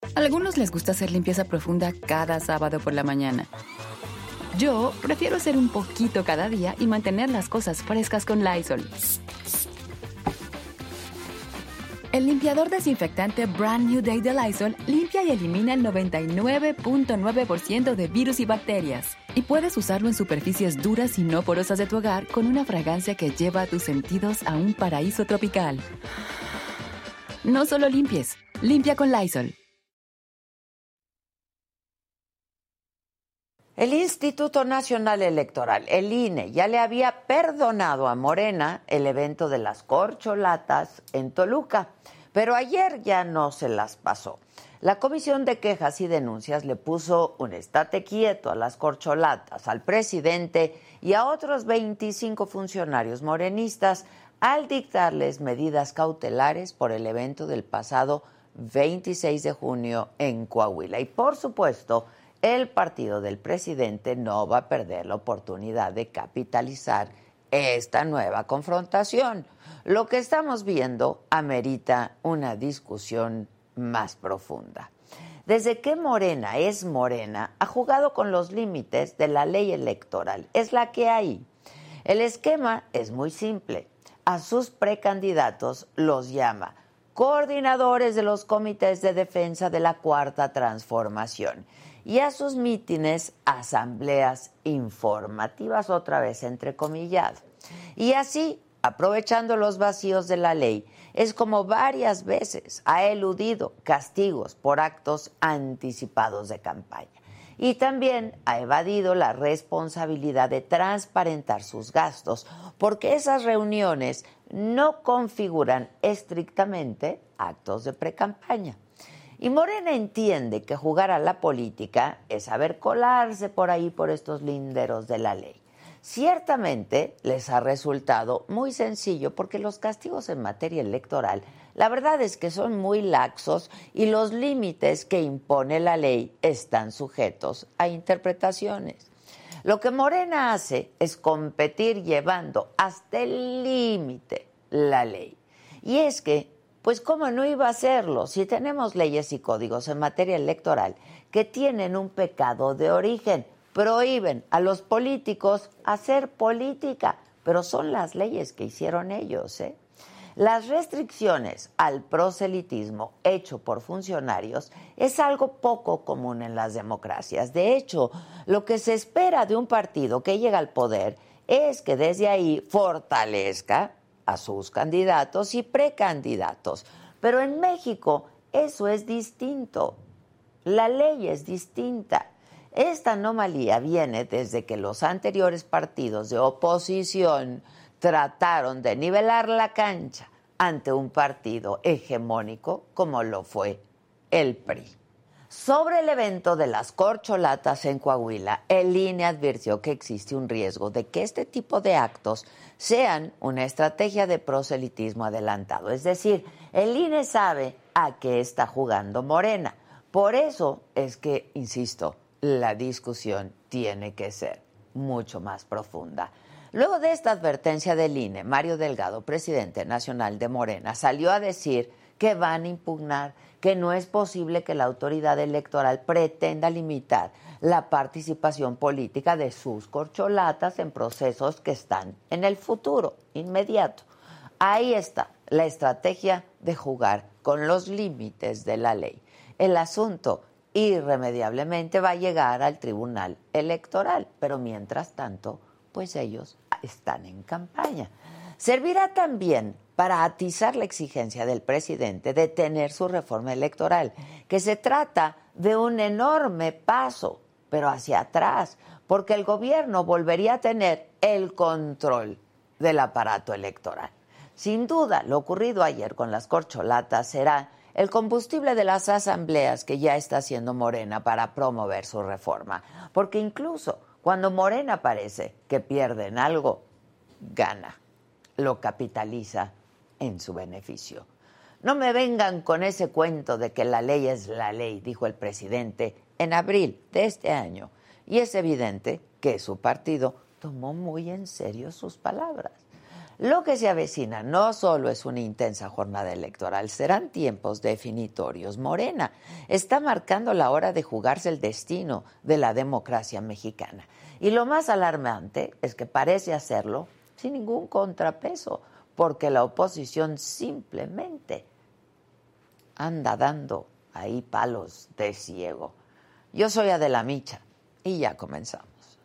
A algunos les gusta hacer limpieza profunda cada sábado por la mañana. Yo prefiero hacer un poquito cada día y mantener las cosas frescas con Lysol. El limpiador desinfectante Brand New Day de Lysol limpia y elimina el 99.9% de virus y bacterias. Y puedes usarlo en superficies duras y no porosas de tu hogar con una fragancia que lleva a tus sentidos a un paraíso tropical. No solo limpies, limpia con Lysol. El Instituto Nacional Electoral, el INE, ya le había perdonado a Morena el evento de las corcholatas en Toluca, pero ayer ya no se las pasó. La Comisión de Quejas y Denuncias le puso un estate quieto a las corcholatas, al presidente y a otros 25 funcionarios morenistas al dictarles medidas cautelares por el evento del pasado 26 de junio en Coahuila. Y por supuesto, el partido del presidente no va a perder la oportunidad de capitalizar esta nueva confrontación. Lo que estamos viendo amerita una discusión más profunda. Desde que Morena es Morena, ha jugado con los límites de la ley electoral. Es la que hay. El esquema es muy simple. A sus precandidatos los llama coordinadores de los comités de defensa de la Cuarta Transformación y a sus mítines, asambleas informativas, otra vez entrecomillado. Y así, aprovechando los vacíos de la ley, es como varias veces ha eludido castigos por actos anticipados de campaña. Y también ha evadido la responsabilidad de transparentar sus gastos, porque esas reuniones no configuran estrictamente actos de precampaña. Y Morena entiende que jugar a la política es saber colarse por ahí por estos linderos de la ley. Ciertamente les ha resultado muy sencillo porque los castigos en materia electoral, la verdad es que son muy laxos y los límites que impone la ley están sujetos a interpretaciones. Lo que Morena hace es competir llevando hasta el límite la ley. Y es que, pues cómo no iba a hacerlo si tenemos leyes y códigos en materia electoral que tienen un pecado de origen, prohíben a los políticos hacer política, pero son las leyes que hicieron ellos, ¿eh? Las restricciones al proselitismo hecho por funcionarios es algo poco común en las democracias. De hecho, lo que se espera de un partido que llega al poder es que desde ahí fortalezca a sus candidatos y precandidatos. Pero en México eso es distinto. La ley es distinta. Esta anomalía viene desde que los anteriores partidos de oposición trataron de nivelar la cancha ante un partido hegemónico como lo fue el PRI. Sobre el evento de las corcholatas en Coahuila, el INE advirtió que existe un riesgo de que este tipo de actos sean una estrategia de proselitismo adelantado. Es decir, el INE sabe a qué está jugando Morena. Por eso es que, insisto, la discusión tiene que ser mucho más profunda. Luego de esta advertencia del INE, Mario Delgado, presidente nacional de Morena, salió a decir que van a impugnar, que no es posible que la autoridad electoral pretenda limitar la participación política de sus corcholatas en procesos que están en el futuro inmediato. Ahí está la estrategia de jugar con los límites de la ley. El asunto irremediablemente va a llegar al Tribunal Electoral, pero mientras tanto, pues ellos están en campaña. Servirá también para atizar la exigencia del presidente de tener su reforma electoral, que se trata de un enorme paso, pero hacia atrás, porque el gobierno volvería a tener el control del aparato electoral. Sin duda, lo ocurrido ayer con las corcholatas será el combustible de las asambleas que ya está haciendo Morena para promover su reforma, porque incluso cuando Morena parece que pierde en algo, gana, lo capitaliza en su beneficio. No me vengan con ese cuento de que la ley es la ley, dijo el presidente en abril de este año, y es evidente que su partido tomó muy en serio sus palabras. Lo que se avecina no solo es una intensa jornada electoral, serán tiempos definitorios. Morena está marcando la hora de jugarse el destino de la democracia mexicana. Y lo más alarmante es que parece hacerlo sin ningún contrapeso, porque la oposición simplemente anda dando ahí palos de ciego. Yo soy Adela Micha y ya comenzamos.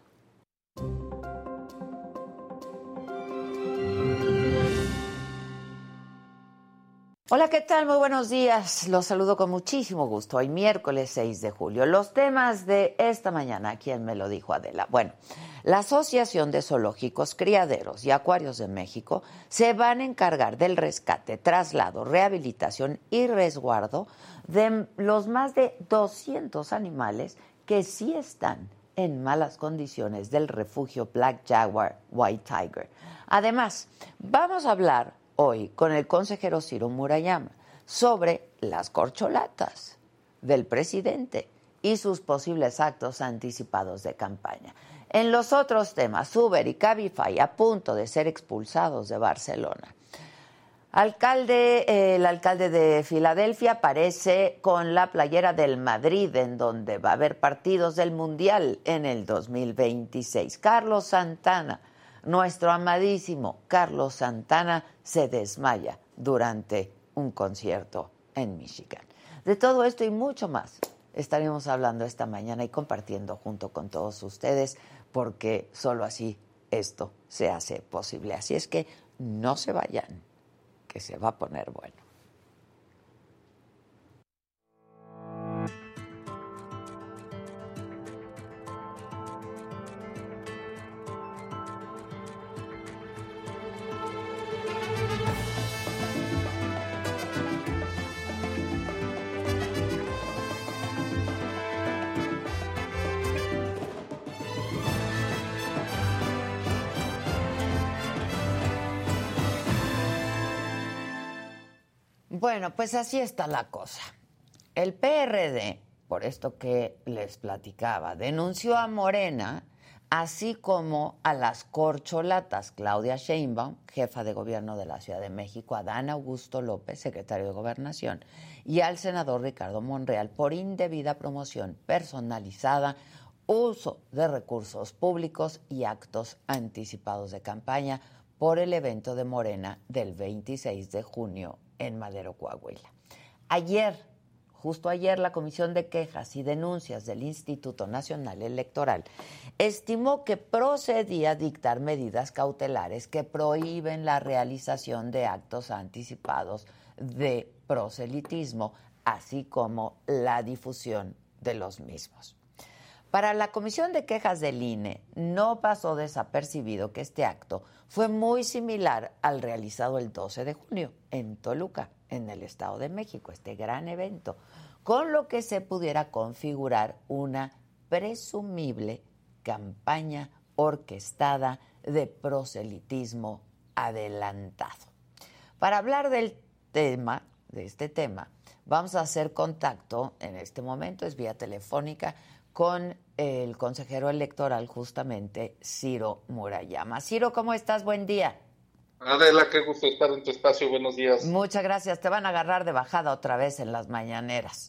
Hola, ¿qué tal? Muy buenos días. Los saludo con muchísimo gusto. Hoy miércoles 6 de julio. Los temas de esta mañana, ¿quién me lo dijo, Adela? Bueno, la Asociación de Zoológicos, Criaderos y Acuarios de México se van a encargar del rescate, traslado, rehabilitación y resguardo de los más de 200 animales que sí están en malas condiciones del refugio Black Jaguar White Tiger. Además, vamos a hablar hoy con el consejero Ciro Murayama sobre las corcholatas del presidente y sus posibles actos anticipados de campaña. En los otros temas, Uber y Cabify a punto de ser expulsados de Barcelona. El alcalde de Filadelfia aparece con la playera del Madrid, en donde va a haber partidos del Mundial en el 2026. Carlos Santana, nuestro amadísimo Carlos Santana, se desmaya durante un concierto en Michigan. De todo esto y mucho más estaremos hablando esta mañana y compartiendo junto con todos ustedes, porque solo así esto se hace posible. Así es que no se vayan, que se va a poner bueno. Bueno, pues así está la cosa. El PRD, por esto que les platicaba, denunció a Morena, así como a las corcholatas Claudia Sheinbaum, jefa de gobierno de la Ciudad de México, a Adán Augusto López, secretario de Gobernación, y al senador Ricardo Monreal por indebida promoción personalizada, uso de recursos públicos y actos anticipados de campaña por el evento de Morena del 26 de junio en Madero, Coahuila. Justo ayer, la Comisión de Quejas y Denuncias del Instituto Nacional Electoral estimó que procedía dictar medidas cautelares que prohíben la realización de actos anticipados de proselitismo, así como la difusión de los mismos. Para la Comisión de Quejas del INE, no pasó desapercibido que este acto fue muy similar al realizado el 12 de junio en Toluca, en el Estado de México, este gran evento, con lo que se pudiera configurar una presumible campaña orquestada de proselitismo adelantado. Para hablar del tema, de este tema, vamos a hacer contacto en este momento, es vía telefónica, con el consejero electoral, justamente, Ciro Murayama. Ciro, ¿cómo estás? Buen día. Adela, qué gusto estar en tu espacio. Buenos días. Muchas gracias. Te van a agarrar de bajada otra vez en las mañaneras.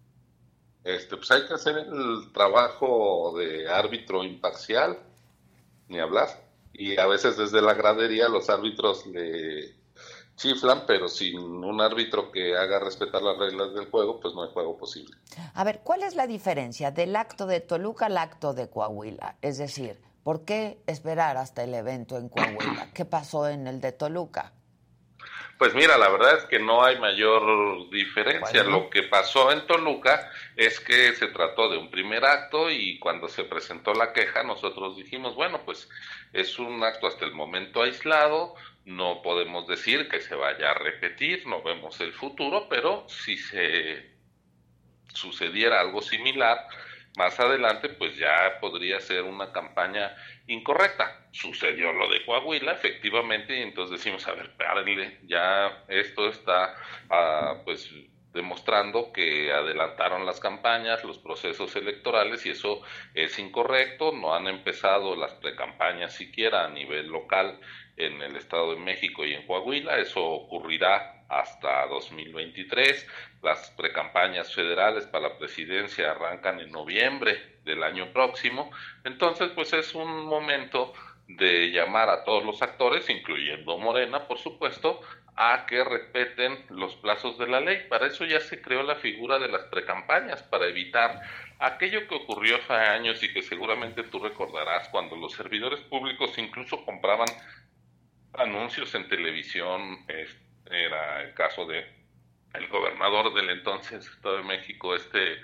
Pues hay que hacer el trabajo de árbitro imparcial, ni hablar. Y a veces desde la gradería los árbitros le chiflan, pero sin un árbitro que haga respetar las reglas del juego, pues no hay juego posible. A ver, ¿cuál es la diferencia del acto de Toluca al acto de Coahuila? Es decir, ¿por qué esperar hasta el evento en Coahuila? ¿Qué pasó en el de Toluca? Pues mira, la verdad es que no hay mayor diferencia. Bueno, lo que pasó en Toluca es que se trató de un primer acto y cuando se presentó la queja nosotros dijimos, bueno, pues es un acto hasta el momento aislado, no podemos decir que se vaya a repetir, no vemos el futuro, pero si se sucediera algo similar más adelante, pues ya podría ser una campaña incorrecta. Sucedió lo de Coahuila, efectivamente, y entonces decimos, a ver, párenle, ya esto está pues demostrando que adelantaron las campañas, los procesos electorales, y eso es incorrecto. No han empezado las precampañas siquiera a nivel local en el Estado de México y en Coahuila. Eso ocurrirá hasta 2023. Las precampañas federales para la presidencia arrancan en noviembre del año próximo. Entonces, pues es un momento de llamar a todos los actores, incluyendo Morena, por supuesto, a que respeten los plazos de la ley. Para eso ya se creó la figura de las precampañas, para evitar aquello que ocurrió hace años y que seguramente tú recordarás, cuando los servidores públicos incluso compraban anuncios en televisión. Era el caso de el gobernador del entonces Estado de México,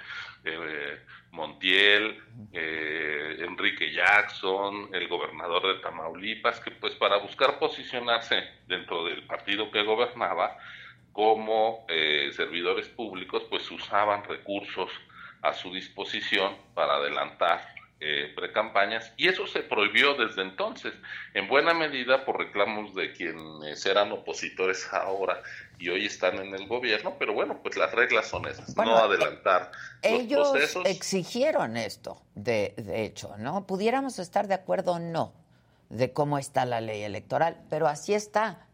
Montiel, Enrique Jackson, el gobernador de Tamaulipas, que pues para buscar posicionarse dentro del partido que gobernaba como servidores públicos, pues usaban recursos a su disposición para adelantar precampañas, y eso se prohibió desde entonces, en buena medida por reclamos de quienes eran opositores ahora y hoy están en el gobierno. Pero bueno, pues las reglas son esas, bueno, no adelantar ellos los procesos. Exigieron esto, de hecho, ¿no? Pudiéramos estar de acuerdo o no de cómo está la ley electoral, pero así está.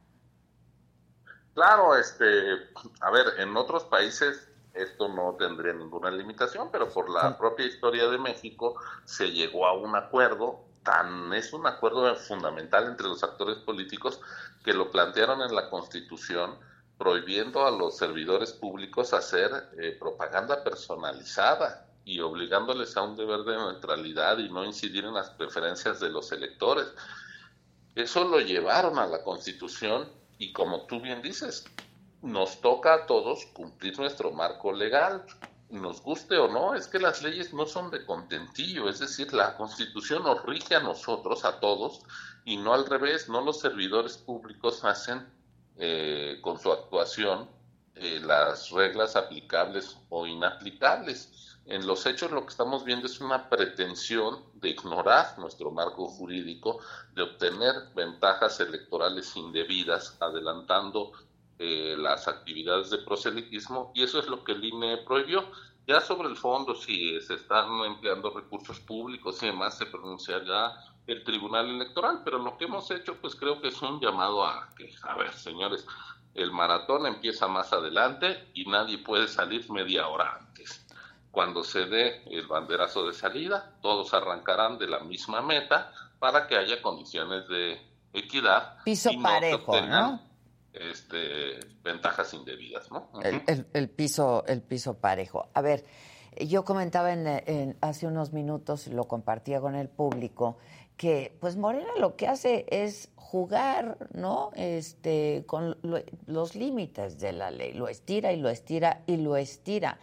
Claro, a ver, en otros países esto no tendría ninguna limitación, pero por la propia historia de México se llegó a un acuerdo, es un acuerdo fundamental entre los actores políticos, que lo plantearon en la Constitución, prohibiendo a los servidores públicos hacer propaganda personalizada y obligándoles a un deber de neutralidad y no incidir en las preferencias de los electores. Eso lo llevaron a la Constitución y, como tú bien dices, nos toca a todos cumplir nuestro marco legal, nos guste o no. Es que las leyes no son de contentillo, es decir, la Constitución nos rige a nosotros, a todos, y no al revés. No los servidores públicos hacen con su actuación las reglas aplicables o inaplicables. En los hechos lo que estamos viendo es una pretensión de ignorar nuestro marco jurídico, de obtener ventajas electorales indebidas, adelantando las actividades de proselitismo, y eso es lo que el INE prohibió. Ya sobre el fondo, si se están empleando recursos públicos y demás, se pronunciará el Tribunal Electoral, pero lo que hemos hecho, pues creo que es un llamado a ver, señores, el maratón empieza más adelante y nadie puede salir media hora antes. Cuando se dé el banderazo de salida, todos arrancarán de la misma meta para que haya condiciones de equidad. Piso y parejo, ¿no? Ventajas indebidas, ¿no? El piso parejo. A ver, yo comentaba hace unos minutos, lo compartía con el público, que pues Morena lo que hace es jugar, ¿no? Con los límites de la ley, lo estira y lo estira y lo estira.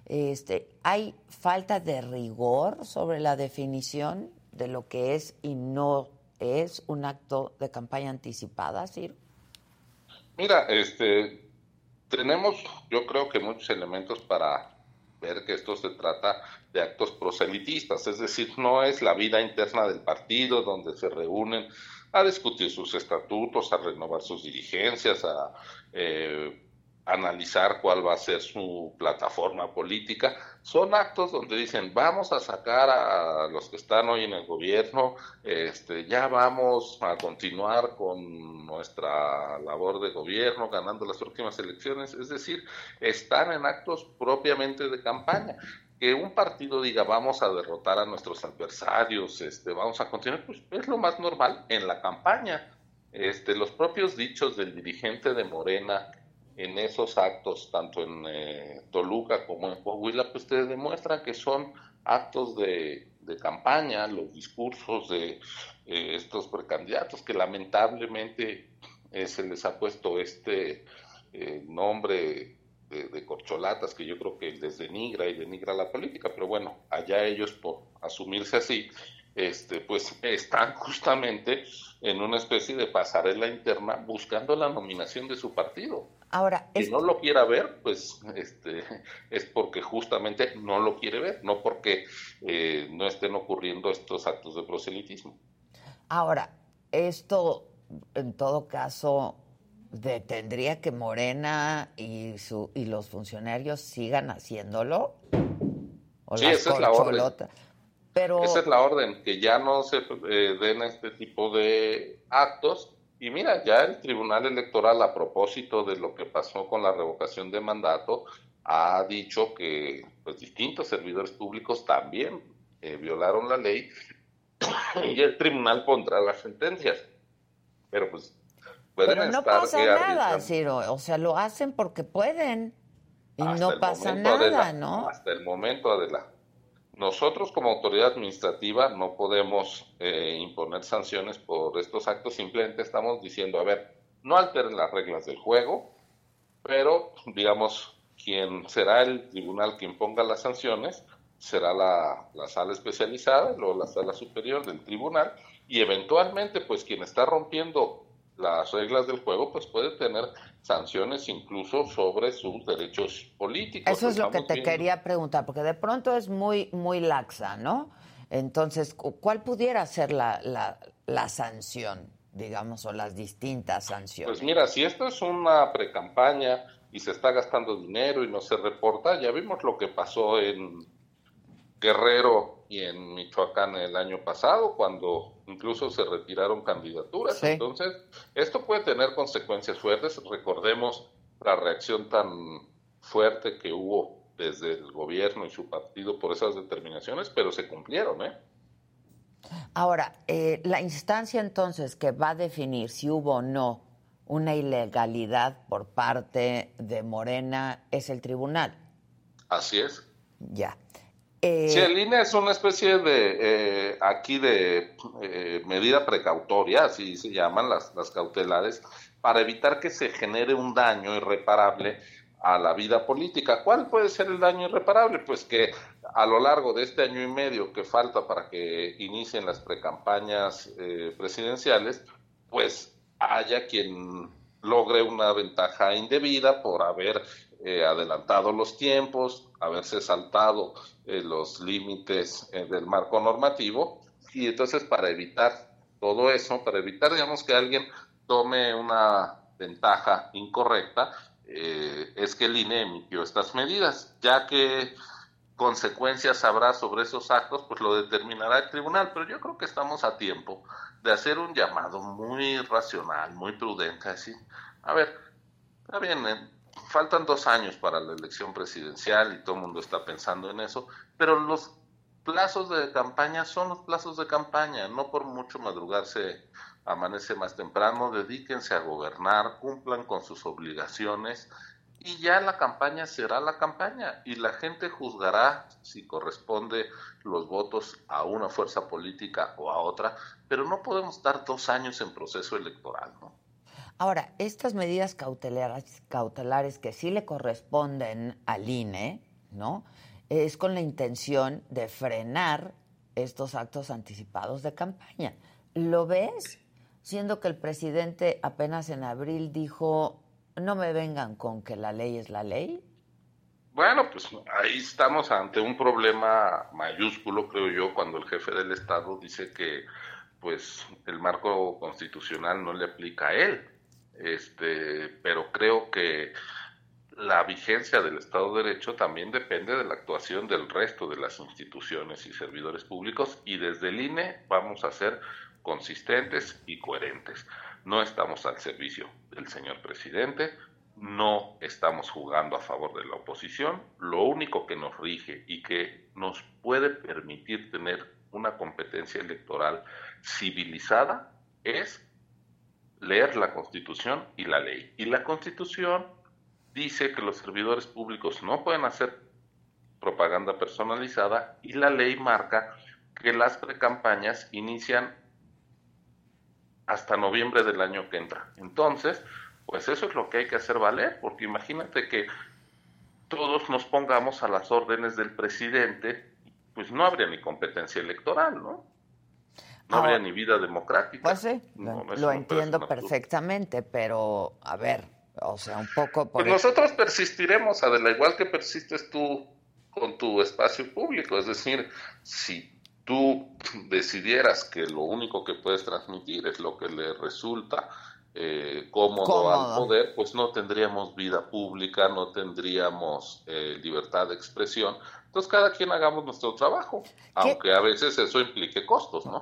Hay falta de rigor sobre la definición de lo que es y no es un acto de campaña anticipada, Ciro. Mira, tenemos, yo creo que muchos elementos para ver que esto se trata de actos proselitistas, es decir, no es la vida interna del partido donde se reúnen a discutir sus estatutos, a renovar sus dirigencias, a analizar cuál va a ser su plataforma política. Son actos donde dicen, vamos a sacar a los que están hoy en el gobierno, ya vamos a continuar con nuestra labor de gobierno, ganando las próximas elecciones. Es decir, están en actos propiamente de campaña. Que un partido diga, vamos a derrotar a nuestros adversarios, vamos a continuar, pues es lo más normal en la campaña. Los propios dichos del dirigente de Morena en esos actos, tanto en Toluca como en Coahuila, pues te demuestran que son actos de campaña, los discursos de estos precandidatos, que lamentablemente se les ha puesto nombre de corcholatas, que yo creo que les denigra y denigra la política, pero bueno, allá ellos por asumirse así, pues están justamente en una especie de pasarela interna buscando la nominación de su partido. Ahora, que no lo quiera ver, pues es porque justamente no lo quiere ver, no porque no estén ocurriendo estos actos de proselitismo. Ahora, esto en todo caso detendría que Morena y los funcionarios sigan haciéndolo. ¿O sí, esa es la orden. Pero... Esa es la orden, que ya no se den este tipo de actos Y mira, ya el Tribunal Electoral, a propósito de lo que pasó con la revocación de mandato, ha dicho que pues distintos servidores públicos también violaron la ley y el tribunal pondrá las sentencias. Pero pues pueden Pero no estar pasa nada, arriesgando Ciro. O sea, lo hacen porque pueden y hasta no el pasa momento, nada, Adela, ¿no? hasta el momento, Adela. Nosotros como autoridad administrativa no podemos imponer sanciones por estos actos, simplemente estamos diciendo, a ver, no alteren las reglas del juego, pero digamos, quien será el tribunal que imponga las sanciones será la sala especializada, luego la sala superior del tribunal, y eventualmente, pues quien está rompiendo las reglas del juego, pues puede tener sanciones incluso sobre sus derechos políticos. Eso Lo es lo que estamos te viendo. quería preguntar, porque de pronto es muy laxa, ¿no? Entonces, ¿cuál pudiera ser la sanción, digamos, o las distintas Pues sanciones? mira, si esto es una precampaña y se está gastando dinero y no se reporta, ya vimos lo que pasó en Guerrero y en Michoacán el año pasado, cuando incluso se retiraron candidaturas. Sí. Entonces, esto puede tener consecuencias fuertes. Recordemos la reacción tan fuerte que hubo desde el gobierno y su partido por esas determinaciones, pero se cumplieron, ¿eh? Ahora, la instancia entonces que va a definir si hubo o no una ilegalidad por parte de Morena es el tribunal. Así es. Ya. Sí, el INE es una especie de, aquí de medida precautoria, así se llaman las cautelares, para evitar que se genere un daño irreparable a la vida política. ¿Cuál puede ser el daño irreparable? Pues que a lo largo de este año y medio que falta para que inicien las precampañas presidenciales, pues haya quien logre una ventaja indebida por haber adelantado los tiempos, haberse saltado los límites del marco normativo, y entonces para evitar todo eso, para evitar, digamos, que alguien tome una ventaja incorrecta, es que el INE emitió estas medidas, ya que consecuencias habrá sobre esos actos, pues lo determinará el tribunal, pero yo creo que estamos a tiempo de hacer un llamado muy racional, muy prudente, así, a ver, está bien, faltan 2 años para la elección presidencial y todo el mundo está pensando en eso, pero los plazos de campaña son los plazos de campaña, no por mucho madrugarse amanece más temprano, dedíquense a gobernar, cumplan con sus obligaciones y ya la campaña será la campaña y la gente juzgará si corresponde los votos a una fuerza política o a otra, pero no podemos dar 2 años en proceso electoral, ¿no? Ahora, estas medidas cautelares que sí le corresponden al INE, ¿no? Es con la intención de frenar estos actos anticipados de campaña. ¿Lo ves? Siendo que el presidente apenas en abril dijo, no me vengan con que la ley es la ley. Bueno, pues ahí estamos ante un problema mayúsculo, creo yo, cuando el jefe del Estado dice que pues el marco constitucional no le aplica a él. Pero creo que la vigencia del Estado de Derecho también depende de la actuación del resto de las instituciones y servidores públicos, y desde el INE vamos a ser consistentes y coherentes. No estamos al servicio del señor presidente, no estamos jugando a favor de la oposición, lo único que nos rige y que nos puede permitir tener una competencia electoral civilizada es leer la Constitución y la ley. Y la Constitución dice que los servidores públicos no pueden hacer propaganda personalizada, y la ley marca que las precampañas inician hasta noviembre del año que entra. Entonces, pues eso es lo que hay que hacer valer, porque imagínate que todos nos pongamos a las órdenes del presidente, pues no habría ni competencia electoral, ¿no? No habría ni vida democrática. Pues sí, no, lo entiendo perfectamente, pero a ver, o sea, un poco por... Pues nosotros persistiremos, Adela, igual que persistes tú con tu espacio público, es decir, si tú decidieras que lo único que puedes transmitir es lo que le resulta cómodo al poder, pues no tendríamos vida pública, no tendríamos libertad de expresión. Entonces cada quien hagamos nuestro trabajo, aunque a veces eso implique costos, ¿no?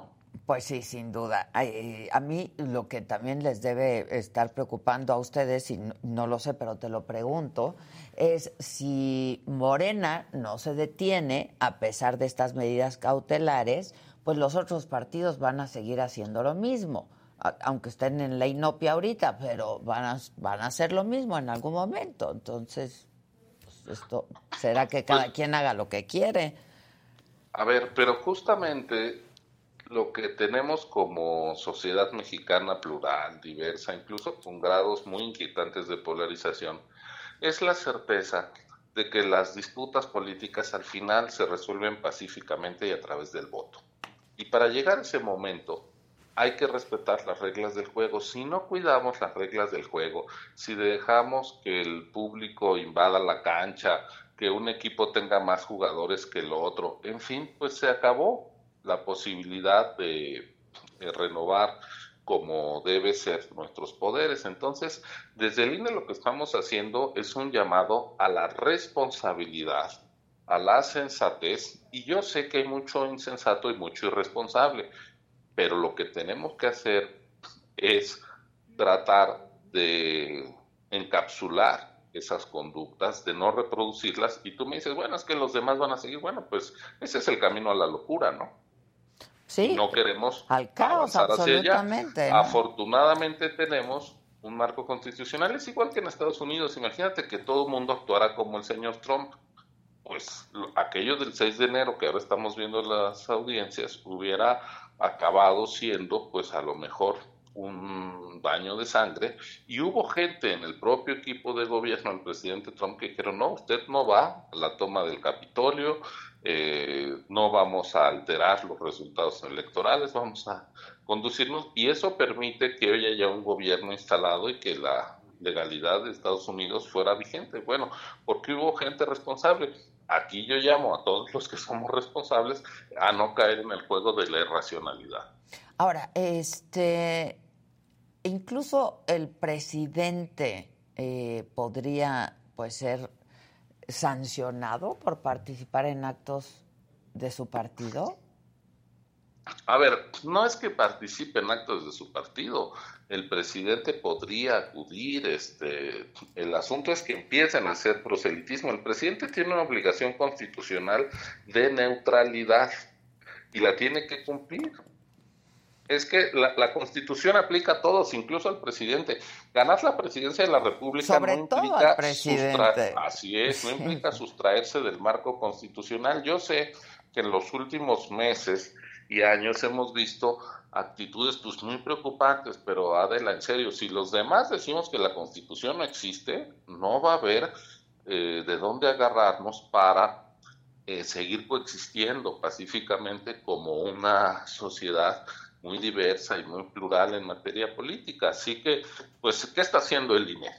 Pues sí, sin duda. A mí lo que también les debe estar preocupando a ustedes, y no lo sé, pero te lo pregunto, es si Morena no se detiene a pesar de estas medidas cautelares, pues los otros partidos van a seguir haciendo lo mismo, aunque estén en la inopia ahorita, pero van a hacer lo mismo en algún momento. Entonces, pues esto será que cada quien haga lo que quiere. A ver, pero justamente lo que tenemos como sociedad mexicana plural, diversa, incluso con grados muy inquietantes de polarización, es la certeza de que las disputas políticas al final se resuelven pacíficamente y a través del voto. Y para llegar a ese momento hay que respetar las reglas del juego. Si no cuidamos las reglas del juego, si dejamos que el público invada la cancha, que un equipo tenga más jugadores que el otro, en fin, pues se acabó la posibilidad de renovar como debe ser nuestros poderes. Entonces, desde el INE lo que estamos haciendo es un llamado a la responsabilidad, a la sensatez, y yo sé que hay mucho insensato y mucho irresponsable, pero lo que tenemos que hacer es tratar de encapsular esas conductas, de no reproducirlas, y tú me dices, bueno, es que los demás van a seguir, bueno, pues ese es el camino a la locura, ¿no? Sí, Y no queremos al caos, avanzar hacia allá. absolutamente, ¿no? Afortunadamente tenemos un marco constitucional, es igual que en Estados Unidos. Imagínate que todo el mundo actuara como el señor Trump. Pues aquello del 6 de enero que ahora estamos viendo las audiencias hubiera acabado siendo pues a lo mejor un baño de sangre, y hubo gente en el propio equipo de gobierno del presidente Trump que dijeron, no, usted no va a la toma del Capitolio, no vamos a alterar los resultados electorales, vamos a conducirnos, y eso permite que hoy haya un gobierno instalado y que la legalidad de Estados Unidos fuera vigente. Bueno, porque hubo gente responsable. Aquí yo llamo a todos los que somos responsables a no caer en el juego de la irracionalidad. Ahora, incluso el presidente podría, pues, ser sancionado por participar en actos de su partido. A ver, no es que participe en actos de su partido, el presidente podría acudir, el asunto es que empiecen a hacer proselitismo. El presidente tiene una obligación constitucional de neutralidad y la tiene que cumplir. Es que la Constitución aplica a todos, incluso al presidente. Ganar la presidencia de la República Sobre no todo implica al presidente. así es, no implica sustraerse del marco constitucional. Yo sé que en los últimos meses y años hemos visto actitudes pues muy preocupantes, pero Adela, en serio, si los demás decimos que la Constitución no existe, no va a haber de dónde agarrarnos para seguir coexistiendo pacíficamente como una sociedad muy diversa y muy plural en materia política. Así que, pues, ¿qué está haciendo el INE?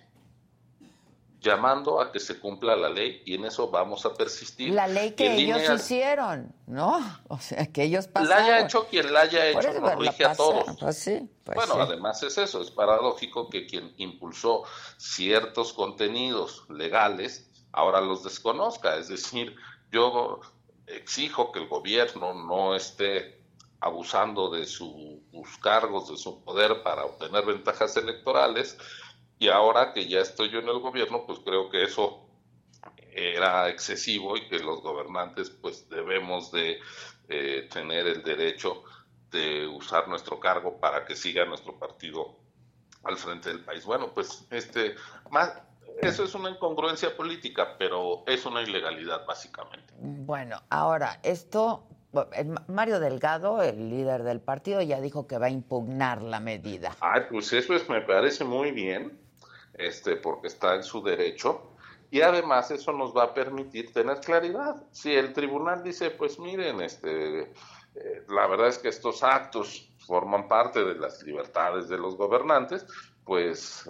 Llamando a que se cumpla la ley, y en eso vamos a persistir. La ley que ellos hicieron, ¿no? O sea, que ellos pasaron. La haya hecho quien la haya hecho, nos rige a todos. Pues sí, bueno, además es eso, es paradójico que quien impulsó ciertos contenidos legales ahora los desconozca. Es decir, yo exijo que el gobierno no esté abusando de sus cargos, de su poder para obtener ventajas electorales, y ahora que ya estoy yo en el gobierno, pues creo que eso era excesivo y que los gobernantes pues debemos de tener el derecho de usar nuestro cargo para que siga nuestro partido al frente del país. Bueno, pues eso es una incongruencia política, pero es una ilegalidad básicamente. Bueno, ahora, Mario Delgado, el líder del partido, ya dijo que va a impugnar la medida. Pues eso me parece muy bien, porque está en su derecho, y además eso nos va a permitir tener claridad. Si el tribunal dice, pues miren, la verdad es que estos actos forman parte de las libertades de los gobernantes, pues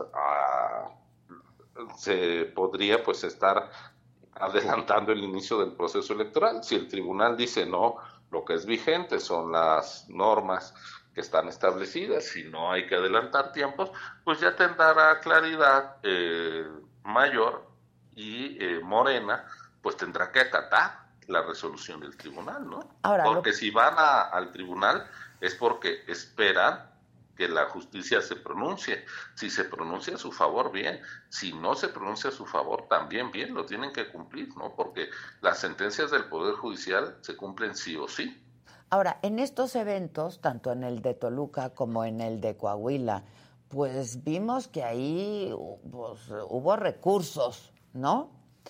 se podría pues estar adelantando el inicio del proceso electoral. Si el tribunal dice no, lo que es vigente son las normas que están establecidas y no hay que adelantar tiempos, pues ya tendrá claridad mayor, y Morena pues tendrá que acatar la resolución del tribunal, ¿no? Ahora, porque si van al tribunal es porque esperan que la justicia se pronuncie. Si se pronuncia a su favor, bien. Si no se pronuncia a su favor, también bien, lo tienen que cumplir, ¿no? Porque las sentencias del Poder Judicial se cumplen sí o sí. Ahora, en estos eventos, tanto en el de Toluca como en el de Coahuila, pues vimos que ahí pues, hubo recursos, ¿no?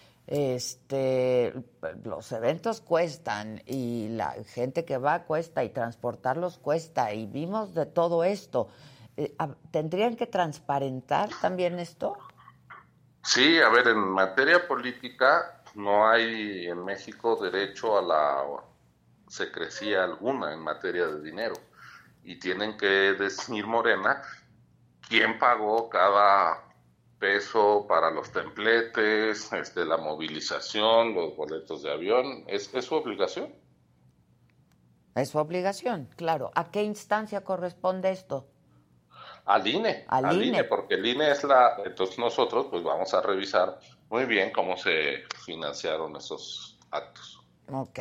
Los eventos cuestan y la gente que va cuesta y transportarlos cuesta y vimos de todo esto. ¿Tendrían que transparentar también esto? Sí, a ver, en materia política no hay en México derecho a la secrecía alguna en materia de dinero y tienen que decir Morena quién pagó cada peso para los templetes, la movilización, los boletos de avión, es su obligación. Es su obligación, claro. ¿A qué instancia corresponde esto? Al INE, porque el INE entonces nosotros pues vamos a revisar muy bien cómo se financiaron esos actos. Ok.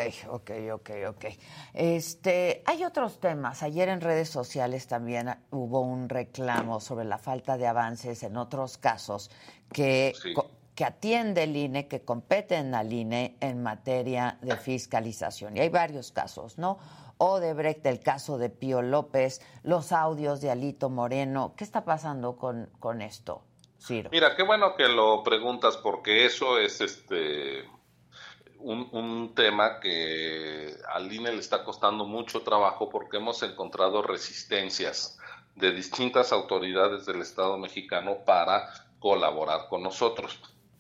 Hay otros temas. Ayer en redes sociales también hubo un reclamo sobre la falta de avances en otros casos que atiende el INE, que competen al INE en materia de fiscalización. Y hay varios casos, ¿no? Odebrecht, el caso de Pío López, los audios de Alito Moreno. ¿Qué está pasando con esto, Ciro? Mira, qué bueno que lo preguntas porque eso es un tema que al INE le está costando mucho trabajo porque hemos encontrado resistencias de distintas autoridades del Estado mexicano para colaborar con nosotros.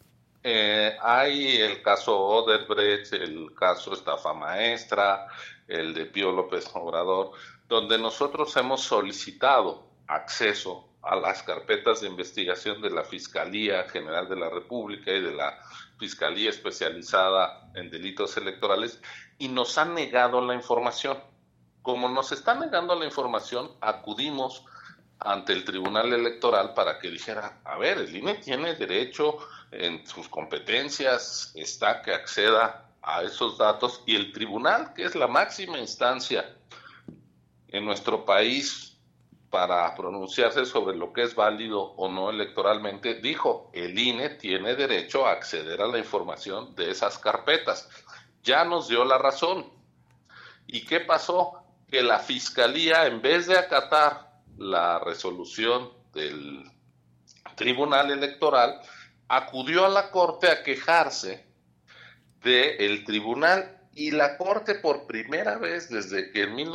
Hay el caso Odebrecht, el caso estafa maestra, el de Pío López Obrador, donde nosotros hemos solicitado acceso a las carpetas de investigación de la Fiscalía General de la República y de la Fiscalía Especializada en Delitos Electorales y nos han negado la información. Como nos están negando la información, acudimos ante el Tribunal Electoral para que dijera, a ver, el INE tiene derecho en sus competencias, está que acceda a esos datos y el tribunal, que es la máxima instancia en nuestro país para pronunciarse sobre lo que es válido o no electoralmente, dijo, el INE tiene derecho a acceder a la información de esas carpetas. Ya nos dio la razón. ¿Y qué pasó? Que la Fiscalía, en vez de acatar la resolución del Tribunal Electoral, acudió a la Corte a quejarse del Tribunal y la Corte por primera vez desde que en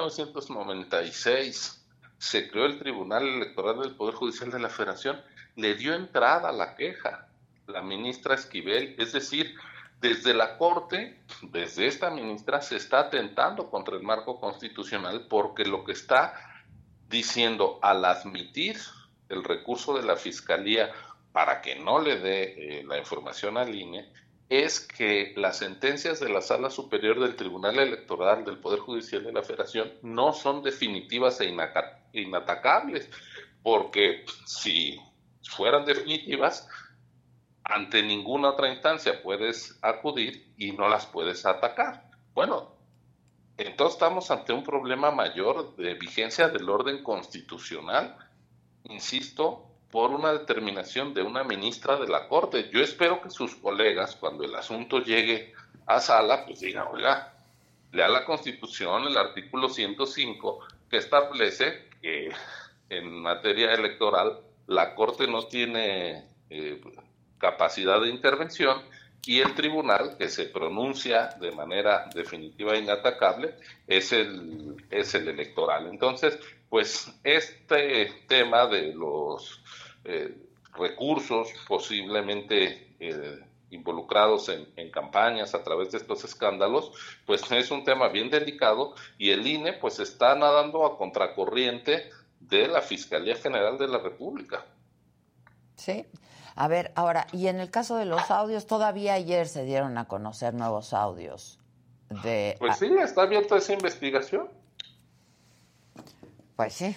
1996 se creó el Tribunal Electoral del Poder Judicial de la Federación, le dio entrada a la queja, la ministra Esquivel, es decir, desde la Corte, desde esta ministra, se está atentando contra el marco constitucional porque lo que está diciendo al admitir el recurso de la Fiscalía para que no le dé la información al INE, es que las sentencias de la Sala Superior del Tribunal Electoral del Poder Judicial de la Federación no son definitivas e inatacables, porque si fueran definitivas, ante ninguna otra instancia puedes acudir y no las puedes atacar. Bueno, entonces estamos ante un problema mayor de vigencia del orden constitucional, insisto, por una determinación de una ministra de la Corte. Yo espero que sus colegas, cuando el asunto llegue a sala, pues digan, oiga, lea la Constitución, el artículo 105, que establece que en materia electoral la Corte no tiene capacidad de intervención y el tribunal que se pronuncia de manera definitiva e inatacable es el electoral. Entonces, pues este tema de los recursos posiblemente involucrados en campañas a través de estos escándalos, pues es un tema bien delicado y el INE pues está nadando a contracorriente de la Fiscalía General de la República. Sí. A ver, ahora, y en el caso de los audios, todavía ayer se dieron a conocer nuevos audios de... Pues sí, está abierta esa investigación. Pues sí,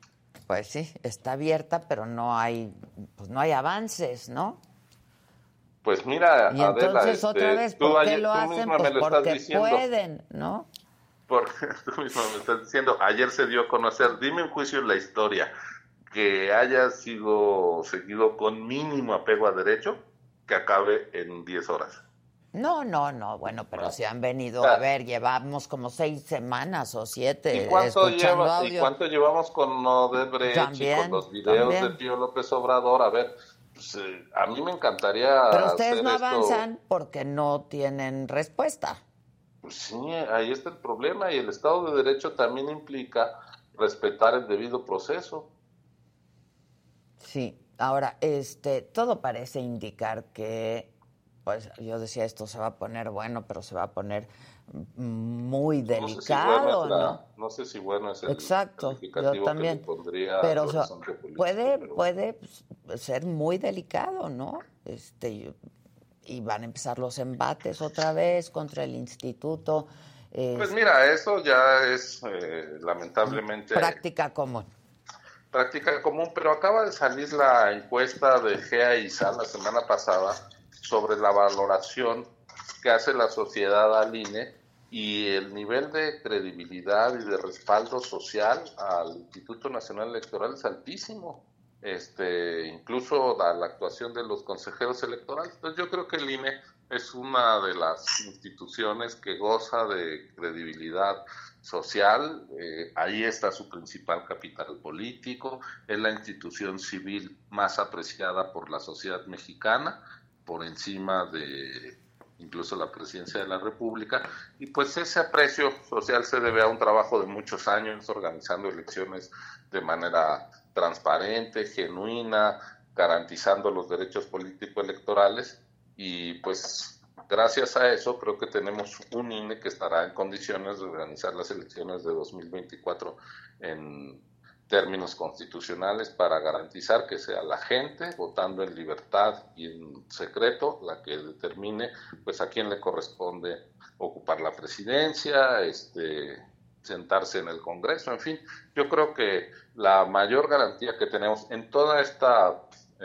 está abierta, pero no hay avances, ¿no? Pues mira, y entonces Adela, otra vez, ¿por qué lo hacen? Pues porque pueden, ¿no? Porque tú mismo me estás diciendo, ayer se dio a conocer, dime un juicio en la historia que haya sido seguido con mínimo apego a derecho, que acabe en 10 horas. No, bueno, pero si han venido, a ver, llevamos como 6 semanas o 7 ¿Y cuánto escuchando audio. ¿Y cuánto llevamos con Odebrecht y con los videos de Pío López Obrador? A ver, pues, a mí me encantaría. Pero ustedes no avanzan porque no tienen respuesta. Pues sí, ahí está el problema, y el Estado de Derecho también implica respetar el debido proceso. Sí, ahora, todo parece indicar que, pues yo decía, esto se va a poner bueno, pero se va a poner muy delicado, ¿no? No sé si bueno es el exacto, yo también. Que le pondría pero puede ser muy delicado, ¿no? Y van a empezar los embates otra vez contra el instituto. Pues mira, eso ya es lamentablemente práctica común. Práctica común, pero acaba de salir la encuesta de GEA-ISA la semana pasada sobre la valoración que hace la sociedad al INE y el nivel de credibilidad y de respaldo social al Instituto Nacional Electoral es altísimo. Incluso la actuación de los consejeros electorales. Entonces yo creo que el INE es una de las instituciones que goza de credibilidad social, ahí está su principal capital político, es la institución civil más apreciada por la sociedad mexicana, por encima de incluso la presidencia de la República, y pues ese aprecio social se debe a un trabajo de muchos años organizando elecciones de manera transparente, genuina, garantizando los derechos político-electorales, y pues gracias a eso creo que tenemos un INE que estará en condiciones de organizar las elecciones de 2024 en términos constitucionales para garantizar que sea la gente votando en libertad y en secreto la que determine pues a quién le corresponde ocupar la presidencia, sentarse en el Congreso, en fin. Yo creo que la mayor garantía que tenemos en toda esta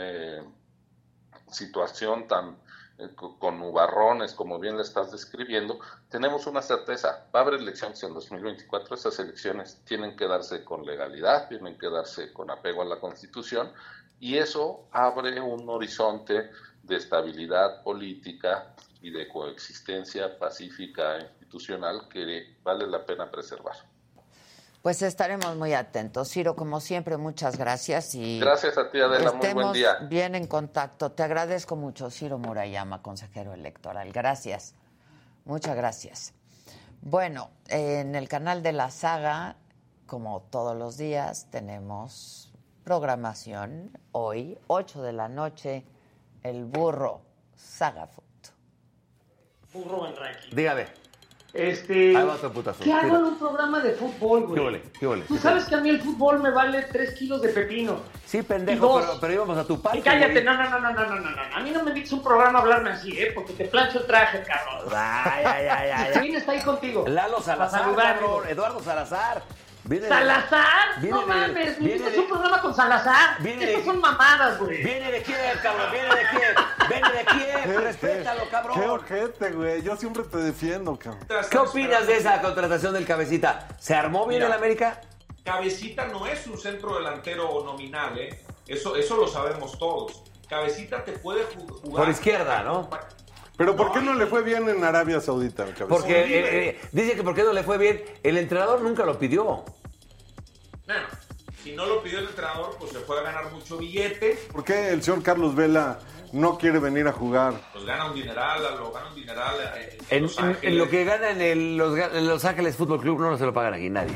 situación tan con nubarrones, como bien le estás describiendo, tenemos una certeza: va a haber elecciones en 2024, esas elecciones tienen que darse con legalidad, tienen que darse con apego a la Constitución, y eso abre un horizonte de estabilidad política y de coexistencia pacífica e institucional que vale la pena preservar. Pues estaremos muy atentos. Ciro, como siempre, muchas gracias. Y gracias a ti, Adela, muy buen día. Estemos bien en contacto. Te agradezco mucho, Ciro Murayama, consejero electoral. Gracias. Muchas gracias. Bueno, en el canal de La Saga, como todos los días, tenemos programación. Hoy, 8 de la noche, El Burro, Saga Food. Burro en ranking. Dígame. ¿Qué hago en un programa de fútbol, güey? ¿Qué ole? Tú sabes que a mí el fútbol me vale 3 kilos de pepino. Sí, pendejo, pero íbamos a tu parque. Cállate, no. A mí no me invites a un programa a hablarme así, porque te plancho el traje, cabrón. Ay. ¿Quién está ahí contigo? Lalo Salazar, cabrón. Eduardo Salazar. ¿Salazar? No mames, me invitas a un programa con Salazar. Estas son mamadas, güey. ¿Viene de quién, cabrón? ¿Viene de quién? Respétalo, cabrón. Qué ojete, güey. Yo siempre te defiendo, cabrón. ¿Qué opinas de esa contratación del Cabecita? ¿Se armó bien el América? Cabecita no es un centro delantero nominal, ¿eh? Eso lo sabemos todos. Cabecita te puede jugar por izquierda, ¿no? Pero ¿por qué no le fue bien en Arabia Saudita? Porque dice que ¿por qué no le fue bien? El entrenador nunca lo pidió. Bueno, si no lo pidió el entrenador, pues se fue a ganar mucho billete. ¿Por qué el señor Carlos Vela no quiere venir a jugar? Pues gana un dineral en lo que gana en Los Ángeles Fútbol Club no se lo pagan aquí nadie.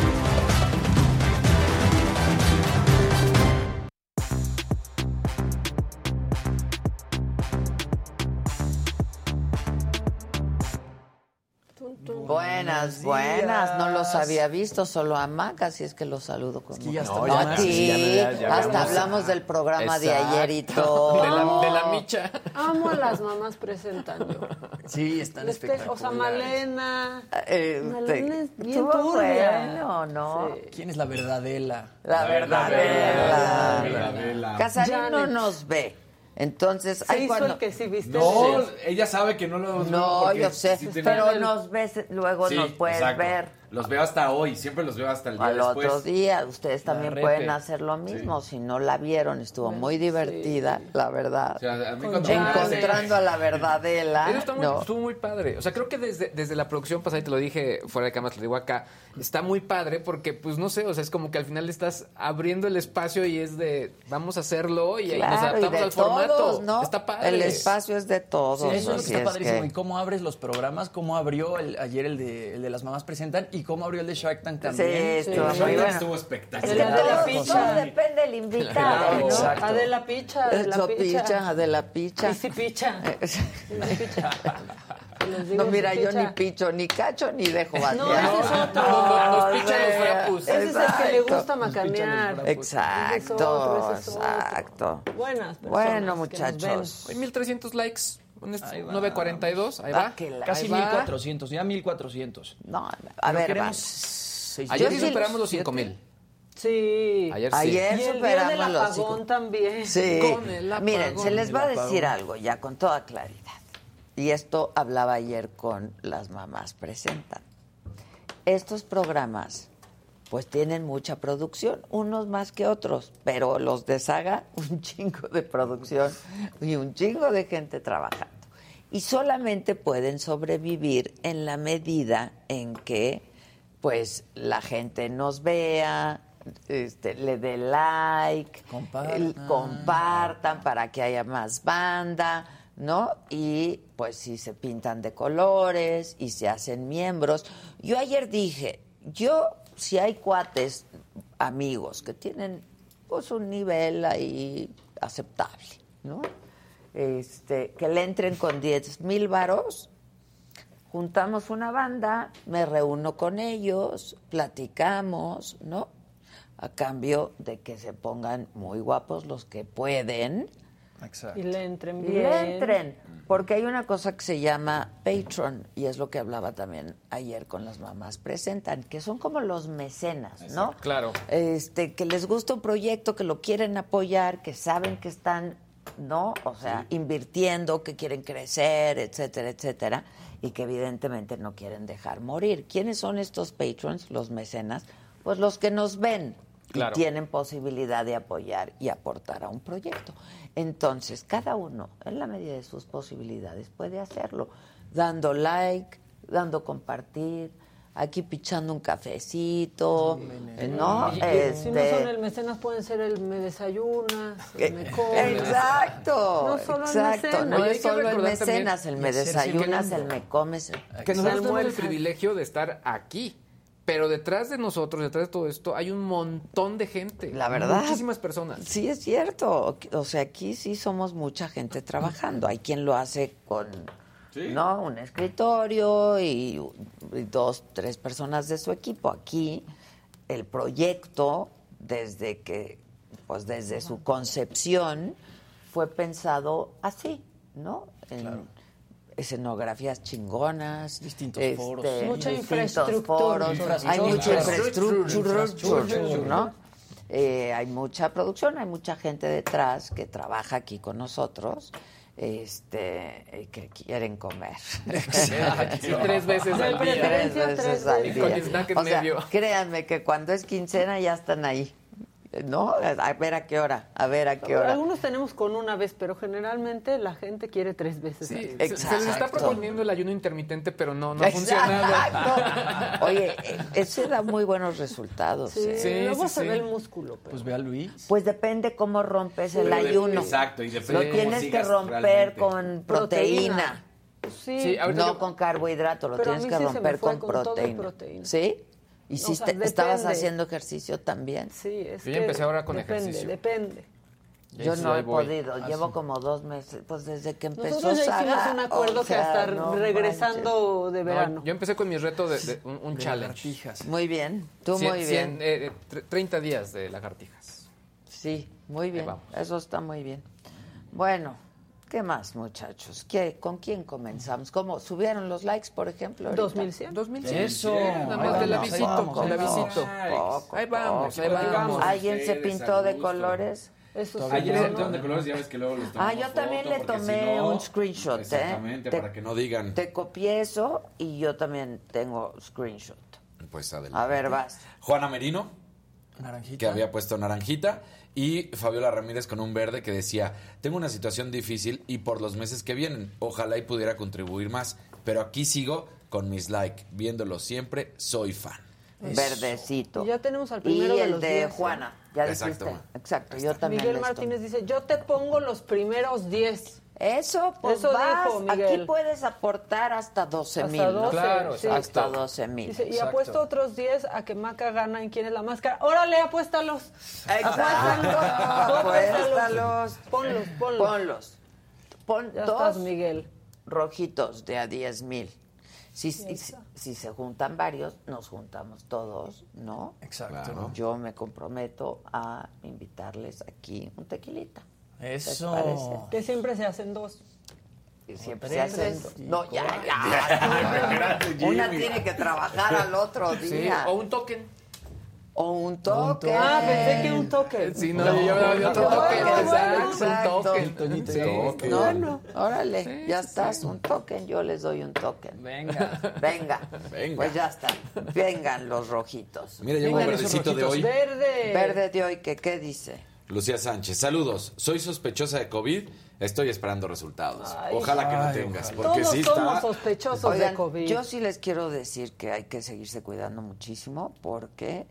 Buenas, no los había visto, solo a Maca, así es que los saludo con mucho gusto. Hasta hablamos del programa de ayer y todo. De la micha. Amo a las mamás presentando. Sí, están espectaculares. O sea, Malena. Malena es bien turbia. ¿no? Sí. ¿Quién es la verdadela? La verdadela. Casarín no nos ve. Entonces, Se hizo el que sí viste. No, ella sabe que no lo... No, yo sé, sí pero nos ves, luego nos puedes ver. Los veo hasta hoy, siempre los veo hasta el día Al después. otro día, ustedes también repe. pueden hacer lo mismo. Si no la vieron, estuvo muy divertida, la verdad. O sea, a mí cuando Encontrando a la verdadela. Eso estuvo muy padre. O sea, creo que desde la producción pasada, y te lo dije fuera de cámara, te lo digo acá, está muy padre porque, pues no sé, o sea, es como que al final estás abriendo el espacio y es de, vamos a hacerlo y ahí nos adaptamos al formato. ¿No? Está padre. El espacio es de todos. Sí, eso es lo que está padrísimo. Que... ¿Y cómo abres los programas? ¿Cómo abrió ayer el de Las Mamás Presentan? ¿Y cómo abrió el de Shark Tank también? Sí, estuvo muy bueno. Estuvo espectacular. Es que todo depende del invitado, ¿no? Exacto. Adela Picha, Adela Picha. Adela Picha. Y si picha. No, mira, yo ni picho, ni cacho, ni dejo batear. No, ese es otro. Nos pichan los frapus. Ese es el que le gusta macanear. Exacto. Buenas personas. Bueno, muchachos. Hay 1,300 likes. 942, ahí va. Casi 1,400, ya 1,400. No, a ver, queremos ayer sí superamos los 5,000. Sí. Ayer sí. Ayer y el superamos día del los apagón también. Sí. Con el apagón. Miren, se les va a decir algo ya con toda claridad. Y esto hablaba ayer con Las Mamás Presentan. Estos programas pues tienen mucha producción, unos más que otros, pero los de Saga, un chingo de producción y un chingo de gente trabajando. Y solamente pueden sobrevivir en la medida en que pues la gente nos vea, le dé like, compartan para que haya más banda, ¿no? Y pues si se pintan de colores y se hacen miembros. Yo ayer dije, si hay cuates, amigos, que tienen pues un nivel ahí aceptable, ¿no? Que le entren con 10,000 varos, juntamos una banda, me reúno con ellos, platicamos, ¿no? A cambio de que se pongan muy guapos los que pueden. Exacto. Y le entren bien. Y le entren, porque hay una cosa que se llama Patreon, y es lo que hablaba también ayer con Las Mamás Presentan, que son como los mecenas, ¿no? Claro. Que les gusta un proyecto, que lo quieren apoyar, que saben que están, ¿no? O sea, invirtiendo, que quieren crecer, etcétera, etcétera, y que evidentemente no quieren dejar morir. ¿Quiénes son estos patrons, los mecenas? Pues los que nos ven. Claro. Y tienen posibilidad de apoyar y aportar a un proyecto. Entonces, cada uno, en la medida de sus posibilidades, puede hacerlo. Dando like, dando compartir, aquí pichando un cafecito, ¿no? Si no son el mecenas, pueden ser el me desayunas, el me comes. Exacto, no solo exacto. el No mecenas. es solo el mecenas, el me desayunas, el me comes. Que nosotros tenemos el privilegio de estar aquí. Pero detrás de nosotros, detrás de todo esto, hay un montón de gente. La verdad. Muchísimas personas. Sí, es cierto. O sea, aquí sí somos mucha gente trabajando. Hay quien lo hace con, ¿no? Un escritorio y 2, 3 personas de su equipo. Aquí el proyecto, desde su concepción, fue pensado así, ¿no? Claro. Escenografías chingonas, distintos foros, mucha infraestructura, hay mucha infraestructura, ¿no? Hay mucha producción, hay mucha gente detrás que trabaja aquí con nosotros, que quieren comer. Sí, 3 veces al día. 3 veces al día. Con snack en o sea, medio. créanme que cuando es quincena ya están ahí. ¿No? A ver a qué hora, Algunos tenemos con una vez, pero generalmente la gente quiere 3 veces. Sí, se les está proponiendo el ayuno intermitente, pero no ha funcionado. Exacto. Oye, ese da muy buenos resultados. Luego se ve el músculo. Pues ve a Luis. Pues depende cómo rompes el ayuno. Exacto, y depende lo tienes que romper con proteína. Sí, no con carbohidrato, lo tienes que romper con proteína. ¿Sí? ¿Y si estabas haciendo ejercicio también? Sí, yo ya empecé ahora con ejercicio. Depende. Yo no he podido, llevo como 2 meses, pues desde que empezó Nosotros ya hicimos Saga, un acuerdo que hasta regresando de verano. Yo empecé con mi reto de un challenge. Lagartijas. Muy bien, tú muy bien. 30 días de lagartijas. Sí, muy bien, eso está muy bien. Bueno, ¿qué más, muchachos? ¿Con quién comenzamos? ¿Cómo subieron los likes, por ejemplo? 2100. 2100. Eso. Nada más de la visito. Ahí vamos. Ahí vamos. ¿Alguien se pintó de colores? Eso Ayer sí, en el Tron de Colores ya ves que luego les tomamos yo también foto, le porque tomé si no- un screenshot, Exactamente, para que no digan. Te copié eso y yo también tengo screenshot. Pues adelante. A ver, vas. Juana Merino, Naranjita. que había puesto naranjita, y Fabiola Ramírez con un verde que decía: tengo una situación difícil y por los meses que vienen, ojalá y pudiera contribuir más, pero aquí sigo con mis likes, viéndolo siempre, soy fan. Verdecito. Y ya tenemos al primero y de el los de 10, ¿eh? Juana. Ya Exacto. dijiste. Exacto, yo también. Miguel les Martínez dice, yo te pongo los primeros 10. Eso, pues Eso vas. dijo Miguel. Aquí puedes aportar hasta 12,000. Hasta ¿no? 12, Claro, sí. Hasta 12,000. Dice, y apuesto otros 10 a que Maca gana en quién es la máscara. ¡Órale, apuéstalos! Apuéstalos. Ponlos. Pon Ya dos estás, Miguel. rojitos de a 10,000. Si se juntan varios, nos juntamos todos, ¿no? Exacto. Claro. Yo me comprometo a invitarles aquí un tequilita. Eso. ¿Les parece? Que siempre se hacen 2. Y siempre Tres, se hacen. sí, No, ya. Gracias, Una Jimmy. tiene que trabajar al otro Sí, día. o un token. O un toque. Ah, pensé que un toque. Sí, no, yo había otro token. Exacto. Un token. Sí. No, órale, ya estás, un token, yo les doy un token. Venga. Venga, Venga. pues ya está. Vengan los rojitos. Mira, llegó un Vengan esos verdecito de rojitos. hoy. Verde. Verde de hoy, ¿qué dice? Lucía Sánchez, saludos. Soy sospechosa de COVID. Estoy esperando resultados. Ay, Ojalá que no ay, tengas, ojalá. porque Todos sí somos está. sospechosos Oigan, de COVID. yo sí les quiero decir que hay que seguirse cuidando muchísimo porque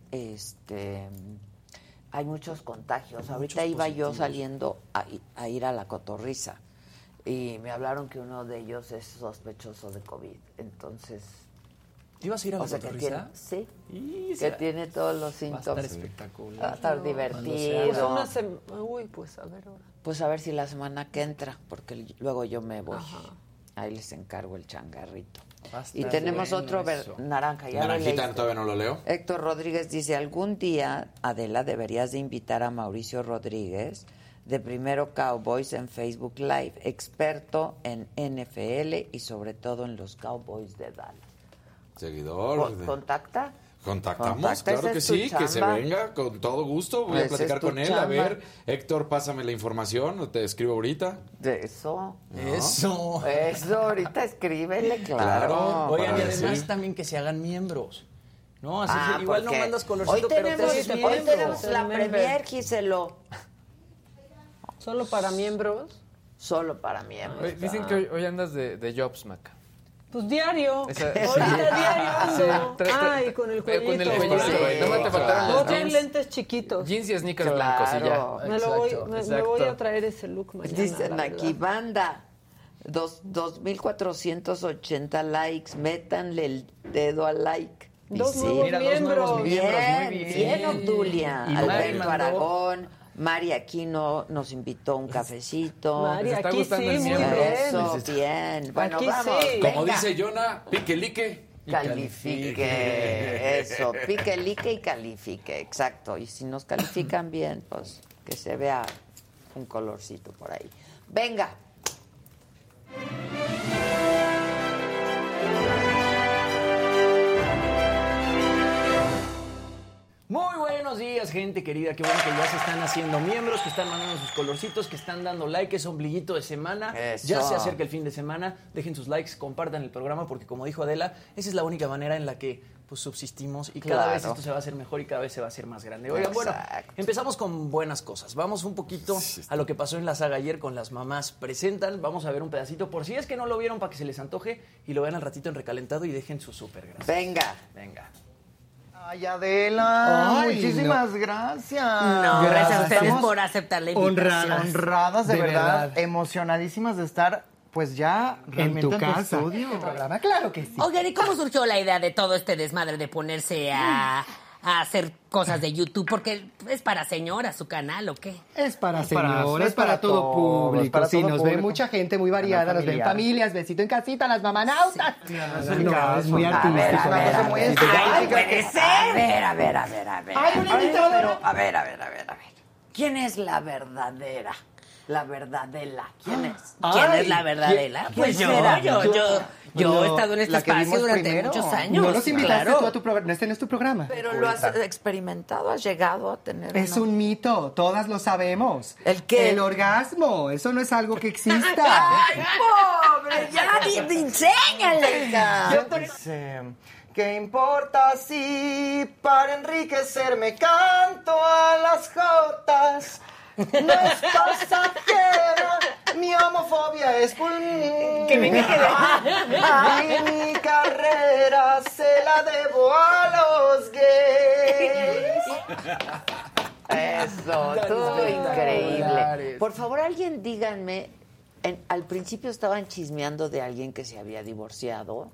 hay muchos contagios. Ahorita iba yo saliendo a ir a la Cotorrisa y me hablaron que uno de ellos es sospechoso de COVID. Entonces, ¿Ibas a ir a la o sea, que Cotorrisa? sí, Y que será- tiene todos los Va a estar síntomas. espectacular. Va a estar Pues divertido. Uy, pues a ver ahora. Pues a ver si la semana que entra, porque luego yo me voy. Ahí les encargo el changarrito. Va a estar Y tenemos bueno otro eso. naranja, ya lo Naranjita, leíste. todavía no lo leo. Héctor Rodríguez dice, algún día, Adela, deberías de invitar a Mauricio Rodríguez de Primero Cowboys en Facebook Live, experto en NFL y sobre todo en los Cowboys de Dallas. Seguidor. ¿Contacta? Contactamos, Contacta, claro esa que es tu sí, que se chamba. venga con todo gusto. Voy a Esa platicar es tu con él. chamba. A ver, Héctor, pásame la información, te escribo ahorita. De eso. Eso. Eso, ahorita escríbele, claro. Claro. Oigan, y para además decir. también que se hagan miembros. No, así Ah, que igual no porque mandas colorcito, hoy pero te tenemos, haces hoy miembro. tenemos la Member. premier, Giselo. ¿Solo para miembros? Solo para miembros. Oye, dicen que hoy andas de Jobs, Maca. Pues diario. Esa- Ahorita diario ando. Sí, Ay, con el cuellito. Con el cuellito. Sí, No te faltaron Voy a los traer jeans, lentes chiquitos. jeans y sneakers Claro. blancos y ya. Me, lo voy, Exacto, me exacto. voy a traer ese look mañana. Dicen la aquí, verdad. banda, 2,480 likes, métanle el dedo al like. Dos Dice, nuevos Mira, dos miembros. nuevos miembros, muy bien, bien. bien, Obdulia. Y Mari Alberto mandó- Aragón, Mari Aquino nos invitó un cafecito. Mari, Les está aquí gustando sí, el muy miembro. bien. Eso, bien. Bueno, Aquí vamos. sí. Como venga. dice Jonah, pique-lique. Califique, eso, pique, lique y califique, exacto. Y si nos califican bien, pues que se vea un colorcito por ahí. Venga. Muy buenos días, gente querida. Qué bueno que ya se están haciendo miembros, que están mandando sus colorcitos, que están dando like. Es ombliguito de semana. Eso. Ya se acerca el fin de semana. Dejen sus likes, compartan el programa, porque como dijo Adela, esa es la única manera en la que pues subsistimos y cada Claro. vez esto se va a hacer mejor y cada vez se va a hacer más grande. Oigan, bueno, Exacto. empezamos con buenas cosas. Vamos un poquito a lo que pasó en la saga ayer con Las Mamás Presentan. Vamos a ver un pedacito por si es que no lo vieron para que se les antoje y lo vean al ratito en recalentado y dejen su súper gracias. Venga. Venga. Ay, Adela, Ay, muchísimas gracias. No, gracias a ustedes Estamos por aceptar la invitación. honradas, de De verdad, verdad. emocionadísimas de estar, pues ya realmente En tu casa. estudio. Programa, claro que sí. Oigan, ¿y cómo surgió la idea de todo este desmadre de ponerse a hacer cosas de YouTube? Porque es para señoras su canal, ¿o qué? Es para Es para- señores, es para, para todo todos, público. para Sí, todo nos ve público. mucha gente muy variada, Canal nos ven familiar. familias, besito en casita, las mamanautas. No, es muy A ver, artístico. a ver, a ¿verdad? ver. Ay, puede ser. A ver, a ver, a ver, a ver. Ay, una invitadora. A ver. ¿Quién es la verdadera? la verdadela? ¿Quién es? ¿Quién es la verdadela? Pues yo he estado en este espacio durante muchos años. No nos invitaste tú a tu programa. Este no es tu programa. Pero lo has experimentado, has llegado a tener. Es un mito, todas lo sabemos. ¿El qué? El orgasmo, eso no es algo que exista. ¡Ay, pobre! ¡Ya enséñale, hija! ¿Qué importa si para enriquecerme canto a las jotas? No es pasajera, mi homofobia es Que venga y mi carrera se la debo a los gays. Eso, todo increíble. Por favor, alguien díganme, al principio estaban chismeando de alguien que se había divorciado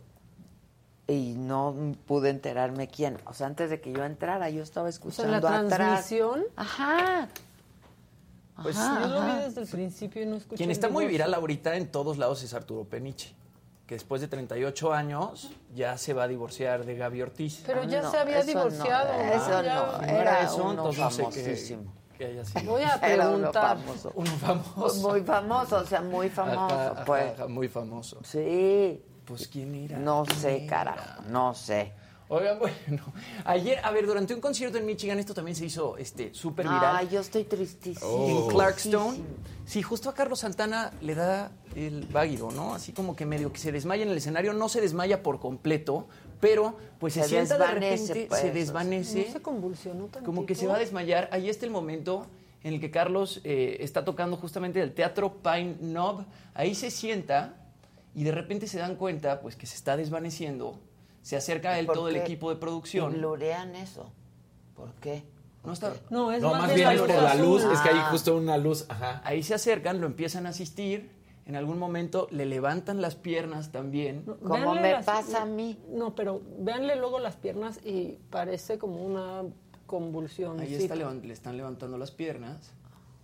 y no pude enterarme quién. O sea, antes de que yo entrara, yo estaba escuchando la atrás. transmisión. Ajá. Pues yo lo vi desde el principio y no escuché. Quien está muy viral ahorita en todos lados es Arturo Peniche, que después de 38 años ya se va a divorciar de Gaby Ortiz. Pero ya se había divorciado. Eso ya. no, era eso, uno entonces no sé famosísimo. que haya sido. Voy a Era preguntar. Uno famoso. Muy famoso, o sea, muy famoso. Ajá, Pues. ajá, muy famoso. Sí. Pues, ¿quién era? No sé, carajo, no sé. Oigan, bueno, ayer, durante un concierto en Michigan, esto también se hizo súper viral. Ay, yo estoy tristísimo. En Clarkstone. Sí, justo a Carlos Santana le da el váguido, ¿no? Así como que medio que se desmaya en el escenario. No se desmaya por completo, pero pues se sienta de repente, pues, se desvanece. No se convulsionó tantito. Como que se va a desmayar. Ahí está el momento en el que Carlos está tocando justamente el Teatro Pine Knob. Ahí se sienta y de repente se dan cuenta pues que se está desvaneciendo. Se acerca a él todo el equipo de producción. ¿Y blurean eso? ¿Por qué? No está. No, es más bien es por la luz, es que hay justo una luz. Ajá. Ahí se acercan, lo empiezan a asistir. En algún momento le levantan las piernas también. Como me pasa a mí. No, pero véanle luego las piernas y parece como una convulsión. Ahí está, le están levantando las piernas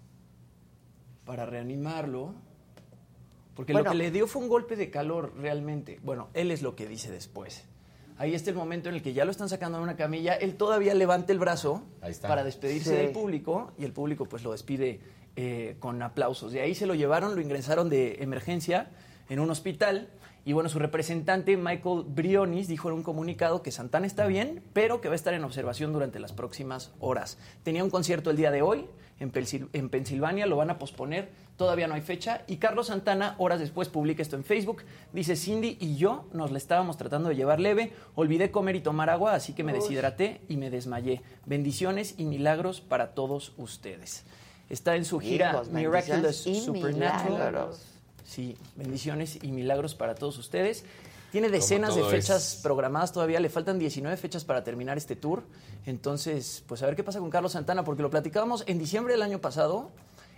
para reanimarlo. Porque lo que le dio fue un golpe de calor realmente. Bueno, él es lo que dice después. Ahí está el momento en el que ya lo están sacando de una camilla. Él todavía levanta el brazo para despedirse del público y el público pues lo despide con aplausos. De ahí se lo llevaron, lo ingresaron de emergencia en un hospital. Y bueno, su representante, Michael Briones, dijo en un comunicado que Santana está bien, pero que va a estar en observación durante las próximas horas. Tenía un concierto el día de hoy en Pensilvania, lo van a posponer, todavía no hay fecha. Y Carlos Santana, horas después, publica esto en Facebook. Dice, Cindy y yo nos la estábamos tratando de llevar leve. Olvidé comer y tomar agua, así que me deshidraté y me desmayé. Bendiciones y milagros para todos ustedes. Está en su gira Miraculous Supernatural. Sí, bendiciones y milagros para todos ustedes. Tiene decenas de fechas programadas todavía, le faltan 19 fechas para terminar este tour. Entonces, pues a ver qué pasa con Carlos Santana, porque lo platicábamos en diciembre del año pasado.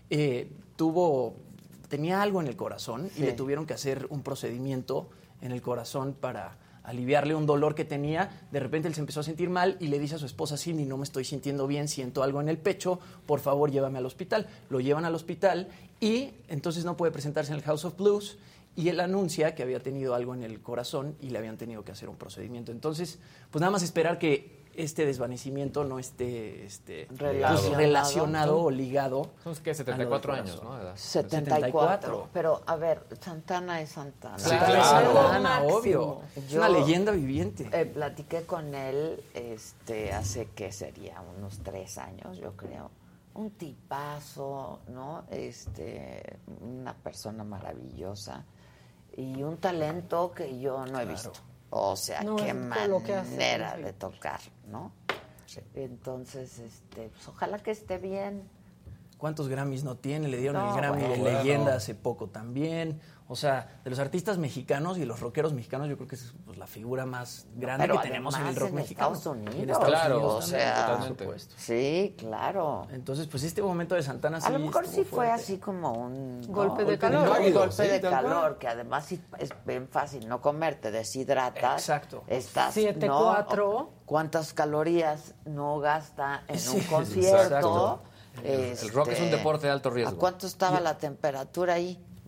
Tenía algo en el corazón y le tuvieron que hacer un procedimiento en el corazón para aliviarle un dolor que tenía. De repente él se empezó a sentir mal y le dice a su esposa, Cindy, no me estoy sintiendo bien, siento algo en el pecho, por favor llévame al hospital. Lo llevan al hospital y entonces no puede presentarse en el House of Blues y él anuncia que había tenido algo en el corazón y le habían tenido que hacer un procedimiento. Entonces, pues nada más esperar que este desvanecimiento no esté relacionado o ligado. Son que 74 años, ¿no? 74. Pero, a ver, Santana es Santana. Sí, Santana, obvio. Es una leyenda viviente. Platiqué con él hace, ¿qué sería? Unos 3 años, yo creo. Un tipazo, ¿no? Una persona maravillosa y un talento que yo no he visto. O sea, qué manera de tocar, ¿no? Sí. Entonces, pues ojalá que esté bien. ¿Cuántos Grammys no tiene? Le dieron el Grammy de leyenda hace poco también. O sea, de los artistas mexicanos y de los rockeros mexicanos, yo creo que es pues, la figura más grande que tenemos en el rock mexicano. Estados Unidos. En Estados Unidos, o sea, totalmente. Por supuesto. Sí, claro. Entonces, pues este momento de Santana sí a lo mejor sí fuerte. fue así como un golpe de calor. Un golpe de calor, que además sí es bien fácil no comer, te deshidratas. Exacto. Estás 7-4. ¿Cuántas calorías no gasta en un concierto? Exacto. El rock es un deporte de alto riesgo. ¿A cuánto estaba la temperatura ahí?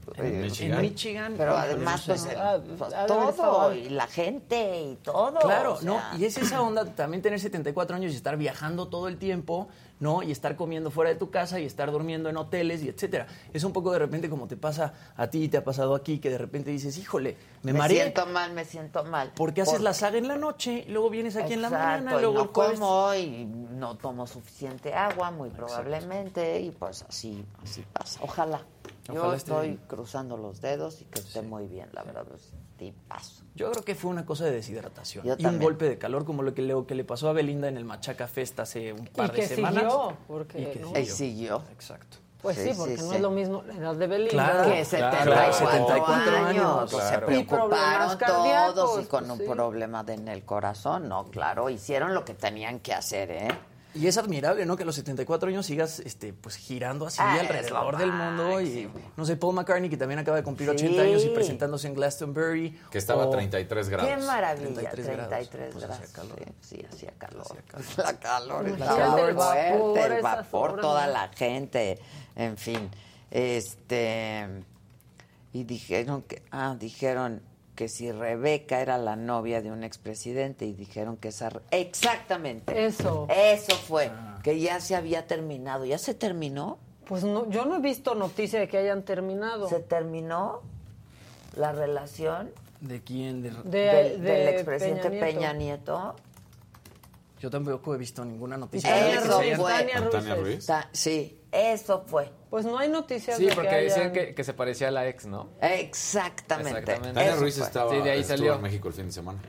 En Michigan. Pero además, pues, todo, y la gente y todo. Claro, o sea. ¿no? Y es esa onda también tener 74 años y estar viajando todo el tiempo, ¿no? Y estar comiendo fuera de tu casa y estar durmiendo en hoteles y etcétera. Es un poco de repente como te pasa a ti, te ha pasado aquí, que de repente dices, híjole, me mareé. Me siento mal. Porque haces la saga en la noche, y luego vienes aquí en la mañana, y luego no el jueves. como y no tomo suficiente agua, muy probablemente, y pues así pasa. Ojalá. Yo estoy cruzando los dedos y que esté muy bien, la verdad, pues, tipazo. Yo creo que fue una cosa de deshidratación Yo y también. un golpe de calor como lo que le pasó a Belinda en el Machaca Fest hace un par de semanas. Siguió, porque, y que ¿no? siguió. Exacto. Pues sí, porque no es lo mismo la edad de Belinda. Claro, que 74 años. Claro. Se preocuparon cardíacos, todos y con pues, un problema en el corazón. No, claro, hicieron lo que tenían que hacer, ¿eh? Y es admirable, ¿no? Que a los 74 años sigas pues girando así alrededor del mundo. Y no sé, Paul McCartney, que también acaba de cumplir 80 años y presentándose en Glastonbury. Que estaba a 33 grados. Qué maravilla, 33 pues grados. hacía calor. Sí, hacía calor. La calor, El estaba vapor, fuerte, el esas vapor, horas, toda ¿no? la gente, en fin. Y dijeron que si Rebeca era la novia de un expresidente y dijeron que exactamente. Eso fue, que ya se había terminado. ¿Ya se terminó? Pues no, yo no he visto noticia de que hayan terminado. ¿Se terminó la relación? ¿De quién? Del expresidente Peña Nieto. Yo tampoco he visto ninguna noticia. Tania Ruiz. Sí, eso fue. Pues no hay noticias sí, de porque que decían hayan... que se parecía a la ex, ¿no? Exactamente. Tania Ruiz estaba sí, de ahí estuvo salió. en México el fin de semana.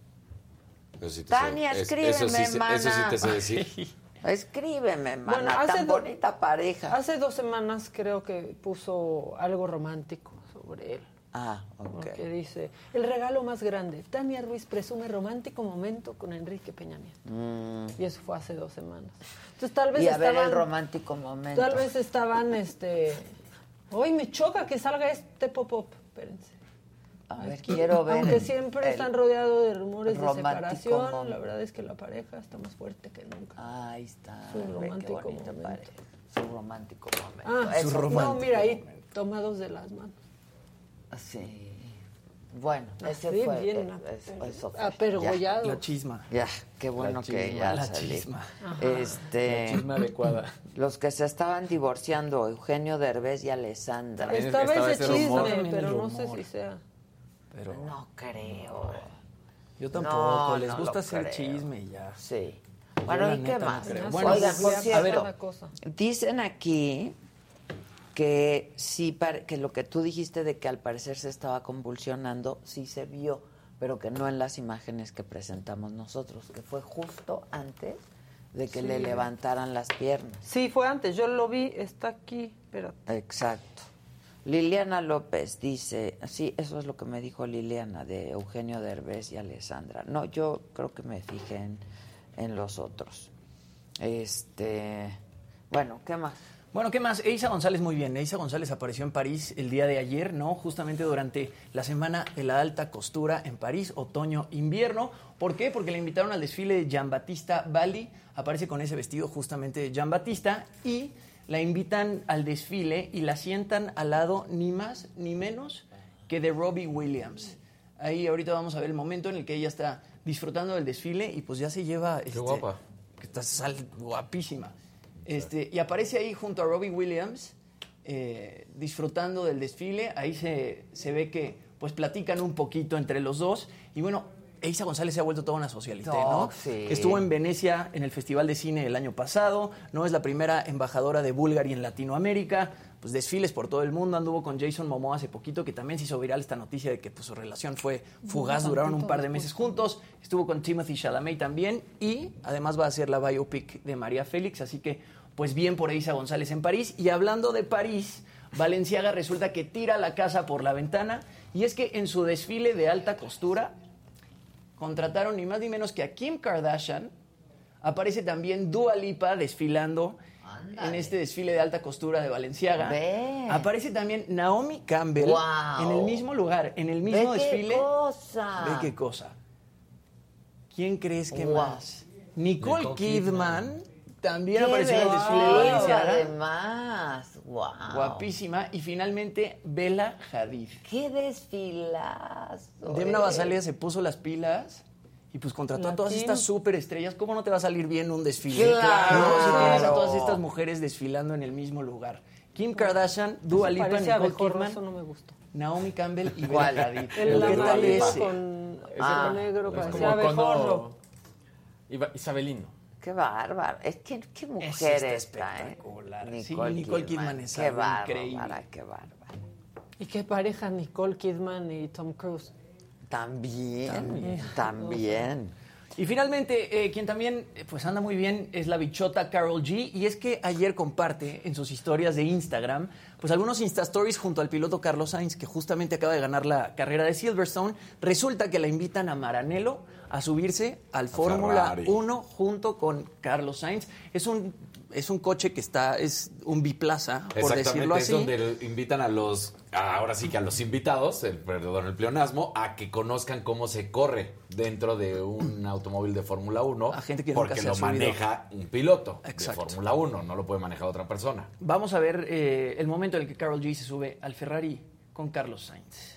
Eso sí te Tania, sé, escríbeme, mana. Eso sí te sé decir. Escríbeme, mana, Bueno, tan bonita pareja. Hace 2 semanas creo que puso algo romántico sobre él. Ah, ok. Que dice, el regalo más grande, Tania Ruiz presume romántico momento con Enrique Peña Nieto. Y eso fue hace 2 semanas. Entonces tal vez ver el romántico momento. Tal vez estaban, hoy me choca que salga este pop-up, espérense. A ver, quiero ver. Aunque siempre están rodeados de rumores de separación, momento. la verdad es que la pareja está más fuerte que nunca. Ahí está. Su romántico momento. Su romántico momento. No, mira, ahí tomados de las manos. Sí. Bueno, ese sí, fue. Bien, eso fue. Apergollado. La chisma. Ya, qué bueno que ya la salí. chisma. La chisma adecuada. Los que se estaban divorciando, Eugenio Derbez y Alessandra. Estaba ese chisme, rumor. pero no sé si sea. Pero no creo. Yo tampoco. No, les no gusta lo hacer creo. chisme y ya. Sí. Bueno, ¿y qué más? Bueno, oigan, por cierto, cosa. dicen aquí que sí, que lo que tú dijiste de que al parecer se estaba convulsionando, sí se vio, pero que no en las imágenes que presentamos nosotros, que fue justo antes de que le levantaran las piernas. Sí, fue antes, yo lo vi, está aquí, espérate. Exacto. Liliana López dice, sí, eso es lo que me dijo Liliana de Eugenio Derbez y Alessandra. No, yo creo que me fijé en los otros. Bueno, ¿qué más? Bueno, ¿qué más? Eiza González, muy bien. Eiza González apareció en París el día de ayer, ¿no? Justamente durante la semana de la alta costura en París, otoño-invierno. ¿Por qué? Porque le invitaron al desfile de Giambattista Valli. Aparece con ese vestido justamente de Giambattista y la invitan al desfile y la sientan al lado ni más ni menos que de Robbie Williams. Ahí ahorita vamos a ver el momento en el que ella está disfrutando del desfile y pues ya se lleva... Qué guapa. Que está guapísima. Y aparece ahí junto a Robbie Williams disfrutando del desfile. Ahí se ve que pues platican un poquito entre los dos. Y bueno, Eiza González se ha vuelto toda una socialité, ¿no? Sí. Que estuvo en Venecia en el Festival de Cine el año pasado. No es la primera embajadora de Bulgari en Latinoamérica. Pues desfiles por todo el mundo. Anduvo con Jason Momoa hace poquito, que también se hizo viral esta noticia de que pues, su relación fue fugaz. Duraron un par de meses juntos. Estuvo con Timothée Chalamet también. Y además va a ser la biopic de María Félix. Así que, pues bien por Eiza González en París. Y hablando de París, Balenciaga resulta que tira la casa por la ventana. Y es que en su desfile de alta costura contrataron ni más ni menos que a Kim Kardashian. Aparece también Dua Lipa desfilando en este desfile de alta costura de Balenciaga. Aparece también Naomi Campbell en el mismo lugar, en el mismo desfile. ¡Qué cosa! Ve qué cosa. ¿Quién crees que más? Nicole Kidman también apareció en el desfile de Balenciaga. Además, wow. Guapísima. Y finalmente, Bella Hadid. ¡Qué desfilazo! Demna Gvasalia se puso las pilas y pues contrató a todas estas superestrellas. ¿Cómo no te va a salir bien un desfile? ¡Claro! Si tienes a todas estas mujeres desfilando en el mismo lugar. Kim Kardashian, Dua Lipa, Nicole Kidman, eso no me gustó. Naomi Campbell y Bella Hadid. ¿Qué tal ese? Con ese negro, parecía abejorro. Isabelino. ¡Qué bárbaro! Es que qué mujer espectacular. Nicole Kidman es qué increíble. Qué bárbara. ¿Y qué pareja Nicole Kidman y Tom Cruise? También. Y finalmente, quien también pues anda muy bien es la bichota Karol G. Y es que ayer comparte en sus historias de Instagram pues algunos Instastories junto al piloto Carlos Sainz, que justamente acaba de ganar la carrera de Silverstone. Resulta que la invitan a Maranello a subirse al Fórmula 1 junto con Carlos Sainz. Es un coche que es un biplaza, por decirlo así. Es donde invitan a los invitados, el pleonasmo, a que conozcan cómo se corre dentro de un automóvil de Fórmula 1. A gente que porque nunca se ha lo maneja un piloto de Fórmula 1, no lo puede manejar otra persona. Vamos a ver el momento en el que Karol G se sube al Ferrari con Carlos Sainz.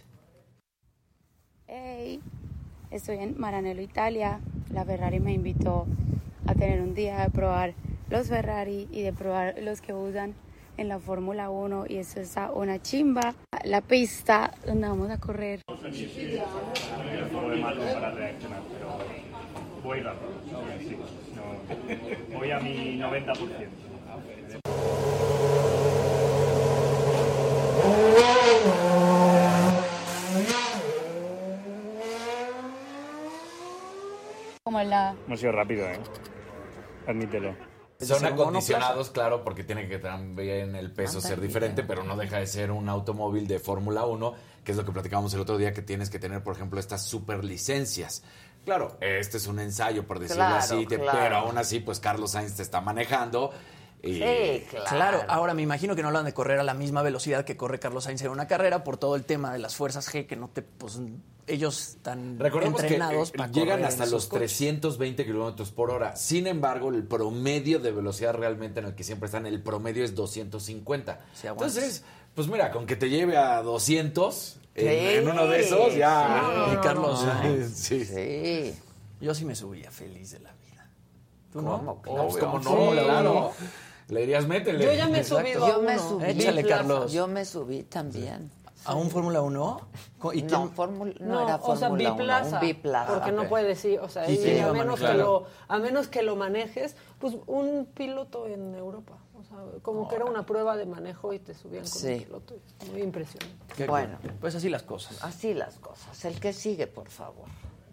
Hey, estoy en Maranello, Italia. La Ferrari me invitó a tener un día de probar los Ferrari y de probar los que usan en la Fórmula 1 y eso está una chimba. La pista donde vamos a correr. Voy rápido, sí. No, voy a mi 90%. Como la... No ha sido rápido, admítelo. Son acondicionados, claro, porque tiene que también el peso ser diferente, pero no deja de ser un automóvil de Fórmula 1, que es lo que platicábamos el otro día, que tienes que tener, por ejemplo, estas super licencias. Claro, este es un ensayo, por decirlo así, pero aún así, pues Carlos Sainz te está manejando. Y... Sí, claro. Ahora me imagino que no lo han de correr a la misma velocidad que corre Carlos Sainz en una carrera por todo el tema de las fuerzas G, que no te, pues ellos están entrenados para llegan hasta los 320 kilómetros por hora. Sin embargo, el promedio de velocidad realmente en el que siempre están, el promedio es 250. Entonces, pues mira, con que te lleve a 200 en uno de esos, ya. Y Carlos Sainz. Sí. Yo sí me subía feliz de la vida. ¿Tú no? ¿Cómo no? Claro. Le dirías, métele. Yo ya me he subido a uno. Échale, Carlos. Yo me subí también. ¿A un Fórmula 1? ¿Y no, no era Fórmula 1, biplaza, un biplaza. Porque no puedes ir, o sea, y a menos que lo manejes, pues un piloto en Europa. O sea, como que era una prueba de manejo y te subían con un piloto. Muy impresionante. Bueno, pues así las cosas. Así las cosas. El que sigue, por favor.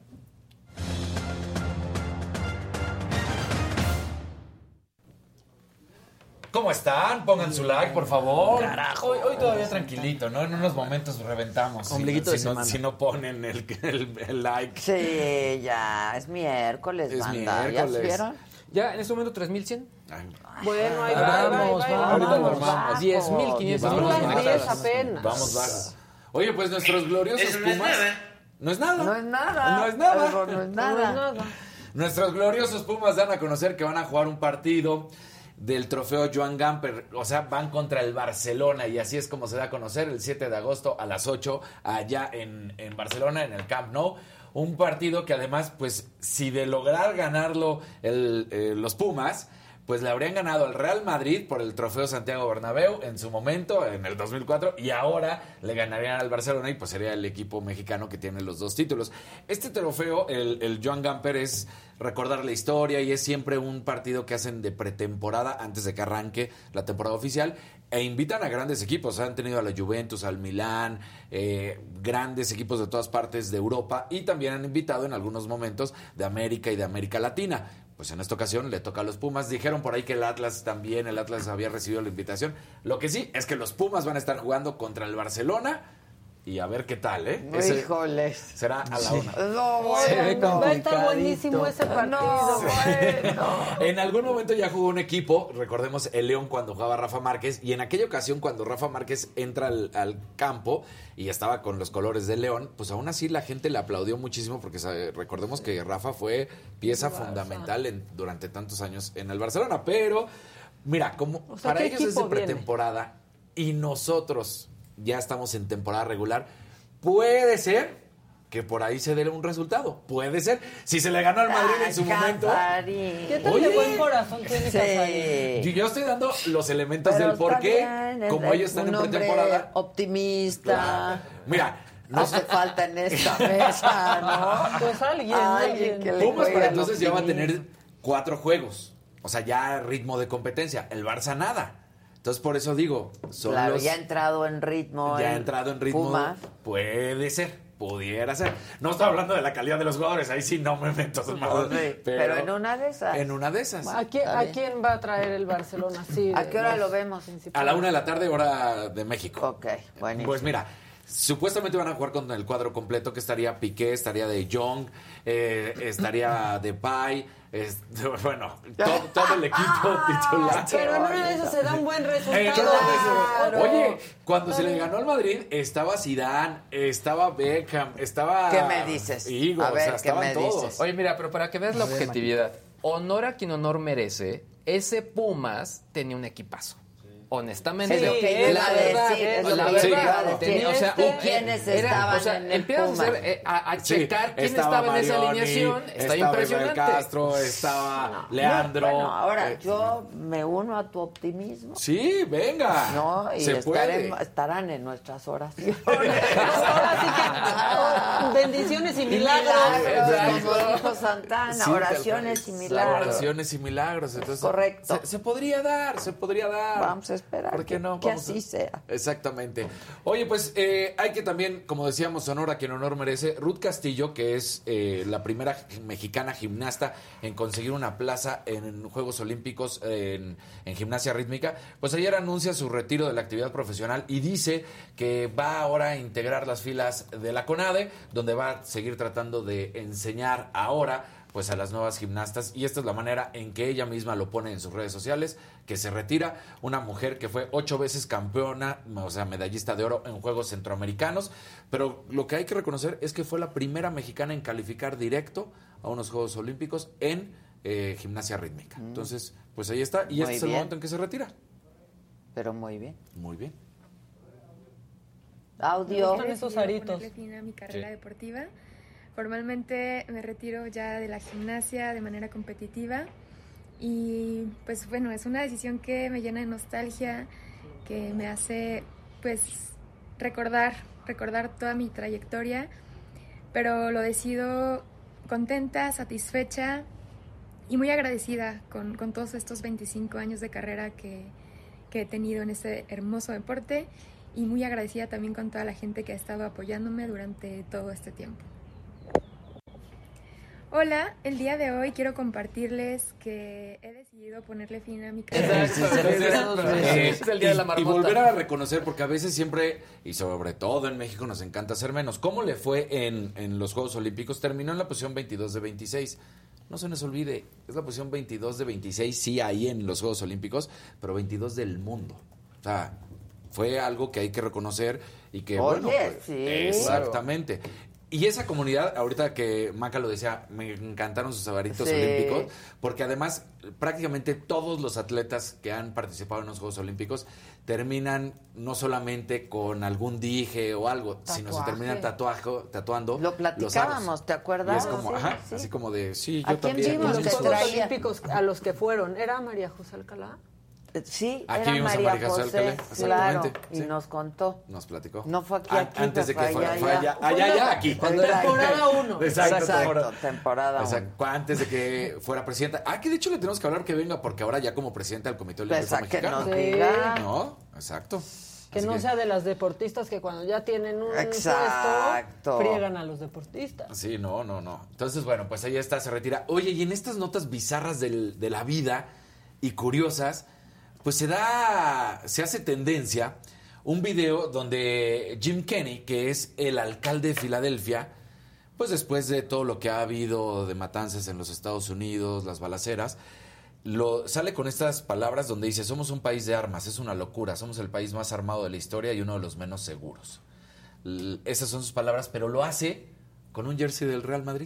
¿Cómo están? Pongan su like, por favor. Carajo. Hoy todavía tranquilito, ¿no? En unos momentos reventamos. Ombliguito de semana. Si no ponen el like. Sí, ya. Es miércoles, banda. ¿Ya vieron? Ya, en este momento, 3,100. Bueno, ahí vamos. Ahorita nos vamos. 10,500. 10 apenas. Vamos. Oye, pues nuestros gloriosos Pumas... No es nada. No es nada. No es nada. No es nada. Nuestros gloriosos Pumas dan a conocer que van a jugar un partido del trofeo Joan Gamper, o sea, van contra el Barcelona y así es como se da a conocer el 7 de agosto a las 8 allá en Barcelona, en el Camp Nou. Un partido que además, pues, si de lograr ganarlo los Pumas, pues le habrían ganado al Real Madrid por el trofeo Santiago Bernabéu en su momento, en el 2004, y ahora le ganarían al Barcelona y pues sería el equipo mexicano que tiene los dos títulos. Este trofeo, el Joan Gamper, es recordar la historia y es siempre un partido que hacen de pretemporada antes de que arranque la temporada oficial e invitan a grandes equipos. Han tenido a la Juventus, al Milán, grandes equipos de todas partes de Europa y también han invitado en algunos momentos de América y de América Latina. Pues en esta ocasión le toca a los Pumas. Dijeron por ahí que el Atlas había recibido la invitación. Lo que sí es que los Pumas van a estar jugando contra el Barcelona y a ver qué tal, ¿eh? Híjoles. Será a la 1. No, va a estar buenísimo ese partido. En algún momento ya jugó un equipo, recordemos el León cuando jugaba Rafa Márquez, y en aquella ocasión cuando Rafa Márquez entra al campo y estaba con los colores del León, pues aún así la gente le aplaudió muchísimo porque recordemos que Rafa fue pieza fundamental durante tantos años en el Barcelona, pero mira, como para ellos es de pretemporada y nosotros ya estamos en temporada regular, puede ser que por ahí se dé un resultado. Puede ser. Si se le ganó al Madrid en su momento. ¿Qué tal de buen corazón tiene Casarín? Yo estoy dando los elementos del por qué, como ellos están en pretemporada. Optimista. Claro. Mira, no hace falta en esta mesa, ¿no? Pues alguien que le Pumas para entonces ya va a tener 4 juegos. O sea, ya ritmo de competencia. El Barça nada. Entonces, por eso digo, claro, ya ha entrado en ritmo. Ya ha entrado en ritmo. Pumas. Puede ser, pudiera ser. No estoy hablando de la calidad de los jugadores, ahí sí no me meto. Pero en una de esas. En una de esas. ¿A quién va a traer el Barcelona? Sí, ¿a qué hora lo vemos? A la 1 p.m, hora de México. Ok, buenísimo. Pues mira, supuestamente van a jugar con el cuadro completo, que estaría Piqué, estaría De Jong, estaría Depay. Bueno, todo el equipo titular. Pero en una de esas se da un buen resultado. Oye, cuando se le ganó al Madrid, estaba Zidane, estaba Beckham, estaba... ¿Qué me dices? Higo, a ver, o sea, estaban todos. Dices? Oye, mira, pero para que veas la objetividad, honor a quien honor merece, ese Pumas tenía un equipazo. Honestamente, es lo que iba a decir. O sea, ¿y quiénes estaban en el empiezas a checar quién estaba en esa alineación. Está impresionante. Castro, estaba Leandro. Bueno, ahora yo me uno a tu optimismo. Sí, venga. No, y estarán en nuestras oraciones. Bendiciones y milagros. Como dijo Santana, oraciones y milagros. Oraciones y milagros. Entonces, correcto. Se podría dar. Vamos a esperar. ¿Por qué no? Que así sea. Exactamente. Oye, pues hay que también, como decíamos, honor a quien honor merece. Ruth Castillo, que es la primera mexicana gimnasta en conseguir una plaza en Juegos Olímpicos en gimnasia rítmica, pues ayer anuncia su retiro de la actividad profesional y dice que va ahora a integrar las filas de la CONADE, donde va a seguir tratando de enseñar ahora pues a las nuevas gimnastas, y esta es la manera en que ella misma lo pone en sus redes sociales, que se retira, una mujer que fue 8 veces campeona, o sea, medallista de oro en Juegos Centroamericanos, pero lo que hay que reconocer es que fue la primera mexicana en calificar directo a unos Juegos Olímpicos en gimnasia rítmica. Entonces, pues ahí está, y este es el momento en que se retira. Pero muy bien. Muy bien. Audio. Son esos aritos. A mi carrera deportiva. Formalmente me retiro ya de la gimnasia de manera competitiva y pues bueno, es una decisión que me llena de nostalgia, que me hace pues recordar toda mi trayectoria, pero lo decido contenta, satisfecha y muy agradecida con todos estos 25 años de carrera que he tenido en este hermoso deporte, y muy agradecida también con toda la gente que ha estado apoyándome durante todo este tiempo. Hola, el día de hoy quiero compartirles que he decidido ponerle fin a mi carrera. Es el día de la marmota. Y volver a reconocer, porque a veces siempre, y sobre todo en México, nos encanta hacer menos. ¿Cómo le fue en los Juegos Olímpicos? Terminó en la posición 22 de 26. No se nos olvide, es la posición 22 de 26, sí, ahí en los Juegos Olímpicos, pero 22 del mundo. O sea, fue algo que hay que reconocer y que, bueno, pues, sí. Exactamente. Y esa comunidad, ahorita que Maca lo decía, me encantaron sus sabaritos olímpicos, porque además prácticamente todos los atletas que han participado en los Juegos Olímpicos terminan no solamente con algún dije o algo, sino se terminan tatuando. Lo platicábamos, ¿te acuerdas? Y es como, así como de, sí, yo también. ¿A quién vimos los Juegos Olímpicos a los que fueron? ¿Era María José Alcalá? Sí, aquí era María José, claro, y sí. Nos contó. Nos platicó. No fue aquí, antes de que fuera allá, aquí. Temporada 1. Exacto, temporada 1. Antes de que fuera presidenta. Que de hecho le tenemos que hablar que venga, porque ahora ya como presidenta del Comité Olímpico Mexicano. Que nos diga. No, exacto. Que así no sea de las deportistas que cuando ya tienen un puesto friegan a los deportistas. Sí, no. Entonces, bueno, pues ahí está, se retira. Oye, y en estas notas bizarras de la vida y curiosas, pues se hace tendencia un video donde Jim Kenney, que es el alcalde de Filadelfia, pues después de todo lo que ha habido de matanzas en los Estados Unidos, las balaceras, sale con estas palabras donde dice: somos un país de armas, es una locura, somos el país más armado de la historia y uno de los menos seguros. Esas son sus palabras, pero lo hace con un jersey del Real Madrid.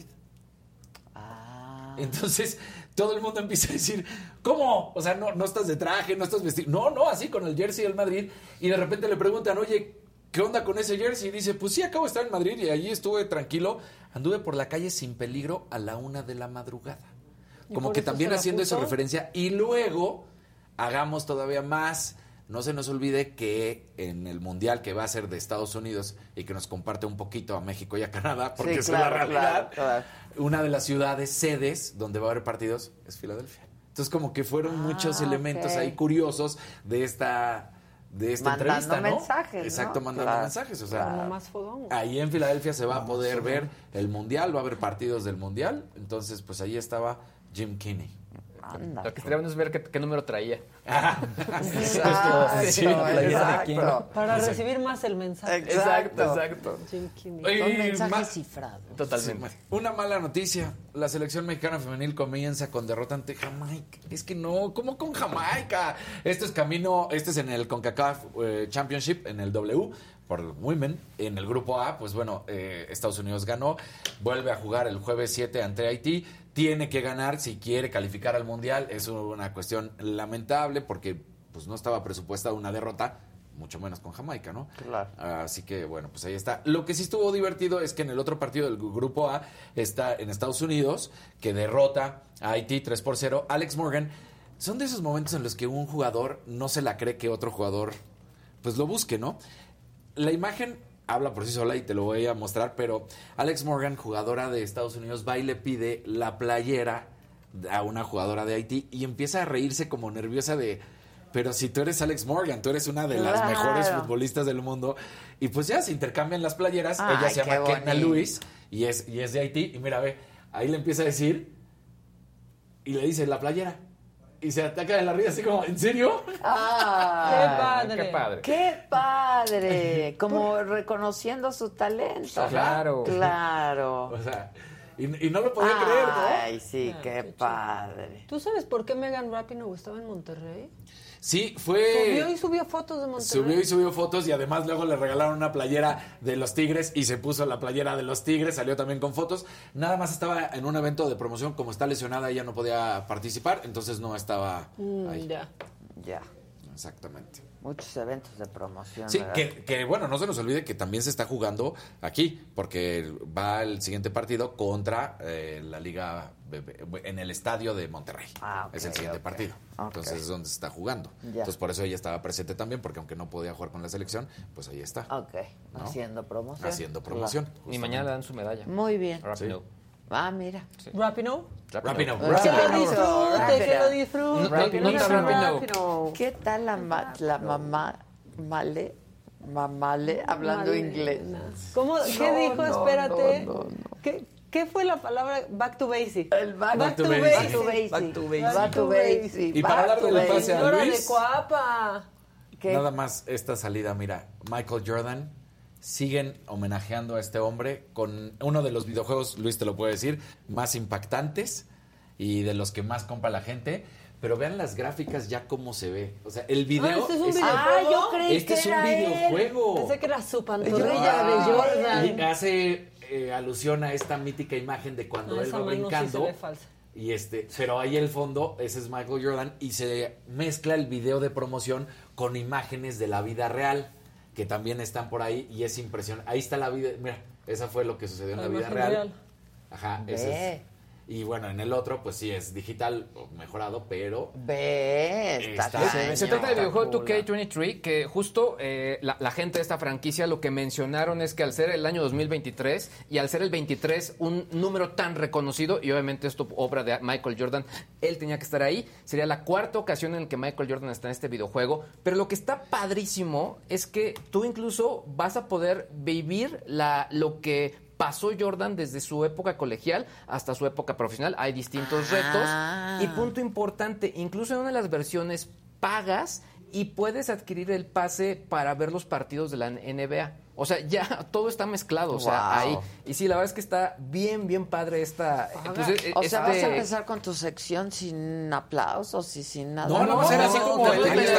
Entonces todo el mundo empieza a decir: ¿cómo? O sea, no estás de traje, no estás vestido. No, así con el jersey del Madrid. Y de repente le preguntan: oye, ¿qué onda con ese jersey? Y dice: pues sí, acabo de estar en Madrid y allí estuve tranquilo. Anduve por la calle sin peligro a la 1 de la madrugada. Como que también haciendo esa referencia. Y luego, hagamos todavía más. No se nos olvide que en el Mundial que va a ser de Estados Unidos y que nos comparte un poquito a México y a Canadá, porque es la realidad, claro. Una de las ciudades sedes donde va a haber partidos es Filadelfia. Entonces como que fueron muchos elementos ahí curiosos de esta entrevista, ¿no? Mensajes, exacto, ¿no? mandando mensajes. O sea, como más fodón. Ahí en Filadelfia se va a poder ver el Mundial, va a haber partidos del Mundial. Entonces, pues ahí estaba Jim Kenney. Anda. Lo que estaría bueno es ver qué número traía. Exacto. Para recibir más el mensaje. Exacto. Un mensaje cifrado. Totalmente. Sí. Una mala noticia. La selección mexicana femenil comienza con derrota ante Jamaica. Es que no, ¿cómo con Jamaica? Este es en el CONCACAF Championship, en el W, por Women. En el grupo A, pues bueno, Estados Unidos ganó. Vuelve a jugar el jueves 7 ante Haití. Tiene que ganar si quiere calificar al Mundial. Es una cuestión lamentable porque pues no estaba presupuesta una derrota, mucho menos con Jamaica, ¿no? Claro. Así que, bueno, pues ahí está. Lo que sí estuvo divertido es que en el otro partido del Grupo A está en Estados Unidos, que derrota a Haití 3-0. Alex Morgan, son de esos momentos en los que un jugador no se la cree que otro jugador pues lo busque, ¿no? La imagen habla por sí sola y te lo voy a mostrar, pero Alex Morgan, jugadora de Estados Unidos, va y le pide la playera a una jugadora de Haití y empieza a reírse como nerviosa de: pero si tú eres Alex Morgan, tú eres una de las mejores futbolistas del mundo. Y pues ya se intercambian las playeras. Ella se llama Kenna Lewis y es de Haití. Y mira, ve, ahí le empieza a decir y le dice: la playera. Y se ataca de la risa así como: ¿en serio? ¡Qué padre! ¡Qué padre! Como reconociendo su talento. Claro. O sea, y no lo podía creer, ¿no? Ay, sí, qué padre. ¿Tú sabes por qué Megan Rapinoe estaba en Monterrey? Sí, fue... Subió fotos de Monterrey. Subió fotos y además luego le regalaron una playera de los Tigres y se puso la playera de los Tigres, salió también con fotos. Nada más estaba en un evento de promoción, como está lesionada ella no podía participar, entonces no estaba ahí. Ya. Exactamente. Muchos eventos de promoción. Sí, que bueno, no se nos olvide que también se está jugando aquí, porque va el siguiente partido contra la Liga en el estadio de Monterrey. Es el siguiente partido. Entonces es donde se está jugando. Ya. Entonces por eso ella estaba presente también, porque aunque no podía jugar con la selección, pues ahí está. ¿no? Haciendo promoción. Claro. Y mañana le dan su medalla. Muy bien. Rapinoe. Mira. Sí. Rapinoe. Rapinoe. Que lo disfrute. Rapinoe. ¿Qué tal la mamá Mamale hablando inglés? ¿Qué dijo? Espérate. No. ¿Qué fue la palabra back to basic? El back to basic. Back to basic. Y para darle el pase a Luis. De Coapa. Nada más esta salida, mira, Michael Jordan. Siguen homenajeando a este hombre con uno de los videojuegos, Luis te lo puede decir, más impactantes y de los que más compra la gente. Pero vean las gráficas ya cómo se ve. O sea, el video... ¿Este es un videojuego? Yo creí este que es un era videojuego. Pensé que era su pantorrilla de Jordan. Y hace alusión a esta mítica imagen de cuando él va brincando. Sí se ve falsa. Y pero ahí el fondo, ese es Michael Jordan, y se mezcla el video de promoción con imágenes de la vida real, que también están por ahí, y es impresionante. Ahí está la vida, mira, esa fue lo que sucedió en la vida real. Ajá, ese es. Y bueno, en el otro, pues sí, es digital mejorado, pero... Se trata del videojuego 2K23, que justo la gente de esta franquicia lo que mencionaron es que al ser el año 2023 y al ser el 23 un número tan reconocido, y obviamente esto obra de Michael Jordan, él tenía que estar ahí. Sería la cuarta ocasión en la que Michael Jordan está en este videojuego. Pero lo que está padrísimo es que tú incluso vas a poder vivir lo que pasó Jordan desde su época colegial hasta su época profesional. Hay distintos retos. Y punto importante, incluso en una de las versiones pagas, y puedes adquirir el pase para ver los partidos de la NBA. O sea, ya todo está mezclado, o sea, ahí. Y sí, la verdad es que está bien padre esta... Pues, o sea, ¿vas a empezar con tu sección sin aplausos y sin nada? No, va a ser así como yo vine,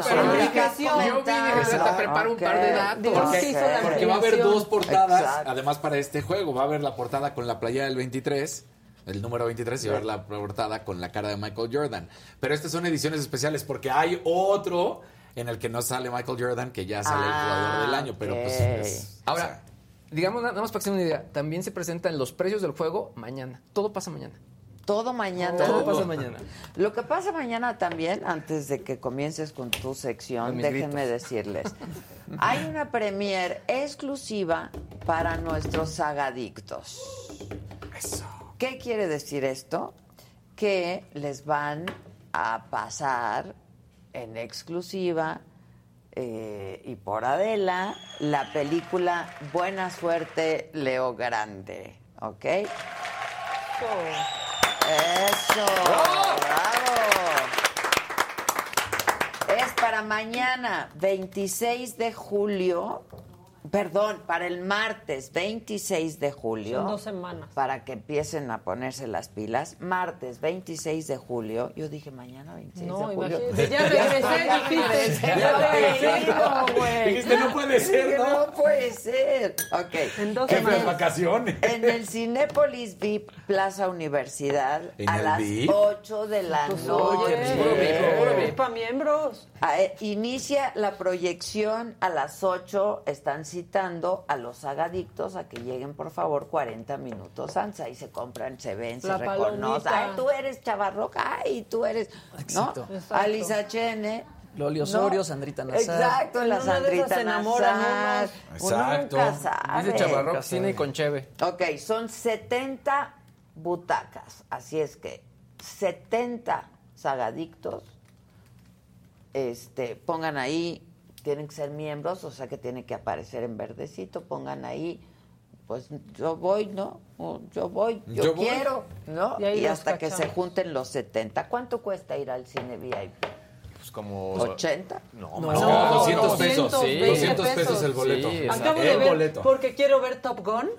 te preparo un par de datos. Porque va a haber 2 portadas, además para este juego. Va a haber la portada con la playera del 23, el número 23, y va a haber la portada con la cara de Michael Jordan. Pero estas son ediciones especiales porque hay otro... en el que no sale Michael Jordan, que ya sale el jugador del año, pero pues... Ahora, digamos, nada más para que se den una idea, también se presentan los precios del juego mañana. Todo pasa mañana. Todo mañana. Todo pasa mañana. Lo que pasa mañana también, antes de que comiences con tu sección, déjenme decirles, hay una premier exclusiva para nuestros sagadictos. Eso. ¿Qué quiere decir esto? Que les van a pasar en exclusiva y por Adela la película Buena Suerte, Leo Grande, ¿ok? Eso. ¡Bravo! Es para mañana, 26 de julio. Perdón, para el martes 26 de julio. Son 2 semanas. Para que empiecen a ponerse las pilas. Martes 26 de julio. Yo dije mañana 26 de julio. Imagínate, ya regresé, güey. Dijiste, no puede ser, ¿no? No puede ser. Ok. En 2 semanas. Vacaciones. En el Cinépolis VIP Plaza Universidad a las 8 de la noche. Oye, para miembros. Inicia la proyección a las 8. Están citando a los sagadictos a que lleguen, por favor, 40 minutos antes. Ahí se compran, se ven, se reconocen. Ay, tú eres Chavarroca, ay, tú eres... Exacto. ¿no? Alisa Chene. Loli Osorio, Sandrita Nazar. Exacto, la Sandrita Nazar. Exacto. Nunca sabe. Dice Chavarroca, cine con cheve. Ok, son 70 butacas. Así es que 70 sagadictos. Pongan ahí, tienen que ser miembros, o sea que tiene que aparecer en verdecito, pongan ahí, pues yo voy, ¿no? Yo voy, yo quiero, ¿no? Y hasta que se junten los 70. ¿Cuánto cuesta ir al cine VIP? Pues como... ¿80? No, 200 pesos. Sí, 200 pesos el boleto. Sí, acabo de ver, porque quiero ver Top Gun,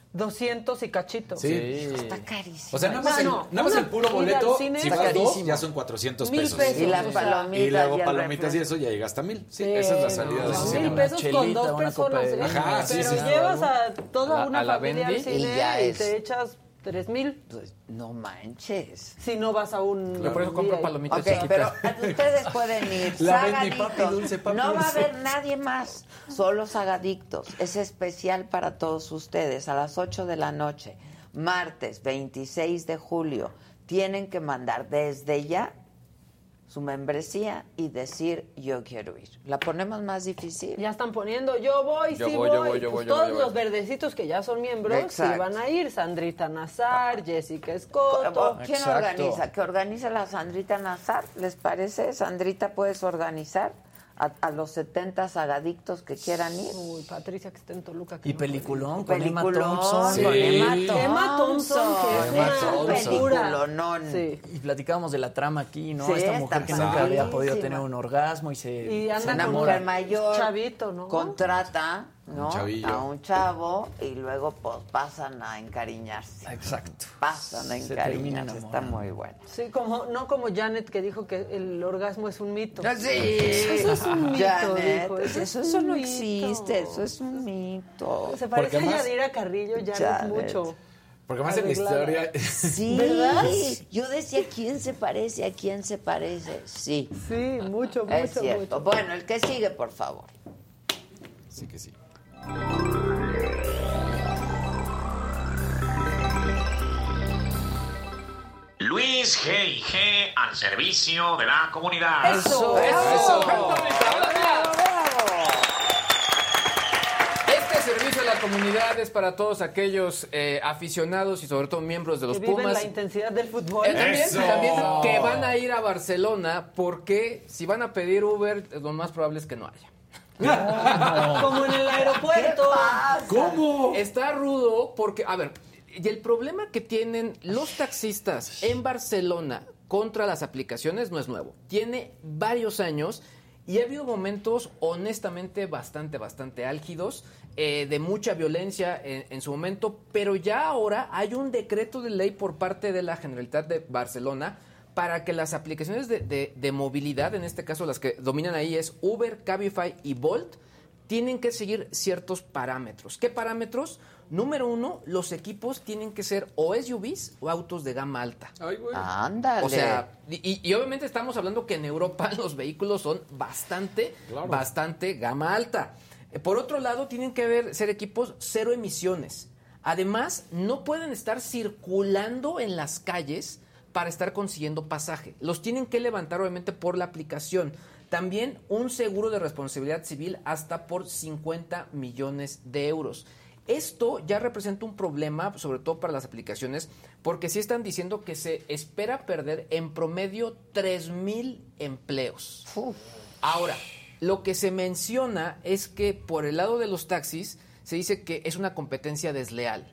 200 y cachito. Sí. Está carísimo. O sea, nada más el puro boleto, si vas 2, ya son 400 pesos. Y las palomitas. Y luego palomitas y eso ya llega hasta 1,000. Sí, esa es la salida de ese cine. 1,000 pesos con 2 personas. Ajá, sí, pero sí. llevas a toda una familia al cine y te echas 3,000. Pues, no manches. Si no vas a un... Yo por eso compro palomitas chiquitas. Pero ustedes pueden ir. Sagadictos. No va a haber nadie más. Solo sagadictos. Es especial para todos ustedes. A las 8 de la noche, martes 26 de julio, tienen que mandar desde ya su membresía y decir yo quiero ir. ¿La ponemos más difícil? Ya están poniendo yo voy. Todos los verdecitos que ya son miembros sí van a ir. Sandrita Nazar, Jessica Escoto. ¿Quién organiza? ¿Que organiza la Sandrita Nazar? ¿Les parece? Sandrita, ¿puedes organizar a los 70 sagadictos que quieran ir? Uy, Patricia, que está en Toluca. Y peliculón con Emma Thompson. Sí. Con Emma Thompson, que es una peliculonón. Sí. Y platicábamos de la trama aquí, ¿no? Sí, esta mujer que nunca había podido tener un orgasmo y y anda se una enamora. mujer mayor, chavito, ¿no? contrata, ¿no? Un a un chavo y luego pues pasan a encariñarse. Exacto. Pasan a encariñarse. Está muy bueno. Sí, no como Janet, que dijo que el orgasmo es un mito. Sí, eso es un mito, Janet, dijo. Eso no existe, eso es un mito. Se parece Porque a Yadira Carrillo, Janet mucho. Porque más en la historia... Sí, ¿verdad? Yo decía, ¿quién se parece? ¿A quién se parece? Sí. Sí, mucho, Es mucho, cierto. mucho. Bueno, el que sigue, por favor. Sí que sí. Luis G&G al servicio de la comunidad. ¡Eso! Este servicio a la comunidad es para todos aquellos aficionados y sobre todo miembros de los que viven Pumas. la intensidad del fútbol. También que van a ir a Barcelona, porque si van a pedir Uber, lo más probable es que no haya. Como en el aeropuerto. ¿Cómo? Está rudo porque, a ver, y el problema que tienen los taxistas en Barcelona contra las aplicaciones no es nuevo. Tiene varios años Y ha habido momentos honestamente bastante álgidos, de mucha violencia en su momento, pero ya ahora hay un decreto de ley por parte de la Generalitat de Barcelona para que las aplicaciones de movilidad, en este caso las que dominan ahí es Uber, Cabify y Bolt, tienen que seguir ciertos parámetros. ¿Qué parámetros? Número 1, los equipos tienen que ser o SUVs o autos de gama alta. Ay, güey. Ándale. O sea, y obviamente estamos hablando que en Europa los vehículos son bastante gama alta. Por otro lado, tienen que ser equipos cero emisiones. Además, no pueden estar circulando en las calles para estar consiguiendo pasaje. Los tienen que levantar obviamente por la aplicación. También un seguro de responsabilidad civil hasta por 50 millones de euros. Esto ya representa un problema, sobre todo para las aplicaciones, porque sí están diciendo que se espera perder en promedio 3,000 empleos. Ahora, lo que se menciona es que por el lado de los taxis se dice que es una competencia desleal.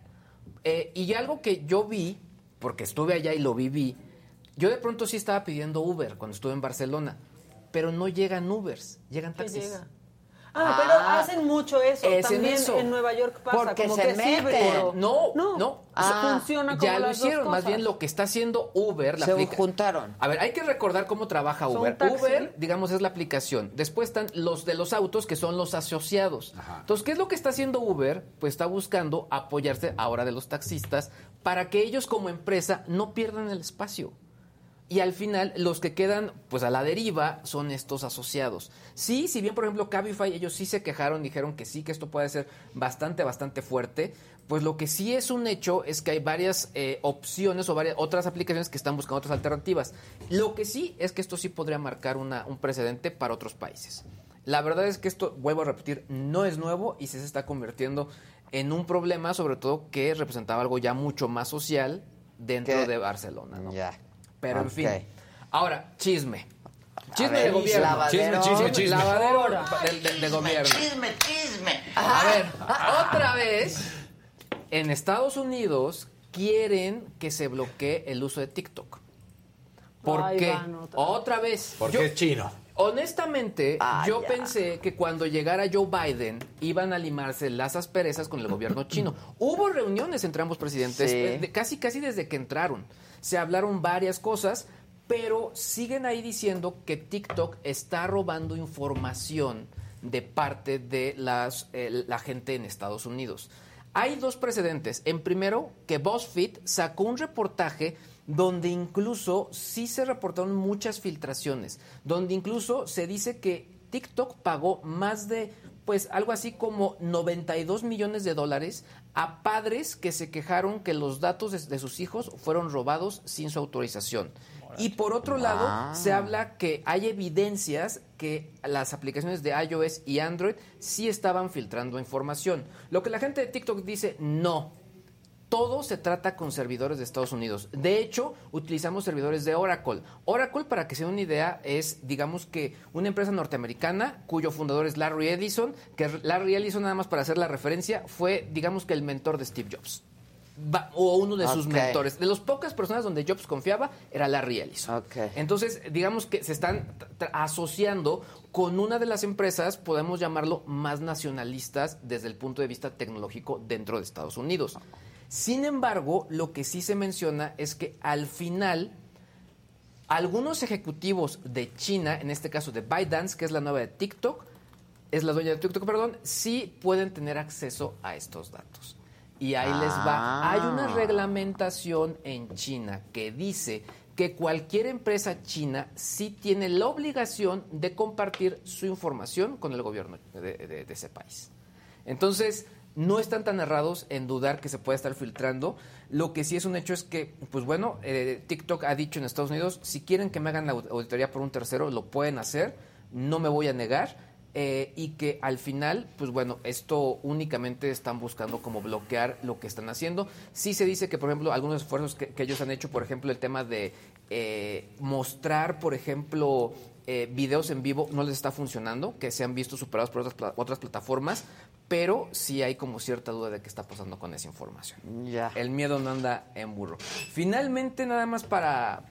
Y algo que yo vi, porque estuve allá y lo viví, yo de pronto sí estaba pidiendo Uber cuando estuve en Barcelona, pero no llegan Ubers, llegan taxis. Llega? Pero hacen mucho eso. También eso. En Nueva York pasa. Porque como se que meten. Pero no. Funciona como ya lo las hicieron. dos Más bien cosas. lo que está haciendo Uber. Se juntaron. A ver, hay que recordar cómo trabaja Uber. Uber, digamos, es la aplicación. Después están los de los autos, que son los asociados. Ajá. Entonces, ¿qué es lo que está haciendo Uber? Pues está buscando apoyarse ahora de los taxistas para que ellos como empresa no pierdan el espacio. Y al final, los que quedan pues a la deriva son estos asociados. Sí, si bien, por ejemplo, Cabify, ellos sí se quejaron, dijeron que sí, que esto puede ser bastante fuerte, pues lo que sí es un hecho es que hay varias opciones o varias otras aplicaciones que están buscando otras alternativas. Lo que sí es que esto sí podría marcar un precedente para otros países. La verdad es que esto, vuelvo a repetir, no es nuevo y se está convirtiendo en un problema, sobre todo que representaba algo ya mucho más social dentro de Barcelona, ¿no? Ya. Pero en fin. Ahora, chisme. Chisme ver, de gobierno. lavadero. Lavadero de gobierno. Chisme. A ver, otra vez, en Estados Unidos quieren que se bloquee el uso de TikTok. ¿Por qué? Otra vez. Porque es chino. Honestamente, yo pensé que cuando llegara Joe Biden iban a limarse las asperezas con el gobierno chino. Hubo reuniones entre ambos presidentes, casi desde que entraron. Se hablaron varias cosas, pero siguen ahí diciendo que TikTok está robando información de parte de la gente en Estados Unidos. Hay dos precedentes. En primero, que BuzzFeed sacó un reportaje donde incluso sí se reportaron muchas filtraciones, donde incluso se dice que TikTok pagó más de, pues algo así como $92 millones a padres que se quejaron que los datos de sus hijos fueron robados sin su autorización. Y por otro lado, se habla que hay evidencias que las aplicaciones de iOS y Android sí estaban filtrando información. Lo que la gente de TikTok dice, no. Todo se trata con servidores de Estados Unidos. De hecho, utilizamos servidores de Oracle. Oracle, para que se den una idea, es, digamos que, una empresa norteamericana cuyo fundador es Larry Ellison, que Larry Ellison, nada más para hacer la referencia, fue, digamos que, el mentor de Steve Jobs. O uno de sus mentores. De las pocas personas donde Jobs confiaba era Larry Ellison. Entonces, digamos que se están asociando con una de las empresas, podemos llamarlo, más nacionalistas desde el punto de vista tecnológico dentro de Estados Unidos. Sin embargo, lo que sí se menciona es que al final algunos ejecutivos de China, en este caso de ByteDance, que es la nueva de TikTok, es la dueña de TikTok, perdón, sí pueden tener acceso a estos datos. Y ahí les va. Hay una reglamentación en China que dice que cualquier empresa china sí tiene la obligación de compartir su información con el gobierno de ese país. Entonces, no están tan errados en dudar que se puede estar filtrando. Lo que sí es un hecho es que, pues bueno, TikTok ha dicho en Estados Unidos, si quieren que me hagan la auditoría por un tercero, lo pueden hacer, no me voy a negar, y que al final, pues bueno, esto únicamente están buscando como bloquear lo que están haciendo. Sí se dice que, por ejemplo, algunos esfuerzos que ellos han hecho, por ejemplo, el tema de mostrar, por ejemplo, videos en vivo no les está funcionando, que se han visto superados por otras plataformas, pero sí hay como cierta duda de qué está pasando con esa información. Ya. El miedo no anda en burro. Finalmente, nada más para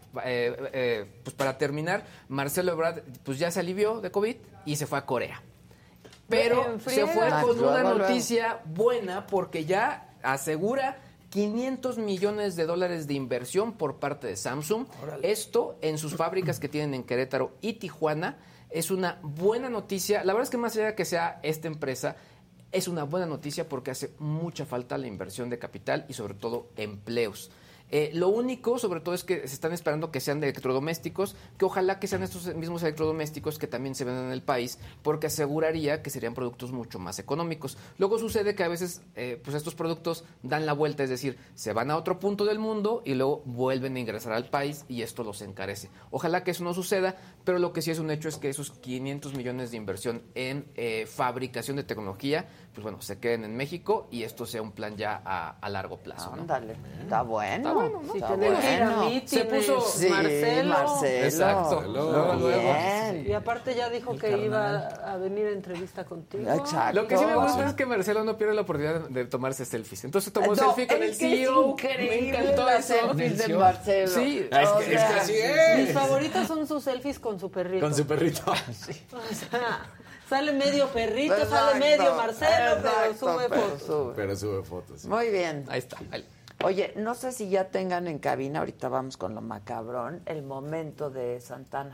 terminar, Marcelo Ebrard pues ya se alivió de COVID y se fue a Corea. Pero se fue con una noticia buena porque ya asegura $500 millones de inversión por parte de Samsung. Órale. Esto en sus fábricas que tienen en Querétaro y Tijuana. Es una buena noticia. La verdad es que más allá de que sea esta empresa, es una buena noticia porque hace mucha falta la inversión de capital y sobre todo empleos. Lo único, sobre todo, es que se están esperando que sean de electrodomésticos, que ojalá que sean estos mismos electrodomésticos que también se venden en el país, porque aseguraría que serían productos mucho más económicos. Luego sucede que a veces pues estos productos dan la vuelta, es decir, se van a otro punto del mundo y luego vuelven a ingresar al país y esto los encarece. Ojalá que eso no suceda, pero lo que sí es un hecho es que esos 500 millones de inversión en fabricación de tecnología, pues bueno, se queden en México y esto sea un plan ya a largo plazo. Ándale, ¿no? Está bueno. Está bueno, ¿no? Sí, Está bueno. Se puso Marcelo. Exacto. Luego. Y aparte ya dijo que iba a venir a entrevista contigo. Exacto. Lo que sí me gusta es que Marcelo no pierde la oportunidad de tomarse selfies. Entonces tomó selfie con el CEO. Me encantó las selfies de Marcelo. Sí, es que así es. Mis favoritos son sus selfies con su perrito. Con su perrito. Sí. O sea, sale medio perrito, Exacto. sale medio Marcelo, pero sube pero fotos. Pero sube fotos. Sí. Muy bien. Ahí está. Oye, no sé si ya tengan en cabina, ahorita vamos con lo macabrón, el momento de Santana.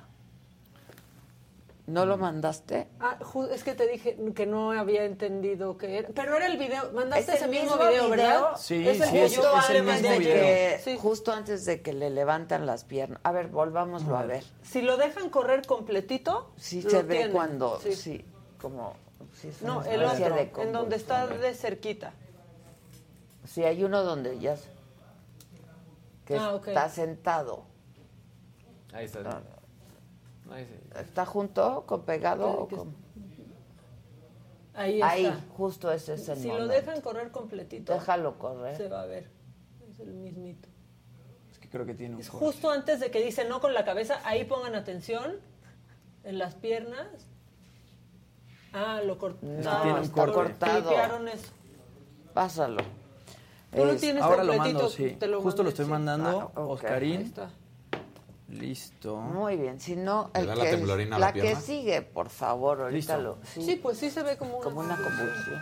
¿No lo mandaste? Es que te dije que no había entendido qué era. Pero era el video. Mandaste ¿Es ese el mismo mismo video, ¿verdad? Sí, es el sí, es el mismo video. Justo antes de que le levantan las piernas. A ver, volvámoslo a ver. Si lo dejan correr completito, sí lo se ve tienen. cuando... Sí, como... Sí, no, el otro, en donde está de cerquita. Sí, hay uno donde ya... okay. Está sentado. Ahí está. Ahí sí. ¿Está junto, con pegado? O con... Ahí está. Ahí, justo ese es el Si momento. lo dejan correr completito. Déjalo correr. Se va a ver. Es el mismito. Es que creo que tiene un corte. Justo antes de que dice no con la cabeza, ahí pongan atención. En las piernas. Lo cortaron. No, tiene un corte. Cortado. Eso. Pásalo. Tú lo tienes ahora completito. lo mando, sí. Justo lo estoy mandando. Okay. Oscarín. Ahí está. Listo. Muy bien, si no, la que sigue, por favor, ahorita lo... Sí, pues sí se ve como una convulsión.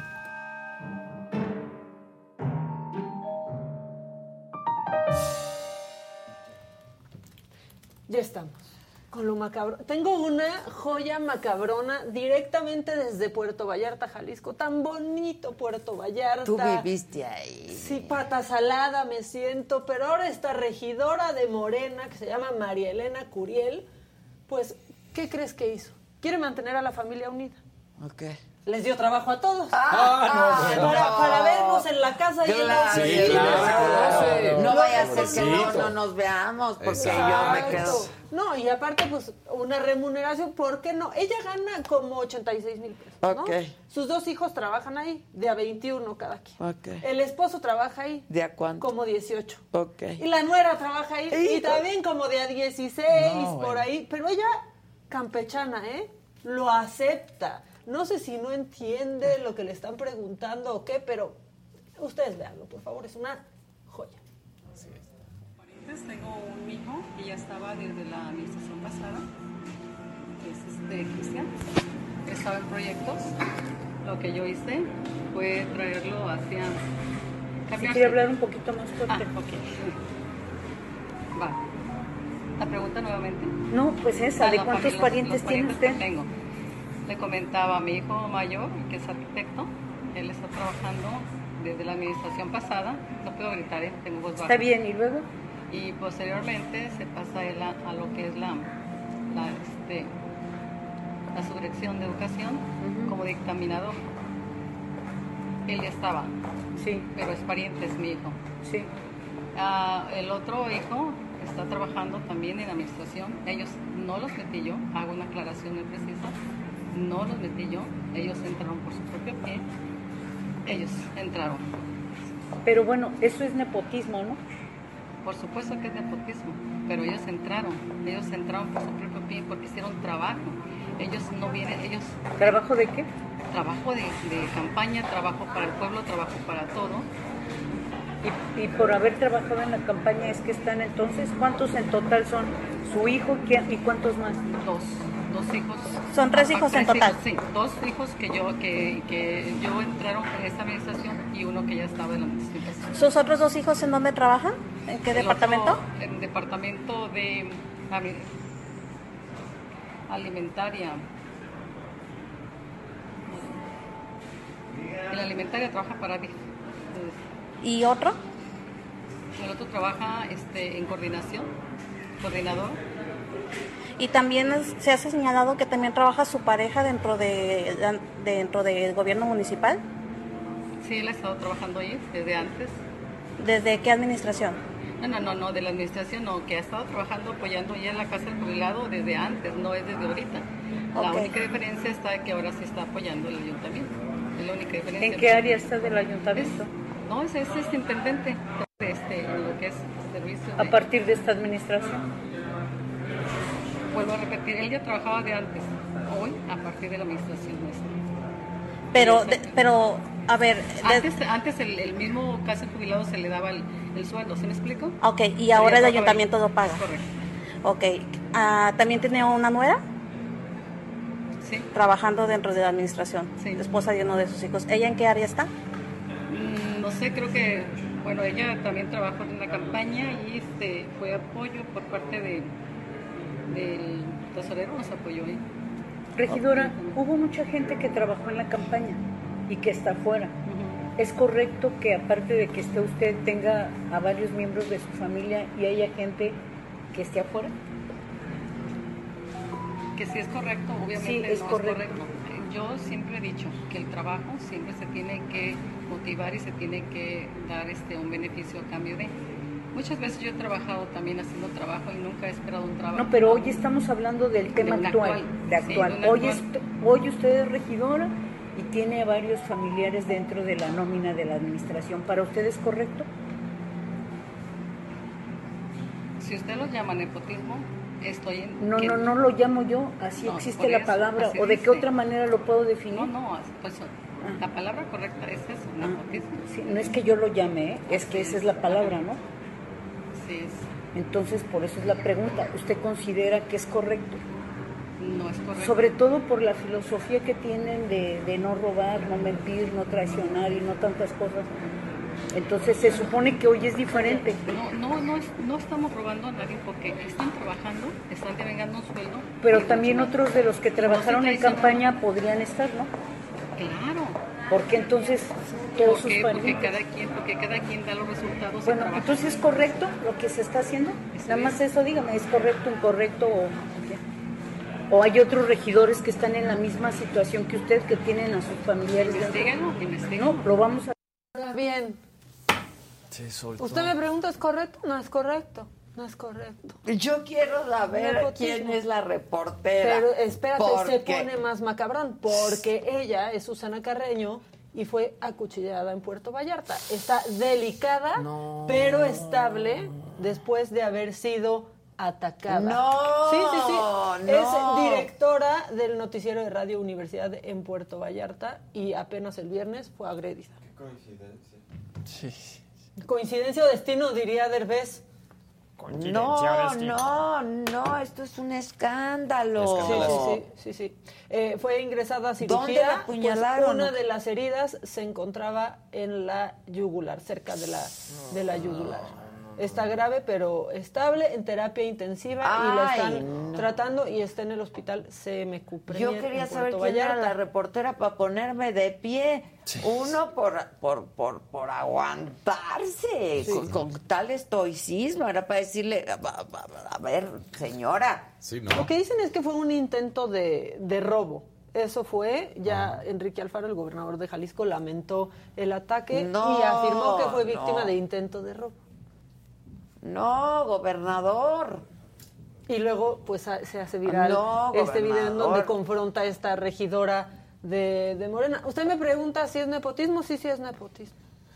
Ya estamos. Con lo macabro. Tengo una joya macabrona directamente desde Puerto Vallarta, Jalisco. Tan bonito Puerto Vallarta. Tú viviste ahí. Sí, pata salada me siento. Pero ahora esta regidora de Morena, que se llama María Elena Curiel, pues, ¿qué crees que hizo? Quiere mantener a la familia unida. Ok. Les dio trabajo a todos. Para vernos en la casa. Claro, y claro. No vaya a ser que no nos veamos, porque yo me quedo... No, y aparte, pues, una remuneración, ¿por qué no? Ella gana como 86,000 pesos, ¿no? Okay. Sus 2 hijos trabajan ahí, de a 21 cada quien. Okay. El esposo trabaja ahí. ¿De a cuánto? Como 18. Okay. Y la nuera trabaja ahí, y también como de a 16, por ahí. Pero ella, campechana, lo acepta. No sé si no entiende lo que le están preguntando o qué, pero ustedes véanlo, por favor, es una joya. Así es. Tengo un hijo que ya estaba desde la administración pasada, que es Cristian, estaba en proyectos. Lo que yo hice fue traerlo hacia... Si quiere hablar un poquito más fuerte. Va. ¿La pregunta nuevamente? No, pues esa, ¿de cuántos parientes tiene usted? Tengo. Le comentaba a mi hijo mayor, que es arquitecto, él está trabajando desde la administración pasada, no puedo gritar, tengo voz baja. Está bien, ¿y luego? Y posteriormente se pasa él a lo que es la subdirección de educación como dictaminador. Él ya estaba, sí, pero es pariente, es mi hijo. Sí. El otro hijo está trabajando también en administración, ellos no los metí yo, hago una aclaración muy precisa. No los metí yo, ellos entraron por su propio pie, ellos entraron. Pero bueno, eso es nepotismo, ¿no? Por supuesto que es nepotismo, pero ellos entraron por su propio pie porque hicieron trabajo. Ellos no vienen, ellos... ¿Trabajo de qué? trabajo de campaña, trabajo para el pueblo, trabajo para todo. Y por haber trabajado en la campaña es que están entonces, ¿cuántos en total son? ¿Su hijo y cuántos más? Dos hijos. Son 3 hijos en total. Sí, 2 hijos que yo entraron en esta administración y uno que ya estaba en la administración. ¿Sus otros 2 hijos en dónde trabajan? ¿En qué departamento? En el departamento de alimentaria. En la alimentaria trabaja para mí. ¿Y otro? El otro trabaja en coordinador. Y también se ha señalado que también trabaja su pareja dentro del gobierno municipal. Sí, él ha estado trabajando ahí desde antes. ¿Desde qué administración? No, de la administración no, que ha estado trabajando apoyando ya en la Casa del Jubilado desde antes, no es desde ahorita. La única diferencia está que ahora se está apoyando el ayuntamiento. Es la única diferencia. ¿En qué área está del ayuntamiento? No, es intendente, en lo que es servicio. ¿A partir de esta administración? Vuelvo a repetir, él ya trabajaba de antes, hoy a partir de la administración nuestra. Pero a ver... Antes el mismo Casa de Jubilado se le daba el sueldo, ¿sí me explico? Ok, y ahora el ayuntamiento lo paga. Correcto. Ok, ¿también tiene una nuera? Sí. Trabajando dentro de la administración, sí. Esposa de uno de sus hijos. ¿Ella en qué área está? No sé, creo que, bueno, ella también trabajó en la campaña y fue apoyo por parte del tesorero, nos apoyó ahí. Regidora, hubo mucha gente que trabajó en la campaña y que está afuera. ¿Es correcto que aparte de que esté usted tenga a varios miembros de su familia y haya gente que esté afuera? Que sí es correcto, obviamente sí, es correcto. Yo siempre he dicho que el trabajo siempre se tiene que motivar y se tiene que dar un beneficio a cambio de... Muchas veces yo he trabajado también haciendo trabajo y nunca he esperado un trabajo. No, pero hoy estamos hablando del tema actual. Sí, hoy usted es regidora y tiene a varios familiares dentro de la nómina de la administración. ¿Para usted es correcto? Si usted lo llama nepotismo, estoy en... No lo llamo yo, así no, existe la palabra. ¿O de qué otra manera lo puedo definir? No, pues la palabra correcta es eso, nepotismo. Sí, no es que yo lo llame, es que esa es la palabra, ¿no? Sí es. Entonces, por eso es la pregunta. ¿Usted considera que es correcto? No es correcto. Sobre todo por la filosofía que tienen de no robar, no mentir, no traicionar y no tantas cosas. Entonces, se supone que hoy es diferente. No estamos robando a nadie porque están trabajando, están devengando un sueldo. Pero también otros de los que trabajaron en campaña podrían estar, ¿no? Claro. Porque entonces todos sus parientes... Porque cada quien da los resultados. Bueno, entonces ¿es correcto lo que se está haciendo? Nada más eso, dígame, ¿es correcto, incorrecto o hay otros regidores que están en la misma situación que usted, que tienen a sus familiares? Investíguenlo. No, lo vamos a... Bien. Usted me pregunta, ¿es correcto? No es correcto. No es correcto. Yo quiero saber quién es la reportera. Pero espérate, se pone más macabrón, porque ella es Susana Carreño y fue acuchillada en Puerto Vallarta. Está delicada, pero estable, después de haber sido atacada. Sí. Es directora del noticiero de Radio Universidad en Puerto Vallarta y apenas el viernes fue agredida. Qué coincidencia. Sí. ¿Coincidencia o destino, diría Derbez? No, esto es un escándalo. Sí. Fue ingresada a cirugía. ¿Dónde la apuñalaron? Pues una de las heridas se encontraba en la yugular, cerca de la yugular. Está grave, pero estable, en terapia intensiva y la están tratando y está en el hospital CMQ Premier. Yo quería saber quién era la reportera para ponerme de pie. Sí. Uno por aguantarse con tal estoicismo. Era para decirle, a ver, señora. Sí, ¿no? Lo que dicen es que fue un intento de robo. Eso fue, ya Enrique Alfaro, el gobernador de Jalisco, lamentó el ataque y afirmó que fue víctima de intento de robo. No, gobernador. Y luego, pues, se hace viral este video en donde confronta a esta regidora de Morena. Usted me pregunta si es nepotismo. Sí es nepotismo.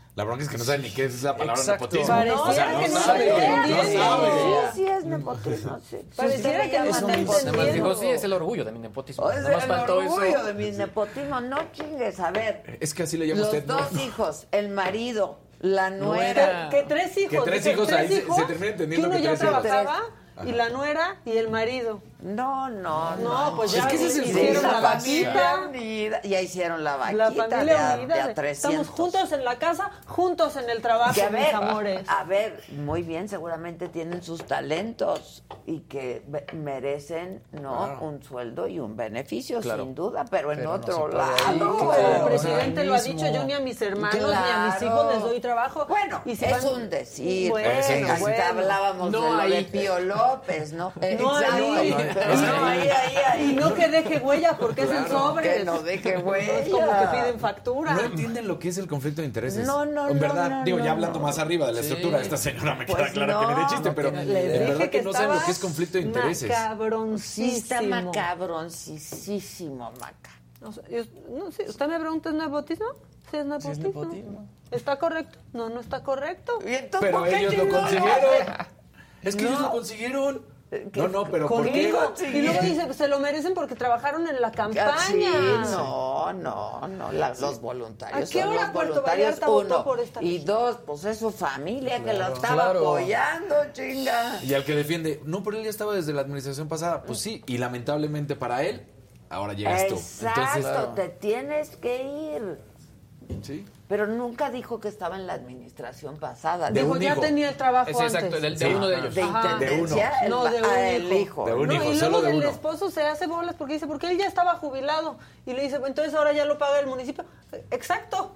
La bronca es que no sabe ni qué es la palabra Exacto. nepotismo. Pareciera que no sabe. Sí, es nepotismo, sí. Pareciera que no está Nada más entendiendo. dijo, sí, es el orgullo de mi nepotismo. Es Nada más el faltó orgullo eso. de mi nepotismo. No chingues, a ver. Es que así le llama Los usted. dos ¿no? hijos, el marido, la nuera. Que 3 hijos. Que 3 dice, hijos, 3 ahí se hijos, termina entendiendo que uno que ya 3 hijos. trabajaba y la nuera y el marido. No, pues ya Es que ese es el hicieron la problema. vaquita. Ya hicieron la vaquita. La familia de unida. a 300. Estamos juntos en la casa, juntos en el trabajo, Que mis amores. a ver, muy bien, seguramente tienen sus talentos y que merecen, ¿no? Claro. Un sueldo y un beneficio, Claro. sin duda, pero en no otro se puede lado. ahí, Como el presidente lo ha dicho, yo ni a mis hermanos ni a mis Claro. hijos les doy trabajo. Bueno, y si es van- un decir. Bueno, Hasta bueno. hablábamos No de lo de ahí. Pío López, ¿no? No Exacto. ahí. Pero no ahí. Y no que deje huella porque es el Claro, sobre. que no deje huella. Es como que piden factura. No entienden lo que es el conflicto de intereses. No, no, En no, verdad, no, digo, no, ya hablando no. más arriba de la Sí. estructura, esta señora me Pues queda claro que ni de chiste, no, pero les en dije verdad que no saben lo estaba que es conflicto de intereses. Sí, está Macabroncísimo. macabroncísimo, Maca. O sea, no sé, ¿usted me pregunta es nepotismo? Sí, es nepotismo. Sí, es nepotismo. ¿Está correcto? No está correcto. ¿Y entonces Pero por qué ellos lo chingados? consiguieron. Es que No. ellos lo consiguieron. No, pero ¿por qué? Conmigo. Y luego dice, pues, se lo merecen porque trabajaron en la campaña. Sí, no, los voluntarios. ¿A qué son hora los Puerto voluntarios, Vallarta votó uno. por esta Y ley? dos, pues es su familia que lo estaba Claro. apoyando, chinga. Y al que defiende, no, pero él ya estaba desde la administración pasada. Pues sí, y lamentablemente para él, ahora llegas tú. Exacto, Entonces, te tienes que ir. sí. Pero nunca dijo que estaba en la administración pasada. Dijo, ya tenía el trabajo Es antes. exacto, de Sí. uno de ellos. De Ajá. intendencia, De No, de un el hijo. De un No, hijo, y solo luego de el uno. esposo se hace bolas porque dice, porque él ya estaba jubilado. Y le dice, entonces ahora ya lo paga el municipio. Exacto.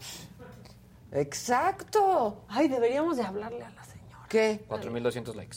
Exacto. Ay, deberíamos de hablarle a la señora. ¿Qué? 4,200 likes.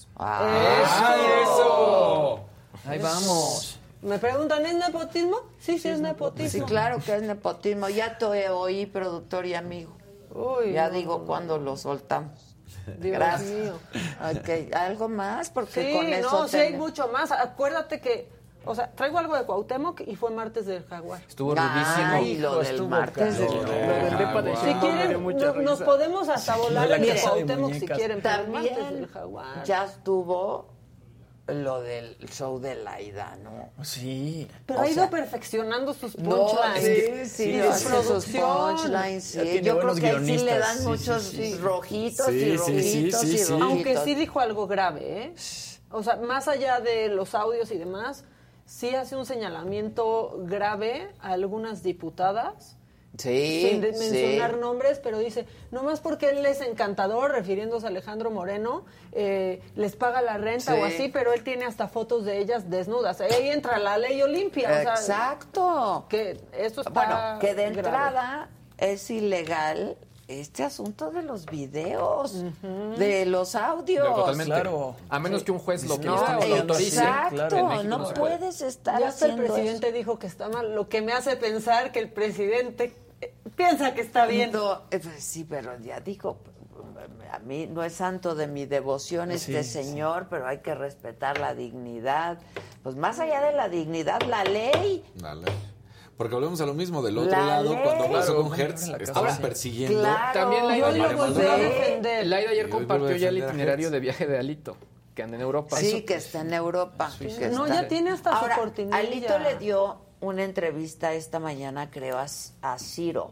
¡Eso! Ahí vamos. Me preguntan, ¿es nepotismo? Sí, es nepotismo. Sí, claro que es nepotismo. Ya te oí, productor y amigo. Uy, Ya no, digo no, cuando lo soltamos. Dios Gracias. mío. Ok, ¿algo más? Porque Sí, con eso no, sí hay tenemos- mucho más. Acuérdate que, o sea, traigo algo de Cuauhtémoc y fue martes del Jaguar. Estuvo Ay, rudísimo. lo del martes del Lo del depa de Si Sheinbaum me dio quieren, mucha nos risa. podemos hasta volar la en el casa de Cuauhtémoc si muñecas. quieren, pero el martes También del Jaguar. ya estuvo lo del show de Laida, ¿no? Sí. Pero o ha ido sea, perfeccionando sus No, punchlines. sí, Y lo su hace sus producción. punchlines, Ya sí. tiene Yo creo buenos que ahí sí le guionistas, dan sí, muchos sí, sí. rojitos Sí, y sí, rojitos sí, y sí, sí. rojitos. Aunque sí dijo algo grave, ¿eh? O sea, más allá de los audios y demás, sí hace un señalamiento grave a algunas diputadas. Sí, Sin mencionar sí. nombres, pero dice, nomás porque él es encantador, refiriéndose a Alejandro Moreno, les paga la renta Sí. o así, pero él tiene hasta fotos de ellas desnudas. Ahí entra la ley Olimpia. O sea, Exacto. que esto está Bueno, que de grave. entrada es ilegal este asunto de los videos, de los audios. Totalmente. Claro. A menos que un juez lo No, autorice. exacto, En México no se puede. puedes estar Ya hasta el haciendo presidente dijo que está mal, lo que me hace pensar que el presidente piensa que está bien. No, pues sí, pero ya dijo, a mí no es santo de mi devoción este señor, pero hay que respetar la dignidad. Pues más allá de la dignidad, la ley. Dale. Porque volvemos a lo mismo del otro La lado, ley. cuando pasó Claro, con Hertz, en la estaban casa. persiguiendo. Claro, También la Yo iba lo volví a Sí. defender. Laida ayer Y hoy vuelve compartió a ya el defender a itinerario Hertz. de viaje de Alito, que anda en Europa. Sí, que está en Europa. que No, está- ya tiene hasta Ahora, su cortinilla. Alito le dio una entrevista esta mañana, creo, a Ciro.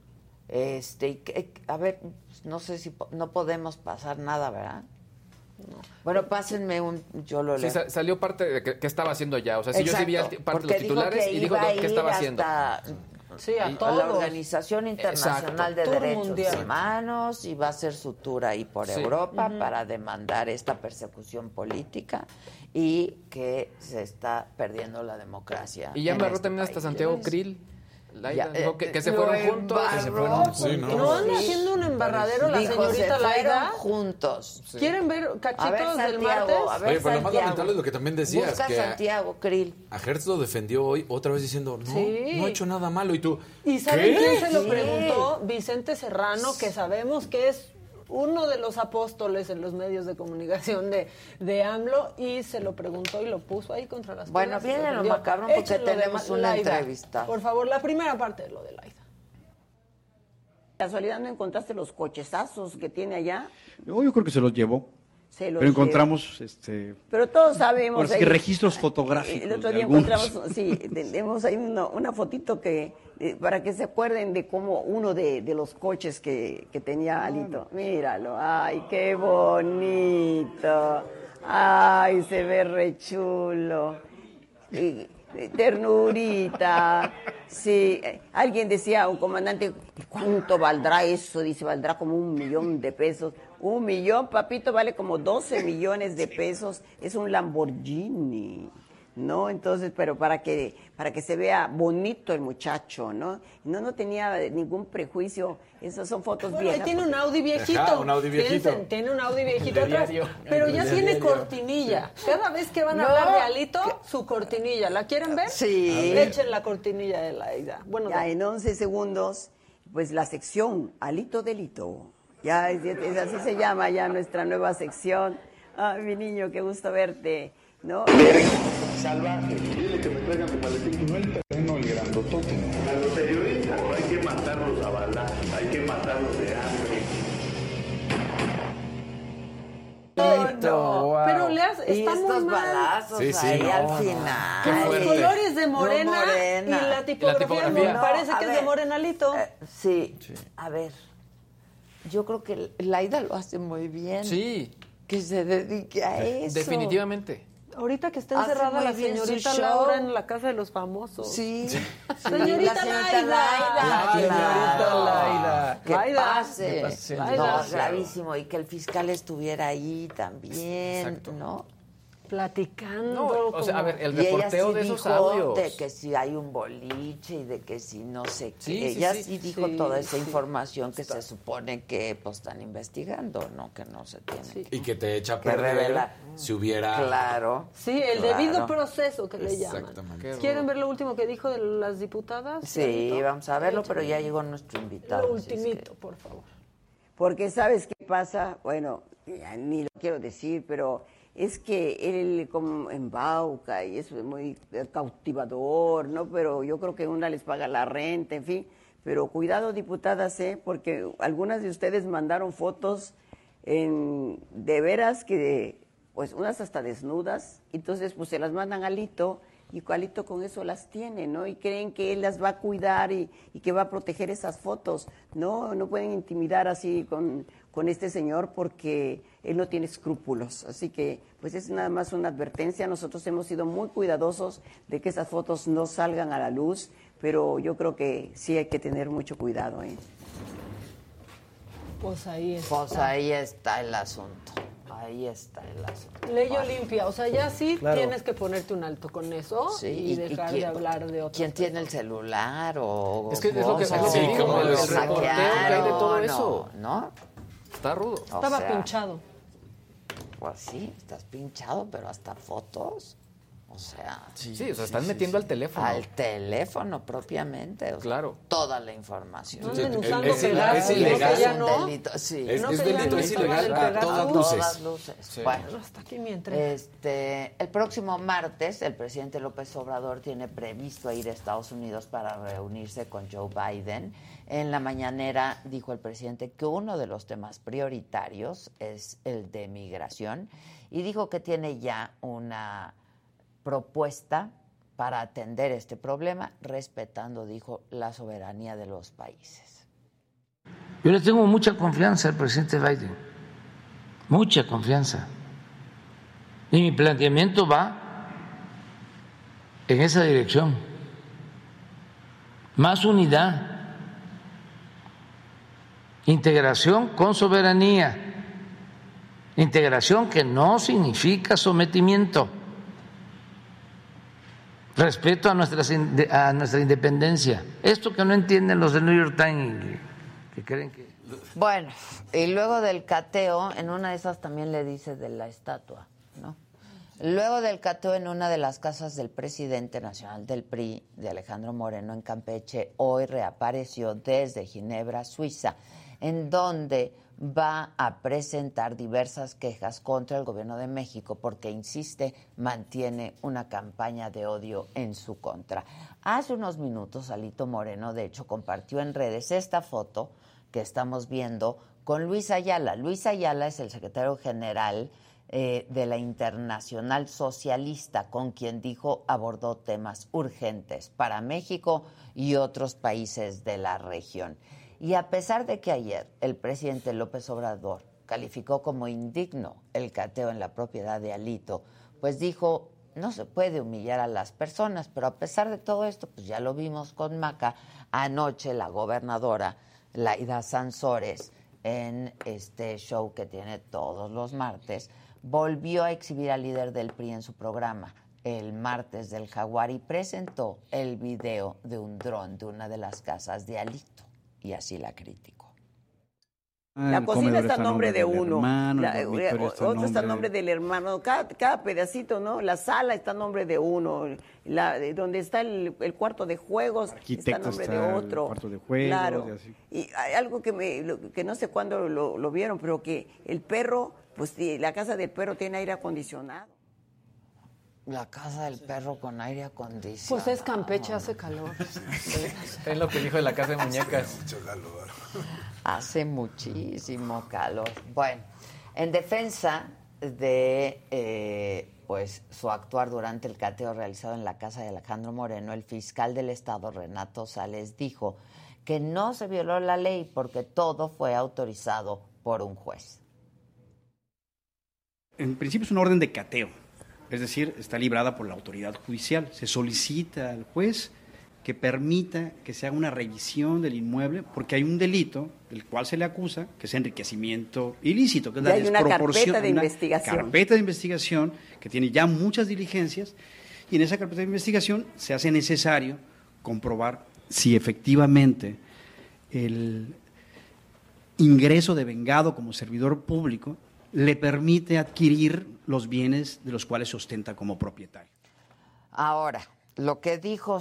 A ver, no sé si no podemos pasar nada, ¿verdad? No. Bueno, pásenme yo lo Sí, leo. salió parte de que estaba haciendo ya. O sea, sí, yo sí vi Exacto, parte de los porque dijo titulares que y dijo iba a qué ir estaba haciendo. hasta Sí, a la todos. Organización Internacional Exacto. de Tour Derechos mundial. Humanos y va a hacer su tour ahí por Sí. Europa para demandar esta persecución política y que se está perdiendo la democracia. Y ya en embarró este también hasta país. Santiago Krill. Laida Ya, dijo que se lo fueron juntos. embarró. Que se fueron Sí, ¿no? ¿No anda haciendo un embarradero la Dijo, señorita se fueron Laida? juntos. ¿Quieren ver A ver, cachitos del Santiago, martes? a ver, Oye, pero lo más Santiago. lamentable es lo que también decías, Busca que Santiago Krill. a Hertz lo defendió hoy, otra vez diciendo, no, Sí. no ha hecho nada malo. Y tú, ¿Y saben ¿qué? quién se lo Sí. preguntó? Vicente Serrano, que sabemos que es uno de los apóstoles en los medios de comunicación de AMLO, y se lo preguntó y lo puso ahí contra las Bueno, cuerdas y viene lo defendió. macabrón porque Échenlo de tenemos una Laida. entrevista. Por favor, la primera parte de lo de Laida. ¿Casualidad no encontraste los cochezazos que tiene allá? Yo creo que se los llevó. Pero encontramos, Pero todos sabemos. Ahí, que registros fotográficos. El otro día encontramos, tenemos ahí una fotito para que se acuerden de cómo uno de los coches que tenía Alito. Míralo, ay, qué bonito. Ay, se ve re chulo. Ternurita. Sí, alguien decía, un comandante, ¿cuánto valdrá eso? Dice, valdrá como $1 millón. $1 millón, papito, vale como 12 millones de pesos. Es un Lamborghini, ¿no? Entonces, pero para que se vea bonito el muchacho, ¿no? No tenía ningún prejuicio. Esas son fotos viejas. Ahí tiene un Audi viejito. Ajá, un Audi viejito. Tiene un Audi viejito atrás. Pero ya tiene cortinilla. Cada vez que van a hablar de Alito, su cortinilla. ¿La quieren ver? Sí. Echen la cortinilla de Laida. Bueno, ya en 11 segundos, pues la sección Alito Delito. Ya es así se llama ya nuestra nueva sección. Ay, mi niño, qué gusto verte, ¿no? Salvaje. Dile que me traigan mi maletín, no el terreno, el grandotote. A los periodistas hay que matarlos a balazos, hay que matarlos de hambre. No, wow. Pero está muy mal. Balazos ahí al final. Los colores de Morena y la tipografía. Parece que es de Morenalito. Sí, a ver. Yo creo que Laida lo hace muy bien. Sí. Que se dedique a eso. Definitivamente. Ahorita que está encerrada la señorita Laura en la casa de los famosos. Sí. Señorita Laida. Señorita Laida. Que pase. Laida. No, gravísimo. Y que el fiscal estuviera ahí también, exacto. ¿no? Platicando. No, o sea, a ver, el reporteo sí de esos dijo audios. de que si hay un boliche y de que si no sé qué. Sí, ella sí dijo toda esa información que se supone que pues están investigando, ¿no? Que no se tiene. Y que te echa a que perder revela. Si hubiera... Claro. Sí, el debido proceso que le llaman. Exactamente. ¿Quieren ver lo último que dijo de las diputadas? Sí, vamos a verlo, pero ya llegó nuestro invitado. Lo ultimito, por favor. Porque ¿sabes qué pasa? Bueno, ya ni lo quiero decir, pero es que él como embauca y eso es muy cautivador, ¿no? Pero yo creo que una les paga la renta, en fin. Pero cuidado, diputadas, porque algunas de ustedes mandaron fotos de veras que, pues unas hasta desnudas, entonces pues se las mandan a Alito y Alito con eso las tiene, ¿no? Y creen que él las va a cuidar y que va a proteger esas fotos. No pueden intimidar así con este señor porque él no tiene escrúpulos. Así que, pues es nada más una advertencia. Nosotros hemos sido muy cuidadosos de que esas fotos no salgan a la luz, pero yo creo que sí hay que tener mucho cuidado, Pues ahí está. Pues ahí está el asunto. Ahí está el asunto. Ley Olimpia, o sea, ya sí tienes que ponerte un alto con eso y dejar de hablar de otras ¿Quién tiene el celular o es que es lo que se como el reporteo que hay de todo eso, ¿no? Está rudo. Estaba pinchado. Pues sí, estás pinchado, pero hasta fotos. O sea, sí, o sea, están metiendo al teléfono. Al teléfono propiamente. O sea, claro. Toda la información. No anden usando es ilegal. Es delito, es ilegal a todas luces. Sí. Bueno, hasta aquí mi entrega. El próximo martes, el presidente López Obrador tiene previsto ir a Estados Unidos para reunirse con Joe Biden. En la mañanera dijo el presidente que uno de los temas prioritarios es el de migración y dijo que tiene ya una propuesta para atender este problema, respetando, dijo, la soberanía de los países. Yo le tengo mucha confianza al presidente Biden, mucha confianza. Y mi planteamiento va en esa dirección. Más unidad, integración con soberanía, integración que no significa sometimiento. Respeto a nuestra independencia. Esto que no entienden los del New York Times, que creen que... Bueno, y luego del cateo, en una de esas también le dice de la estatua, ¿no? Luego del cateo en una de las casas del presidente nacional del PRI, de Alejandro Moreno, en Campeche, hoy reapareció desde Ginebra, Suiza, en donde va a presentar diversas quejas contra el gobierno de México porque, insiste, mantiene una campaña de odio en su contra. Hace unos minutos, Alito Moreno, de hecho, compartió en redes esta foto que estamos viendo con Luis Ayala. Luis Ayala es el secretario general de la Internacional Socialista, con quien dijo abordó temas urgentes para México y otros países de la región. Y a pesar de que ayer el presidente López Obrador calificó como indigno el cateo en la propiedad de Alito, pues dijo, no se puede humillar a las personas, pero a pesar de todo esto, pues ya lo vimos con Maca, anoche la gobernadora Laida Sansores, en este show que tiene todos los martes, volvió a exhibir al líder del PRI en su programa, el martes del Jaguar, y presentó el video de un dron de una de las casas de Alito, y así la criticó. La cocina está a nombre de uno, otro está a nombre de... del hermano, cada pedacito, ¿no? La sala está a nombre de uno, donde está el cuarto de juegos está a nombre de otro. El cuarto de juegos, claro. Y así. Y hay algo que no sé cuándo lo vieron, pero que el perro, pues la casa del perro tiene aire acondicionado. La casa del perro con aire acondicionado. Pues es Campeche, hace calor. Es lo que dijo de la casa de muñecas. Mucho calor. Hace muchísimo calor. Bueno, en defensa de pues su actuar durante el cateo realizado en la casa de Alejandro Moreno, el fiscal del Estado, Renato Sales, dijo que no se violó la ley porque todo fue autorizado por un juez. En principio es una orden de cateo, es decir, está librada por la autoridad judicial. Se solicita al juez que permita que se haga una revisión del inmueble porque hay un delito del cual se le acusa, que es enriquecimiento ilícito, que es la desproporción. Hay una carpeta de investigación que tiene ya muchas diligencias, y en esa carpeta de investigación se hace necesario comprobar si efectivamente el ingreso de vengado como servidor público le permite adquirir los bienes de los cuales se ostenta como propietario. Ahora, lo que dijo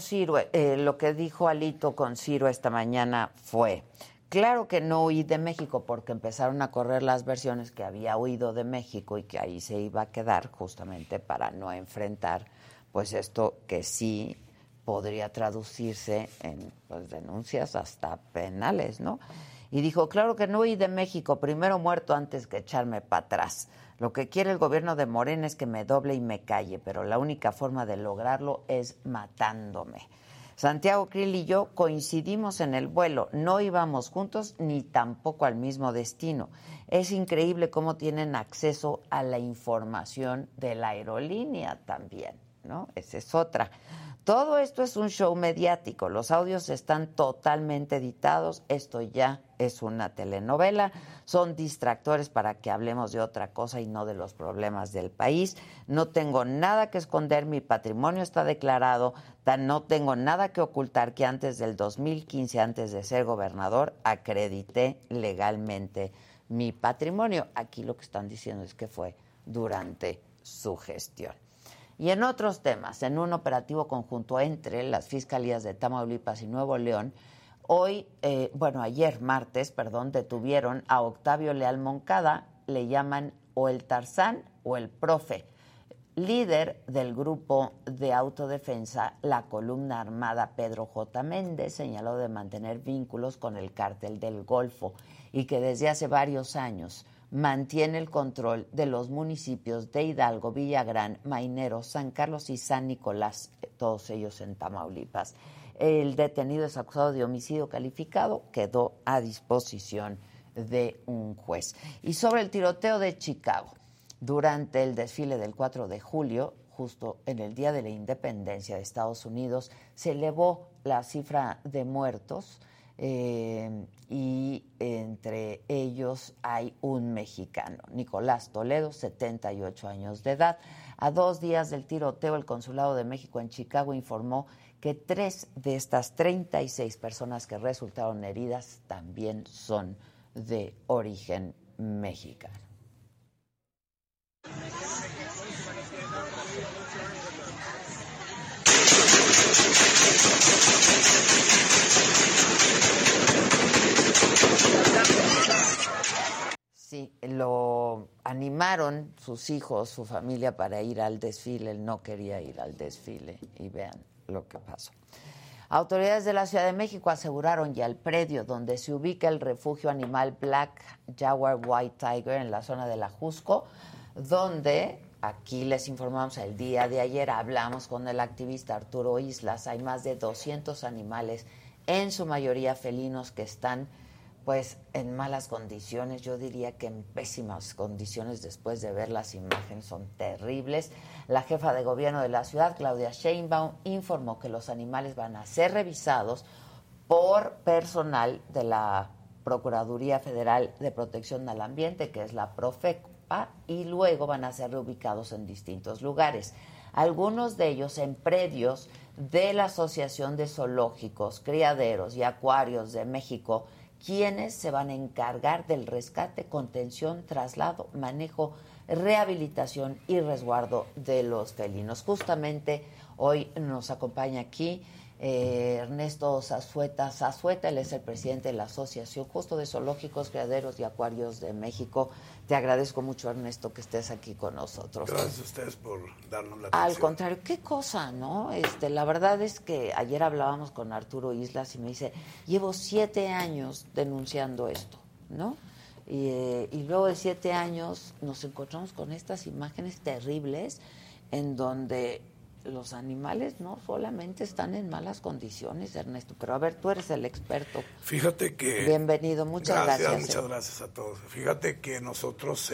Alito con Ciro esta mañana fue, claro que no huí de México porque empezaron a correr las versiones que había huido de México y que ahí se iba a quedar justamente para no enfrentar pues esto que sí podría traducirse en pues, denuncias hasta penales, ¿no? Y dijo, claro que no huí de México, primero muerto antes que echarme para atrás. Lo que quiere el gobierno de Morena es que me doble y me calle, pero la única forma de lograrlo es matándome. Santiago Krill y yo coincidimos en el vuelo, no íbamos juntos ni tampoco al mismo destino. Es increíble cómo tienen acceso a la información de la aerolínea también, ¿no? Esa es otra. Todo esto es un show mediático, los audios están totalmente editados, esto ya es una telenovela, son distractores para que hablemos de otra cosa y no de los problemas del país. No tengo nada que esconder, mi patrimonio está declarado, no tengo nada que ocultar que antes del 2015, antes de ser gobernador, acredité legalmente mi patrimonio. Aquí lo que están diciendo es que fue durante su gestión. Y en otros temas, en un operativo conjunto entre las fiscalías de Tamaulipas y Nuevo León, ayer martes, detuvieron a Octavio Leal Moncada, le llaman o el Tarzán o el Profe, líder del grupo de autodefensa La Columna Armada. Pedro J. Méndez señaló de mantener vínculos con el Cártel del Golfo y que desde hace varios años mantiene el control de los municipios de Hidalgo, Villagrán, Mainero, San Carlos y San Nicolás, todos ellos en Tamaulipas. El detenido es acusado de homicidio calificado, quedó a disposición de un juez. Y sobre el tiroteo de Chicago, durante el desfile del 4 de julio, justo en el Día de la Independencia de Estados Unidos, se elevó la cifra de muertos, y entre ellos hay un mexicano, Nicolás Toledo, 78 años de edad. A 2 días del tiroteo, el Consulado de México en Chicago informó que 3 de estas 36 personas que resultaron heridas también son de origen mexicano. Sí, lo animaron sus hijos, su familia para ir al desfile. Él no quería ir al desfile y vean lo que pasó. Autoridades de la Ciudad de México aseguraron ya el predio donde se ubica el refugio animal Black Jaguar White Tiger en la zona de la Jusco, donde, aquí les informamos el día de ayer, hablamos con el activista Arturo Islas, hay más de 200 animales, en su mayoría felinos, que están pues en malas condiciones, yo diría que en pésimas condiciones. Después de ver las imágenes, son terribles. La jefa de gobierno de la ciudad, Claudia Sheinbaum, informó que los animales van a ser revisados por personal de la Procuraduría Federal de Protección al Ambiente, que es la Profepa, y luego van a ser reubicados en distintos lugares. Algunos de ellos en predios de la Asociación de Zoológicos, Criaderos y Acuarios de México, quienes se van a encargar del rescate, contención, traslado, manejo, rehabilitación y resguardo de los felinos. Justamente hoy nos acompaña aquí Ernesto Zazueta, él es el presidente de la Asociación justo de Zoológicos, Criaderos y Acuarios de México. Te agradezco mucho, Ernesto, que estés aquí con nosotros. Gracias a ustedes por darnos la atención. Al contrario, qué cosa, ¿no? La verdad es que ayer hablábamos con Arturo Islas y me dice, llevo 7 años denunciando esto, ¿no? Y luego de 7 años nos encontramos con estas imágenes terribles en donde los animales no solamente están en malas condiciones, Ernesto, pero a ver, tú eres el experto. Fíjate que... Bienvenido, muchas gracias. Muchas gracias a todos. Fíjate que nosotros,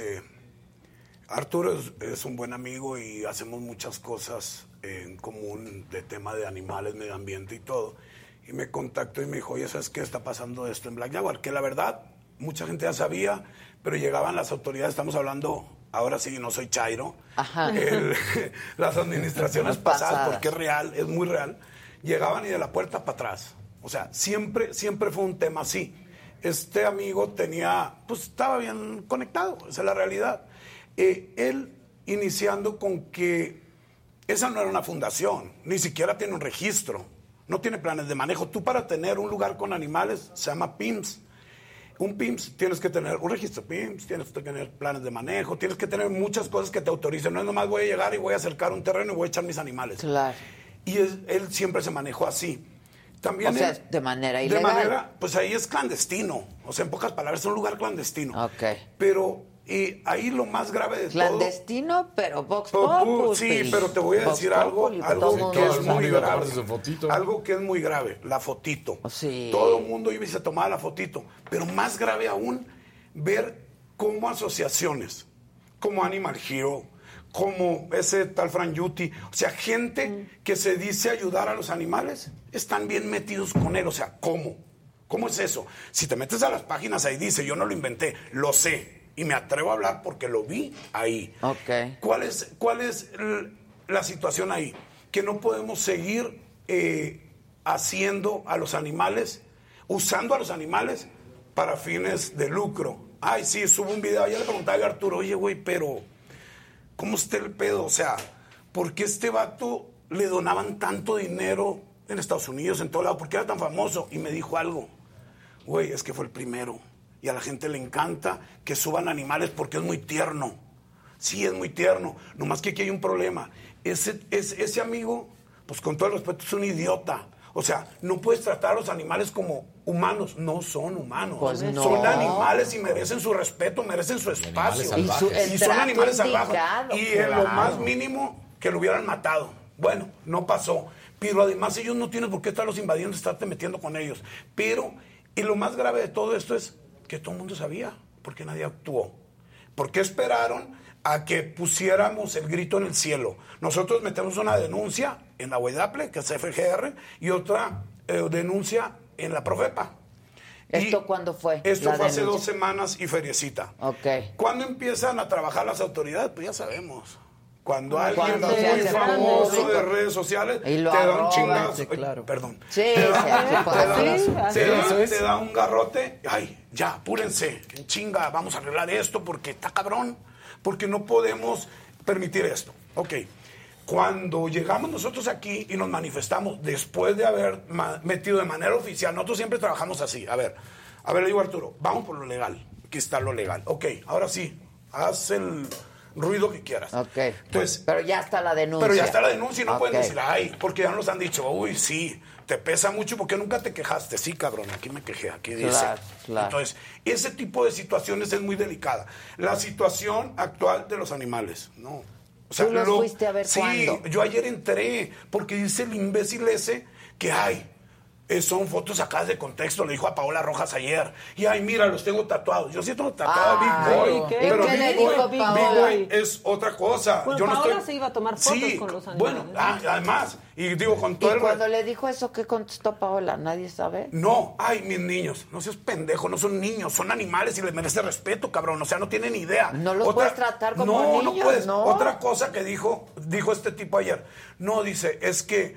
Arturo es un buen amigo y hacemos muchas cosas en común de tema de animales, medio ambiente y todo. Y me contactó y me dijo, oye, ¿sabes qué está pasando esto en Black Jaguar? Que la verdad, mucha gente ya sabía, pero llegaban las autoridades, estamos hablando... Ahora sí, no soy chairo. Las administraciones pasadas, porque es real, es muy real, llegaban y de la puerta para atrás. O sea, siempre fue un tema así. Este amigo estaba bien conectado, esa es la realidad. Él iniciando con que esa no era una fundación, ni siquiera tiene un registro, no tiene planes de manejo. Tú para tener un lugar con animales se llama PIMS. Un PIMS, tienes que tener un registro PIMS, tienes que tener planes de manejo, tienes que tener muchas cosas que te autoricen. No es nomás voy a llegar y voy a acercar un terreno y voy a echar mis animales. Claro. Y él siempre se manejó así. También de manera ilegal. Pues ahí es clandestino. O sea, en pocas palabras, es un lugar clandestino. Ok. Pero ahí lo más grave de clandestino, pero Vox Populi. Sí, pero te voy a decir algo que es muy grave. Algo que es muy grave, la fotito. Sí. Todo el mundo iba y se tomaba la fotito. Pero más grave aún, ver cómo asociaciones, como Animal Hero, como ese tal Frank Yuti, o sea, gente que se dice ayudar a los animales, están bien metidos con él. O sea, ¿cómo? ¿Cómo es eso? Si te metes a las páginas, ahí dice, yo no lo inventé, lo sé. Y me atrevo a hablar porque lo vi ahí. Okay. ¿Cuál es la situación ahí? Que no podemos seguir haciendo a los animales, usando a los animales para fines de lucro. Ay, sí, subo un video. Ayer le preguntaba a Arturo, oye, güey, pero ¿cómo está el pedo? O sea, ¿por qué este vato le donaban tanto dinero en Estados Unidos, en todo lado? ¿Por qué era tan famoso? Y me dijo algo. Güey, es que fue el primero. Y a la gente le encanta que suban animales porque es muy tierno. Sí, es muy tierno. Nomás que aquí hay un problema. Ese amigo, pues con todo el respeto, es un idiota. O sea, no puedes tratar a los animales como humanos. No son humanos. Pues no. Son animales y merecen su respeto, merecen su espacio. Y son animales salvajes. Y en lo más mínimo, que lo hubieran matado. Bueno, no pasó. Pero además ellos no tienen por qué estarlos invadiendo, estarte metiendo con ellos. Y lo más grave de todo esto es que todo el mundo sabía, porque nadie actuó. ¿Por qué esperaron a que pusiéramos el grito en el cielo? Nosotros metemos una denuncia en la UEDAPLE, que es FGR, y otra denuncia en la Profepa. ¿Esto cuándo fue? Esto fue hace 2 semanas y feriecita. Ok. ¿Cuándo empiezan a trabajar las autoridades? Pues ya sabemos. Cuando alguien muy famoso de redes sociales te da un chingazo. Claro. Perdón. Sí, te da un garrote. Ay, ya, apúrense. Chinga, vamos a arreglar esto porque está cabrón. Porque no podemos permitir esto. Ok. Cuando llegamos nosotros aquí y nos manifestamos, después de haber metido de manera oficial, nosotros siempre trabajamos así. A ver, le digo a Arturo, vamos por lo legal. Aquí está lo legal. Ok, ahora sí, haz ruido que quieras. Ok. Entonces, pero ya está la denuncia. Pero ya está la denuncia y no pueden Ok. decir, ay, porque ya nos han dicho, uy, sí, te pesa mucho porque nunca te quejaste. Sí, cabrón, aquí me quejé, aquí dice. Claro. Entonces, ese tipo de situaciones es muy delicada. La situación actual de los animales, ¿no? O sea, ¿Tú los fuiste a ver sí, cuándo? yo ayer entré porque dice el imbécil ese que son fotos sacadas de contexto, le dijo a Paola Rojas ayer. Y ay, mira, los tengo tatuados. Yo sí tengo tatuado a Big Boy. ¿qué? Pero ¿Qué le Big dijo Boy, Paola? Big Boy es otra cosa. Bueno, Yo no Paola estoy... se iba a tomar fotos Sí, con los animales. bueno, además, y digo con todo ¿Y el... cuando le dijo eso, qué contestó Paola? ¿Nadie sabe? No, ay, mis niños, no seas pendejo, no son niños, son animales y les merece respeto, cabrón, o sea, no tienen idea. No los puedes tratar como niños, no puedes. ¿no? Otra cosa que dijo este tipo ayer, no, dice, es que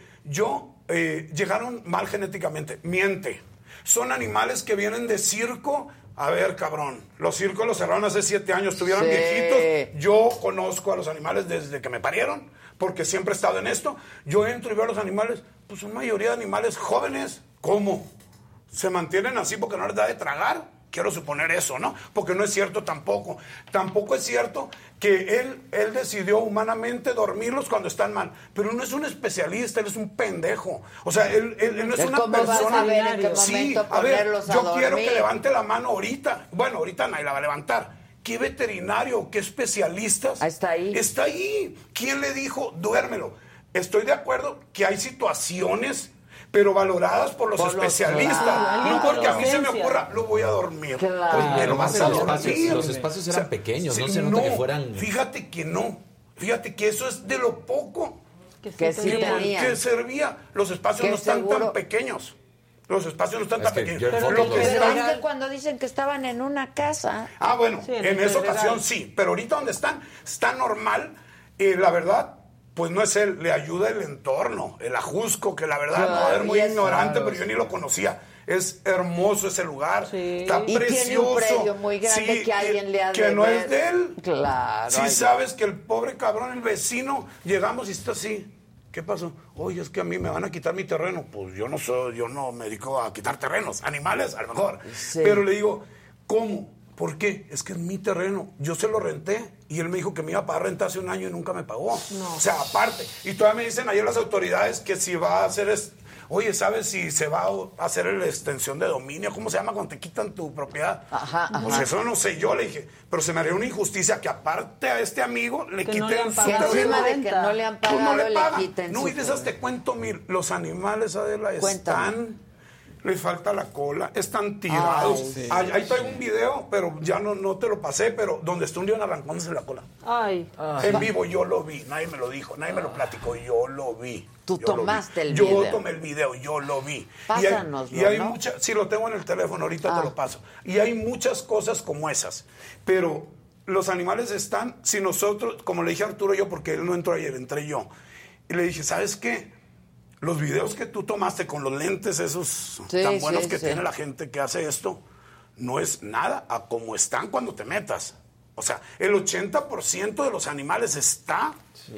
llegaron mal genéticamente, miente. Son animales que vienen de circo. A ver, cabrón, los circos los cerraron hace 7 años, estuvieron Sí. viejitos. Yo conozco a los animales desde que me parieron, porque siempre he estado en esto. Yo entro y veo a los animales, pues son mayoría de animales jóvenes. ¿Cómo? ¿Se mantienen así porque no les da de tragar? Quiero suponer eso, ¿no? Porque no es cierto tampoco. Tampoco es cierto que él decidió humanamente dormirlos cuando están mal. Pero no es un especialista, él es un pendejo. O sea, él no es ¿Él una cómo va a persona... saber en qué Sí, momento a ver, ponerlos a yo quiero dormir? que levante la mano ahorita. Bueno, ahorita nadie la va a levantar. ¿Qué veterinario, qué especialistas? Está ahí. Está ahí. ¿Quién le dijo, duérmelo? Estoy de acuerdo que hay situaciones, pero valoradas por los especialistas. claro. No porque a mí se me Licencia. ocurra, lo voy a dormir. Claro. Pues me lo vas a dormir. Los espacios eran pequeños, no se nota que fueran... Fíjate que no. Fíjate que eso es de lo poco Que sí tenían. que servía. Los espacios Que no están seguro- tan pequeños. Los espacios no están Es tan que pequeños. yo en Pero fotos lo que los- Pero están- es que cuando dicen que estaban en una casa... Ah, bueno, Sí, en en esa general. ocasión sí, pero ahorita donde están, está normal. La verdad, pues no es él, le ayuda el entorno, el ajusco, que la verdad, Claro, no, es muy y es- ignorante, claro, pero yo ni lo conocía. Es hermoso ese lugar, está Y precioso. tiene un predio muy grande Sí, que alguien le ha de que no ver. es de él. Claro. Sí ay, sabes que el pobre cabrón, el vecino, llegamos y está así. ¿Qué pasó? Oye, es que a mí me van a quitar mi terreno. Pues yo no me dedico a quitar terrenos, animales a lo mejor. Sí. Pero le digo, ¿cómo? ¿Por qué? Es que es mi terreno. Yo se lo renté y él me dijo que me iba a pagar renta hace un año y nunca me pagó. O sea, aparte. Y todavía me dicen ayer las autoridades que si va a hacer... Oye, ¿sabes si se va a hacer la extensión de dominio? ¿Cómo se llama cuando te quitan tu propiedad? Ajá, Pues ajá. eso no sé yo, le dije. Pero se me haría una injusticia que aparte a este amigo le Que no quiten le han su pagado. Que terreno. encima de que no le han Pues pagado, no le pagan. quiten No, su y de esas te cuento, los animales, Adela, Cuéntame. están... Les falta la cola, están tirados. Ahí traigo un video, pero ya no te lo pasé, pero donde está un león arrancándose la cola. Ay. En vivo yo lo vi, nadie me lo dijo, nadie me lo platicó, yo lo vi. Tú Yo lo tomaste vi. el Yo video. tomé el video, yo lo vi. Pásanoslo, y hay ¿no? muchas, sí lo tengo en el teléfono, ahorita te lo paso. Y hay muchas cosas como esas. Pero los animales están, si nosotros, como le dije a Arturo yo, porque él no entró ayer, entré yo. Y le dije, ¿sabes qué? Los videos que tú tomaste con los lentes esos tan buenos que tiene la gente que hace esto, no es nada a como están cuando te metas. O sea, el 80% de los animales está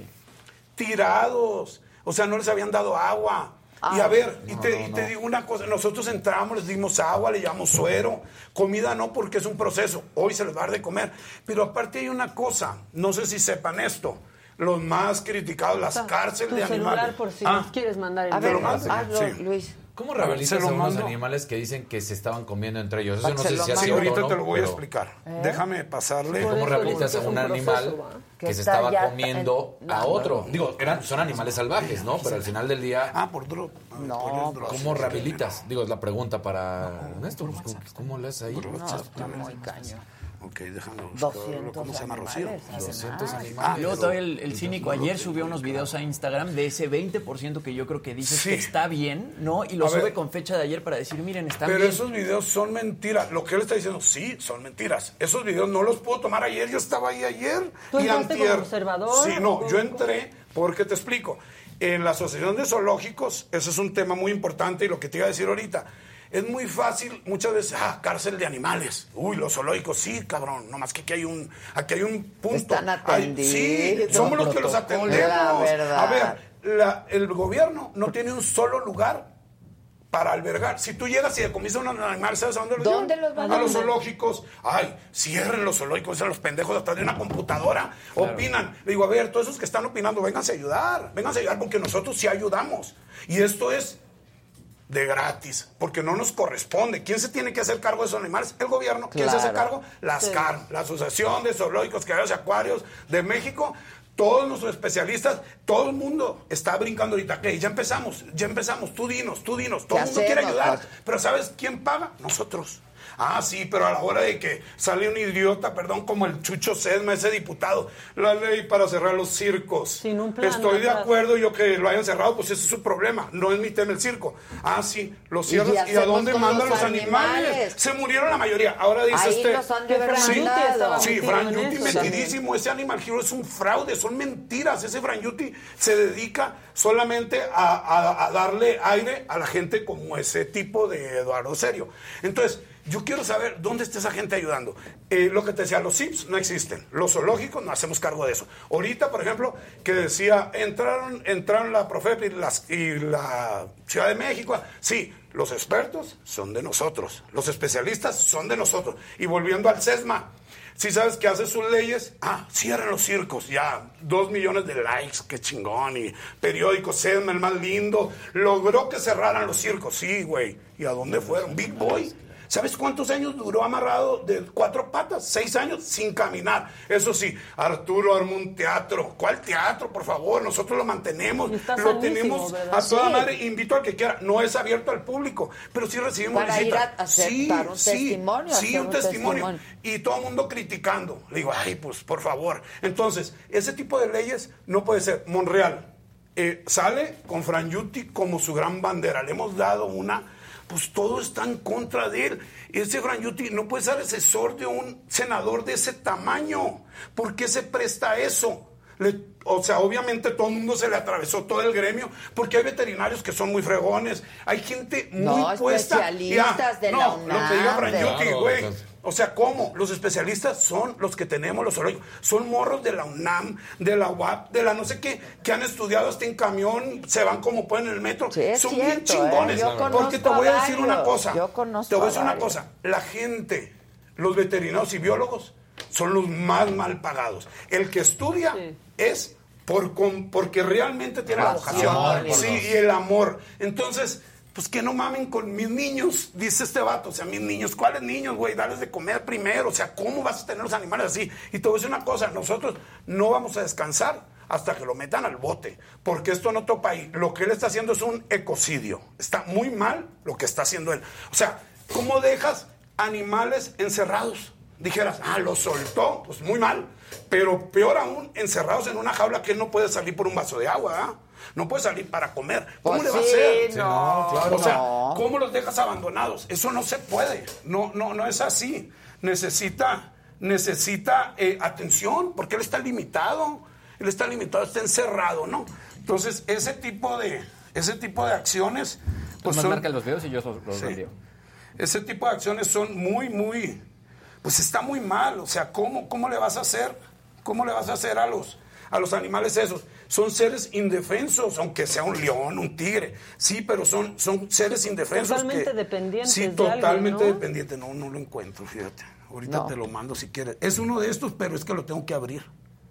tirados. O sea, no les habían dado agua. Y a ver, te digo una cosa, nosotros entramos, les dimos agua, le llevamos suero, comida no porque es un proceso, hoy se les va a dar de comer. Pero aparte hay una cosa, no sé si sepan esto, los más criticados, las cárceles Tu de celular animales. por si nos quieres mandar el A ver, lo mando. hazlo, Sí. Luis. ¿Cómo Se rehabilitas lo a unos mando. animales que dicen que se estaban comiendo entre ellos? Eso Para no que sé se si lo es Sí, cierto ahorita o no, te lo voy a pero explicar. Déjame pasarle. ¿Cómo rehabilitas a un animal Que que se está estaba ya comiendo en- a no, otro? Digo, son animales salvajes, ¿no? Pero al final del día, Por droga. No, ¿cómo rehabilitas? Digo, es la pregunta para Ernesto. Pues, ¿cómo le haces ahí? No, está muy cañón. Ok, déjame buscar. 200 ¿Cómo se llama, Rocío? animales, además. 200 Y animales. luego todavía el cínico ayer subió unos videos a Instagram de ese 20% que yo creo que dices Sí. que está bien, ¿no? Y lo A sube ver. con fecha de ayer para decir, miren, están Pero bien. esos videos son mentiras. Lo que él está diciendo, sí, son mentiras. Esos videos no los puedo tomar ayer. Yo estaba ahí ayer. ¿Tú y entraste antier. como observador? Sí, no, yo entré porque te explico. En la Asociación de Zoológicos, eso es un tema muy importante y lo que te iba a decir ahorita. Es muy fácil, muchas veces, cárcel de animales. Uy, los zoológicos, sí, cabrón. Nomás que aquí hay un punto. Están Sí, atendidos. somos los que los atendemos. La verdad. A ver, el gobierno no tiene un solo lugar para albergar. Si tú llegas y decomisas un animal, ¿sabes a dónde los ¿Dónde llevan? los van a a los mandar? zoológicos. Ay, cierren los zoológicos, a los pendejos atrás de una computadora. Opinan. Le digo, a ver, todos esos que están opinando, vénganse a ayudar porque nosotros sí ayudamos. Y esto es de gratis, porque no nos corresponde. ¿Quién se tiene que hacer cargo de esos animales? El gobierno. ¿Quién se hace cargo? Las CARM, la Asociación de Zoológicos, Criaderos y Acuarios de México. Todos nuestros especialistas, todo el mundo está brincando ahorita. ¿Qué? Ya empezamos, tú dinos. Todo el mundo quiere ayudar. Pero ¿sabes quién paga? Nosotros. Ah, sí, pero a la hora de que sale un idiota, como el Chucho Sesma, ese diputado, la ley para cerrar los circos. Sin un plan. Estoy de acuerdo yo que lo hayan cerrado, pues ese es su problema, no es mi tema el circo. Ah, sí, los cierras y ¿a dónde mandan los animales? Se murieron la mayoría. Ahora dice ahí los han de haber mandado. Sí, Frank Yuti, mentidísimo. Ese Animal Hero es un fraude, son mentiras. Ese Frank Yuti se dedica solamente a darle aire a la gente como ese tipo de Eduardo Serio. Entonces, yo quiero saber dónde está esa gente ayudando. Lo que te decía, los CIPS no existen. Los zoológicos no hacemos cargo de eso. Ahorita, por ejemplo, que decía, entraron la Profepa y la Ciudad de México. Sí, los expertos son de nosotros. Los especialistas son de nosotros. Y volviendo al SESMA, si sabes que hace sus leyes, cierren los circos, ya, 2 millones de likes, qué chingón, y periódico SESMA, el más lindo, logró que cerraran los circos, sí, güey. ¿Y a dónde fueron? Big Boy. ¿Sabes cuántos años duró amarrado de 4 patas? 6 años sin caminar. Eso sí, Arturo armó un teatro. ¿Cuál teatro? Por favor, nosotros lo mantenemos. Lo tenemos ¿verdad? A toda madre. Invito al que quiera. No es abierto al público, pero sí recibimos para visitas. Ir a aceptar un testimonio. Sí, un testimonio. Y todo el mundo criticando. Le digo, ay, pues por favor. Entonces, ese tipo de leyes no puede ser. Monreal sale con Frank Yuti como su gran bandera. Le hemos dado pues todo está en contra de él. Ese Frank Yuti no puede ser asesor de un senador de ese tamaño. ¿Por qué se presta a eso? Obviamente todo el mundo se le atravesó, todo el gremio, porque hay veterinarios que son muy fregones, hay gente muy puesta. Especialistas de la UNAM. Lo que diga Frank Yuti, güey. O sea, ¿cómo? Los especialistas son los que tenemos, los zoológicos. Son morros de la UNAM, de la UAP, de la no sé qué, que han estudiado hasta en camión, se van como pueden en el metro. Sí, son cierto, bien chingones. Porque te voy a decir una cosa. Yo conozco te voy a decir una cosa. La gente, los veterinarios y biólogos, son los más mal pagados. El que estudia es porque realmente tiene la vocación. Sí, y el amor. Entonces, pues que no mamen con mis niños, dice este vato. O sea, mis niños, ¿cuáles niños, güey? Dales de comer primero. O sea, ¿cómo vas a tener los animales así? Y te voy a decir una cosa, nosotros no vamos a descansar hasta que lo metan al bote, porque esto en otro país, lo que él está haciendo es un ecocidio. Está muy mal lo que está haciendo él. O sea, ¿cómo dejas animales encerrados? Dijeras, lo soltó, pues muy mal. Pero peor aún, encerrados en una jaula que él no puede salir por un vaso de agua, No puede salir para comer. ¿Cómo le va a hacer? No, claro, o sea, ¿cómo los dejas abandonados? Eso no se puede. No es así. Necesita atención, porque él está limitado. Está encerrado, ¿no? Entonces, ese tipo de acciones... Pues son, marcan los dedos y yo los veo. Ese tipo de acciones son muy... Pues está muy mal. O sea, ¿cómo le vas a hacer? ¿Cómo le vas a hacer a los animales esos? Son seres indefensos, aunque sea un león, un tigre. Sí, pero son seres indefensos. Totalmente dependientes. Sí, totalmente dependientes. No lo encuentro, fíjate. Ahorita te lo mando si quieres. Es uno de estos, pero es que lo tengo que abrir.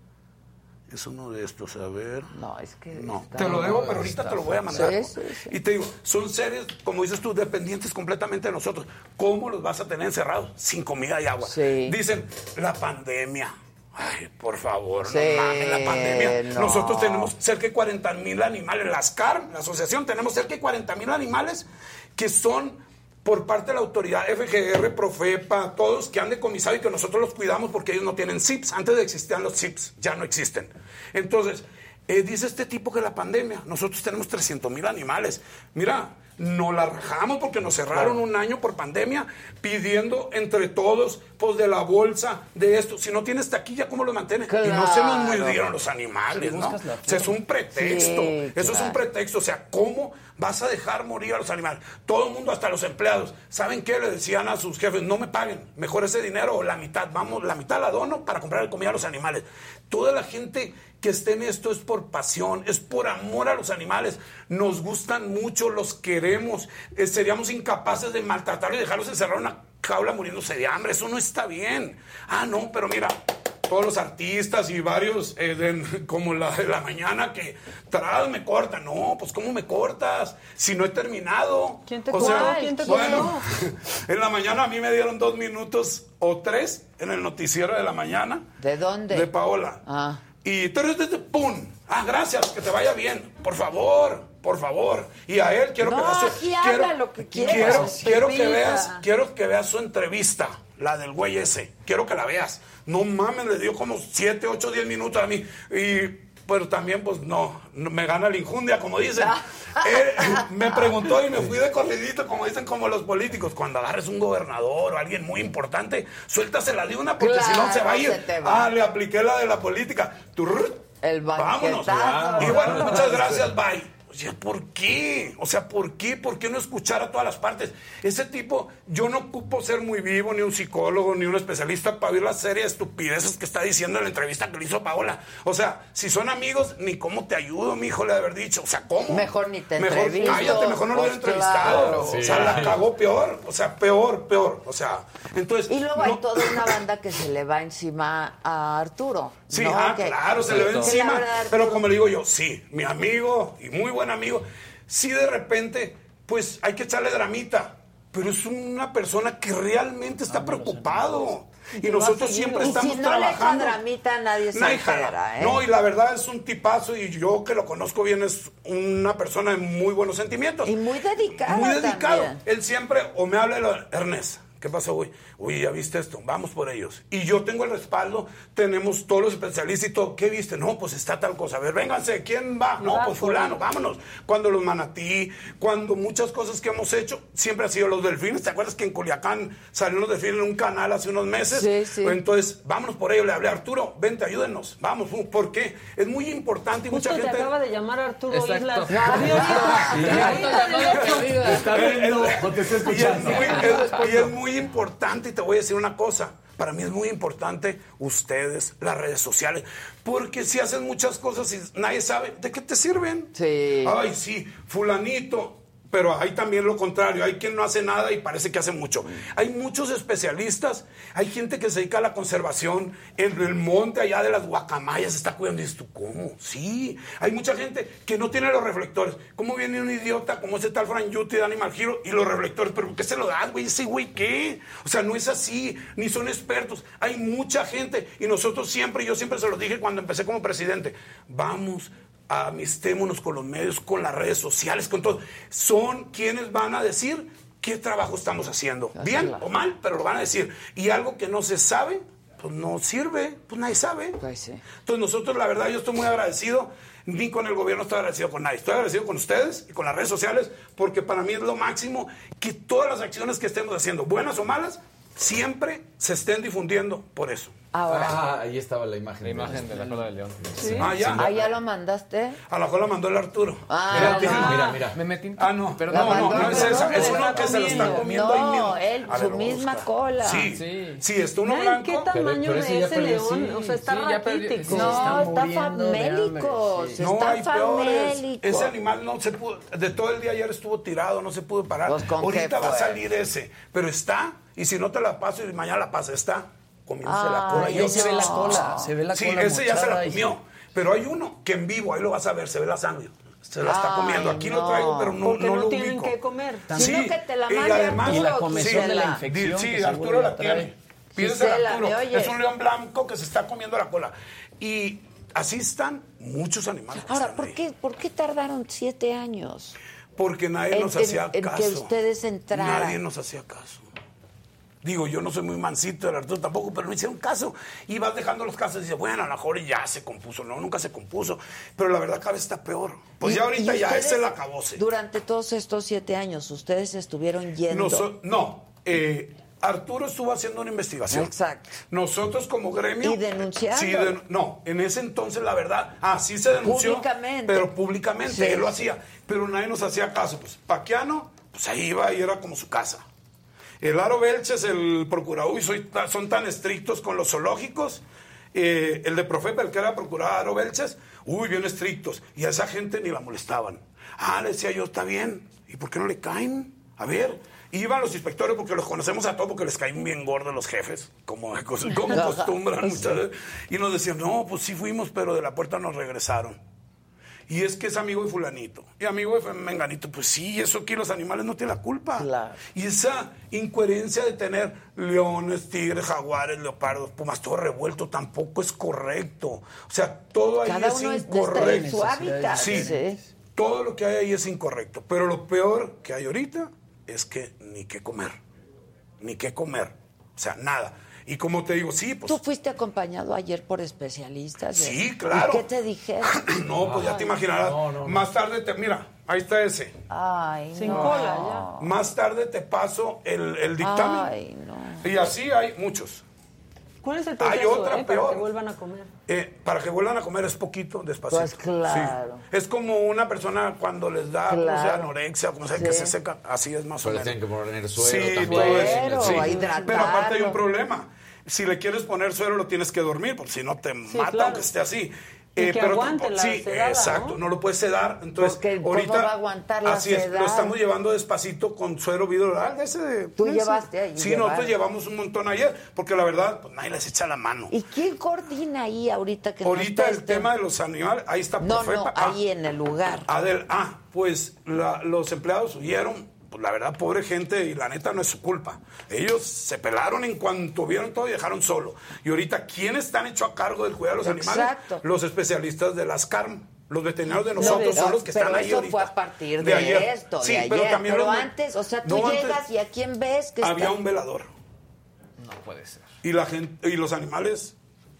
Es uno de estos, a ver. No, es que... No, te lo debo, pero ahorita te lo voy a mandar. Sí. Y te digo, son seres, como dices tú, dependientes completamente de nosotros. ¿Cómo los vas a tener encerrados? Sin comida y agua. Sí. Dicen, la pandemia. Ay, por favor, no mames, la pandemia. No. Nosotros tenemos cerca de 40,000 animales. Las CARM, la asociación, tenemos cerca de 40,000 animales que son... por parte de la autoridad FGR, Profepa, todos que han decomisado y que nosotros los cuidamos porque ellos no tienen CIPS. Antes existían los CIPS, ya no existen. Entonces, dice este tipo que la pandemia, nosotros tenemos 300,000 animales. Mira, nos la rajamos porque nos cerraron un año por pandemia pidiendo entre todos, pues de la bolsa, de esto. Si no tienes taquilla, ¿cómo los mantienes? Claro. Y no se nos murieron los animales, ¿no? O sea, es un pretexto. Sí, eso es un pretexto. O sea, ¿cómo vas a dejar morir a los animales? Todo el mundo, hasta los empleados. ¿Saben qué? Le decían a sus jefes, no me paguen, mejor ese dinero o la mitad. Vamos, la mitad la dono para comprar comida a los animales. Toda la gente que esté en esto es por pasión, es por amor a los animales. Nos gustan mucho, los queremos. queremos, seríamos incapaces de maltratarlos y dejarlos encerrados en una jaula muriéndose de hambre. Eso no está bien. Ah, no, pero mira, todos los artistas y varios, como la de la mañana, que me cortan. No, pues ¿cómo me cortas? Si no he terminado. ¿Quién te cortó? ¿Quién te cortó? Bueno, en la mañana a mí me dieron 2 minutos o 3 en el noticiero de la mañana. ¿De dónde? De Paola. Ah. Y ¡pum! Ah, gracias, que te vaya bien. Por favor. Y a él quiero que veas quiero que veas su entrevista, la del güey ese. Quiero que la veas. No mames, le dio como 7, 8, 10 minutos a mí. Pero también, pues, no me gana la injundia, como dicen. Me preguntó y me fui de corridito, como dicen como los políticos. Cuando agarres un gobernador o alguien muy importante, suéltasela de una, porque si no se va a ir. Le apliqué la de la política. Vámonos. Y bueno, muchas gracias, bye. O sea, ¿por qué? ¿Por qué no escuchar a todas las partes? Ese tipo, yo no ocupo ser muy vivo, ni un psicólogo, ni un especialista para oír la serie de estupideces que está diciendo en la entrevista que le hizo Paola. O sea, si son amigos, ni cómo te ayudo, mi hijo, le haber dicho. O sea, ¿cómo? Mejor ni te entrevisto. Cállate, mejor no lo hubiera entrevistado. Claro. Sí. O sea, la cagó peor. O sea, peor. O sea, entonces... Y luego hay toda una banda que se le va encima a Arturo. Sí, ¿no? Claro, se le va encima. Pero como le digo yo, sí, mi amigo y muy buen amigo, sí de repente, pues hay que echarle dramita, pero es una persona que realmente está preocupado. Y nosotros siempre estamos trabajando. Si no le echa dramita, nadie se entera, No, y la verdad es un tipazo, y yo que lo conozco bien es una persona de muy buenos sentimientos. Y muy dedicado. Muy dedicado. También. Él siempre, o me habla, Ernest, ¿qué pasó, güey? Oye, ¿ya viste esto? Vamos por ellos. Y yo tengo el respaldo, tenemos todos los especialistas y todo. ¿Qué viste? No, pues está tal cosa. A ver, vénganse, ¿quién va? No, pues fulano, vámonos. Cuando los manatí, cuando muchas cosas que hemos hecho, siempre ha sido los delfines. ¿Te acuerdas que en Culiacán salieron los delfines en un canal hace unos meses? Sí. Entonces, vámonos por ellos. Le hablé a Arturo, vente, ayúdenos. Vamos, ¿por qué? Es muy importante y justo mucha gente... te acaba de llamar Arturo Islas. Está viendo o te está escuchando. Y es muy importante. Te voy a decir una cosa, para mí es muy importante ustedes, las redes sociales, porque si hacen muchas cosas y nadie sabe, ¿de qué te sirven? Sí. Ay, sí, fulanito. Pero hay también lo contrario, hay quien no hace nada y parece que hace mucho. Hay muchos especialistas, hay gente que se dedica a la conservación, en el monte allá de las guacamayas está cuidando. Y dices tú, ¿cómo? Sí, hay mucha gente que no tiene los reflectores. ¿Cómo viene un idiota como ese tal Frank Yuti de Animal Hero y los reflectores? ¿Pero por qué se lo das, güey? ¿Ese güey qué? O sea, no es así, ni son expertos. Hay mucha gente y nosotros siempre, yo siempre se lo dije cuando empecé como presidente, vamos, amistémonos con los medios, con las redes sociales, con todo. Son quienes van a decir qué trabajo estamos haciendo. Bien o mal, pero lo van a decir. Y algo que no se sabe, pues no sirve, pues nadie sabe. Pues sí. Entonces nosotros, la verdad, yo estoy muy agradecido. Ni con el gobierno estoy agradecido con nadie. Estoy agradecido con ustedes y con las redes sociales, porque para mí es lo máximo que todas las acciones que estemos haciendo, buenas o malas, siempre se estén difundiendo por eso. Ahora. Ahí estaba la imagen. La imagen de la cola de león. ¿Sí? ¿Ya lo mandaste? A la cola mandó el Arturo. Mira. Me metí. No. Pero no es esa. Es uno que se lo está comiendo ahí mismo. No, él, su misma cola. Sí, está uno blanco. ¿Qué tamaño de ese león? O sea, está raquítico. No, está famélico. No, hay peores. Ese animal no se pudo, de todo el día ayer estuvo tirado, no se pudo parar. Ahorita va a salir ese, pero está, y si no te la paso y mañana la pasa, está comiéndose la cola. Y ahí se ve la cola, se ve la cola. Sí, ese ya se la comió, pero hay uno que en vivo, ahí lo vas a ver, se ve la sangre. Se la está comiendo. Aquí lo traigo, pero no lo tienen ubico. Que comer. Sino que te la mande y además, Arturo, la comezón de la infección. Sí, Arturo la tiene. Pídese a Arturo. Es un león blanco que se está comiendo la cola. Y así están muchos animales. Ahora, ¿por qué tardaron 7 años? Porque nadie nos hacía caso. En que ustedes entraran. Nadie nos hacía caso. Digo, yo no soy muy mansito, el Arturo tampoco, pero no hicieron caso. Y vas dejando los casos y dices, bueno, a lo mejor ya se compuso. No, nunca se compuso. Pero la verdad cada vez está peor. Pues ya ahorita ya es el acabose. Durante todos estos 7 años, ¿ustedes estuvieron yendo? Arturo estuvo haciendo una investigación. Exacto. Nosotros como gremio... ¿Y denunciando? Sí, en ese entonces la verdad, sí se denunció. Públicamente. Pero públicamente, él lo hacía. Pero nadie nos hacía caso. Pues Paquiano, pues ahí iba y era como su casa. El Aro Belches, el procurador, son tan estrictos con los zoológicos. El de Profepa, el que era procurador Aro Belches, bien estrictos. Y a esa gente ni la molestaban. Le decía yo, está bien. ¿Y por qué no le caen? A ver, iban los inspectores porque los conocemos a todos porque les caen bien gordos los jefes, como acostumbran muchas veces. Y nos decían, no, pues sí fuimos, pero de la puerta nos regresaron. Y es que es amigo de fulanito y amigo de menganito. Pues sí, eso aquí los animales no tienen la culpa. Claro. Y esa incoherencia de tener leones, tigres, jaguares, leopardos, pumas, todo revuelto tampoco es correcto. O sea, todo ahí Cada es uno incorrecto. está en su hábitat. Sí, todo lo que hay ahí es incorrecto. Pero lo peor que hay ahorita es que ni qué comer. Ni qué comer. O sea, nada. Y como te digo, sí, pues... ¿Tú fuiste acompañado ayer por especialistas? Sí, claro. ¿Y qué te dijeron? No, pues ya te imaginarás. Más tarde mira, ahí está ese. Ay, Sin cola, ya. Más tarde te paso el dictamen. Ay, no. Y así hay muchos. ¿Cuál es el proceso, Hay otra para peor. que vuelvan a comer? Para que vuelvan a comer es poquito, despacito. Pues claro. Sí. Es como una persona cuando les da anorexia, como sea, que se seca. Así es más o menos. Pero tienen que poner suero también. Todo eso. Sí. Pero aparte hay un problema. Si le quieres poner suero, lo tienes que dormir, porque si no te mata aunque esté así. Y que aguante la sedada, exacto, no lo puedes sedar. Entonces, porque ahorita ¿cómo va a aguantar la así es, sedada? lo estamos llevando despacito con suero bidoral. ¿Tú llevaste ahí? Sí, nosotros llevamos un montón ayer, porque la verdad, pues nadie les echa la mano. ¿Y quién coordina ahí ahorita que Ahorita el tema de los animales, ahí está Profepa. Ahí en el lugar. Pues los empleados huyeron. Pues la verdad, pobre gente, y la neta no es su culpa. Ellos se pelaron en cuanto vieron todo y dejaron solo. Y ahorita, ¿quiénes están hechos a cargo del cuidado de los animales? Los especialistas de las CARM. Los veterinarios de nosotros son los que están ahí ahorita. Pero eso fue a partir de ayer. Esto, sí, de ayer. Pero también antes, o sea, tú llegas y ¿a quién ves? Que había un velador. No puede ser. Y la gente, y los animales.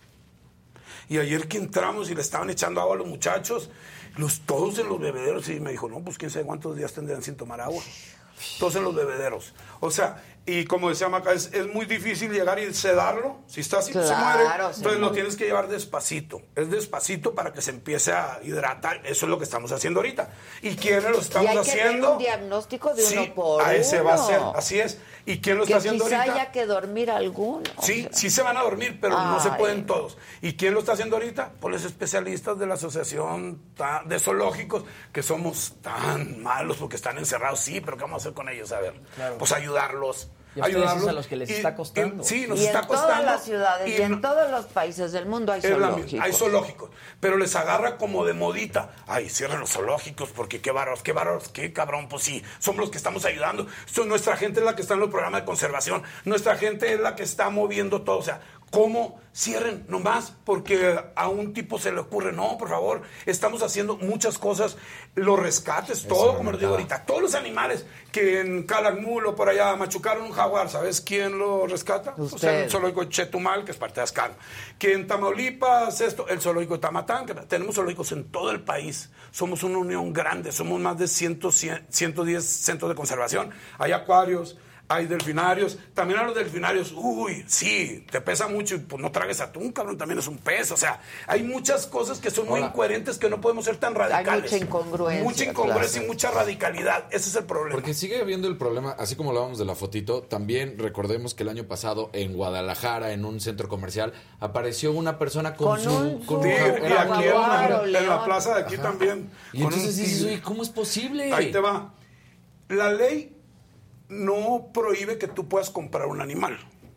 Y ayer que entramos y le estaban echando agua a los muchachos, todos en los bebederos, y me dijo, no, pues quién sabe cuántos días tendrían sin tomar agua. Todos en los bebederos. O sea, y como decía Maca, es muy difícil llegar y sedarlo. Si está así, se muere. Entonces lo tienes que llevar despacito. Es despacito para que se empiece a hidratar. Eso es lo que estamos haciendo ahorita. ¿Y quiénes lo estamos haciendo? Y hay que ver un diagnóstico de uno por uno. Ahí se va a hacer, así es. ¿Y quién lo está haciendo ahorita? Quizá haya que dormir alguno. Sí, sí se van a dormir, pero no se pueden todos. ¿Y quién lo está haciendo ahorita? Pues los especialistas de la Asociación de Zoológicos, que somos tan malos porque están encerrados. Sí, pero ¿qué vamos a hacer con ellos? A ver, pues ayudarlos. Y a ustedes es a los que les está costando. Sí, nos y está costando. En todas las ciudades y en todos los países del mundo hay zoológicos. Hay zoológicos, pero les agarra como de modita. Ay, cierran los zoológicos porque qué bárbaros, qué cabrón. Pues sí, somos los que estamos ayudando. Nuestra gente es la que está en los programas de conservación. Nuestra gente es la que está moviendo todo. O sea, ¿cómo cierren nomás? Porque a un tipo se le ocurre, no, por favor, estamos haciendo muchas cosas, los rescates, todo, como les digo ahorita, todos los animales que en Calakmul por allá machucaron un jaguar, ¿sabes quién lo rescata? O sea, el zoológico de Chetumal, que es parte de Azcán. Que en Tamaulipas, el zoológico de Tamatán, que tenemos zoológicos en todo el país. Somos una unión grande, somos más de 110 centros de conservación. Hay acuarios, hay delfinarios, también a los delfinarios, sí, te pesa mucho y pues no tragues atún, cabrón, también es un pez, o sea, hay muchas cosas que son muy incoherentes que no podemos ser tan radicales. Hay mucha incongruencia. Mucha incongruencia y mucha radicalidad, ese es el problema. Porque sigue habiendo el problema, así como hablábamos de la fotito, también recordemos que el año pasado en Guadalajara, en un centro comercial, apareció una persona con un tigre, y aquí en la plaza de aquí también. Y entonces dices, oye, ¿cómo es posible? Ahí te va. La ley no prohíbe que tú puedas comprar un animal.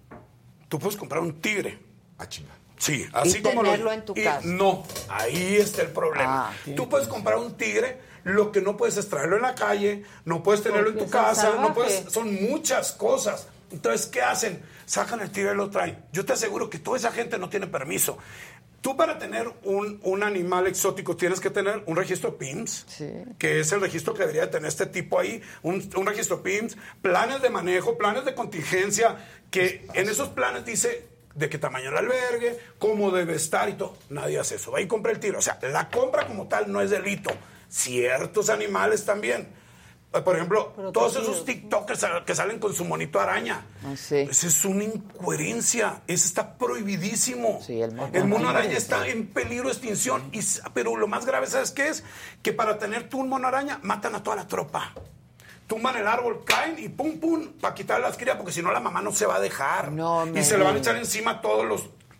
Tú puedes comprar un tigre. Chinga. Sí, así y como tenerlo en tu casa. No, ahí está el problema. Tú puedes comprar un tigre, lo que no puedes es traerlo en la calle, no puedes tenerlo en tu casa, no puedes, son muchas cosas. Entonces, ¿qué hacen? Sacan el tigre y lo traen. Yo te aseguro que toda esa gente no tiene permiso. Tú para tener un animal exótico tienes que tener un registro PIMS, que es el registro que debería tener este tipo ahí, un registro PIMS, planes de manejo, planes de contingencia, que en esos planes dice de qué tamaño el albergue, cómo debe estar y todo. Nadie hace eso. Va y compra el tigre. O sea, la compra como tal no es delito. Ciertos animales también. Por ejemplo, todos esos TikTokers que salen con su monito araña. Esa es una incoherencia. Eso está prohibidísimo. El mono araña está en peligro de extinción. Pero lo más grave, ¿sabes qué es? Que para tener tú un mono araña, matan a toda la tropa. Tumban el árbol, caen y pum, pum, para quitar las crías, porque si no la mamá no se va a dejar. Y se le van a echar encima todos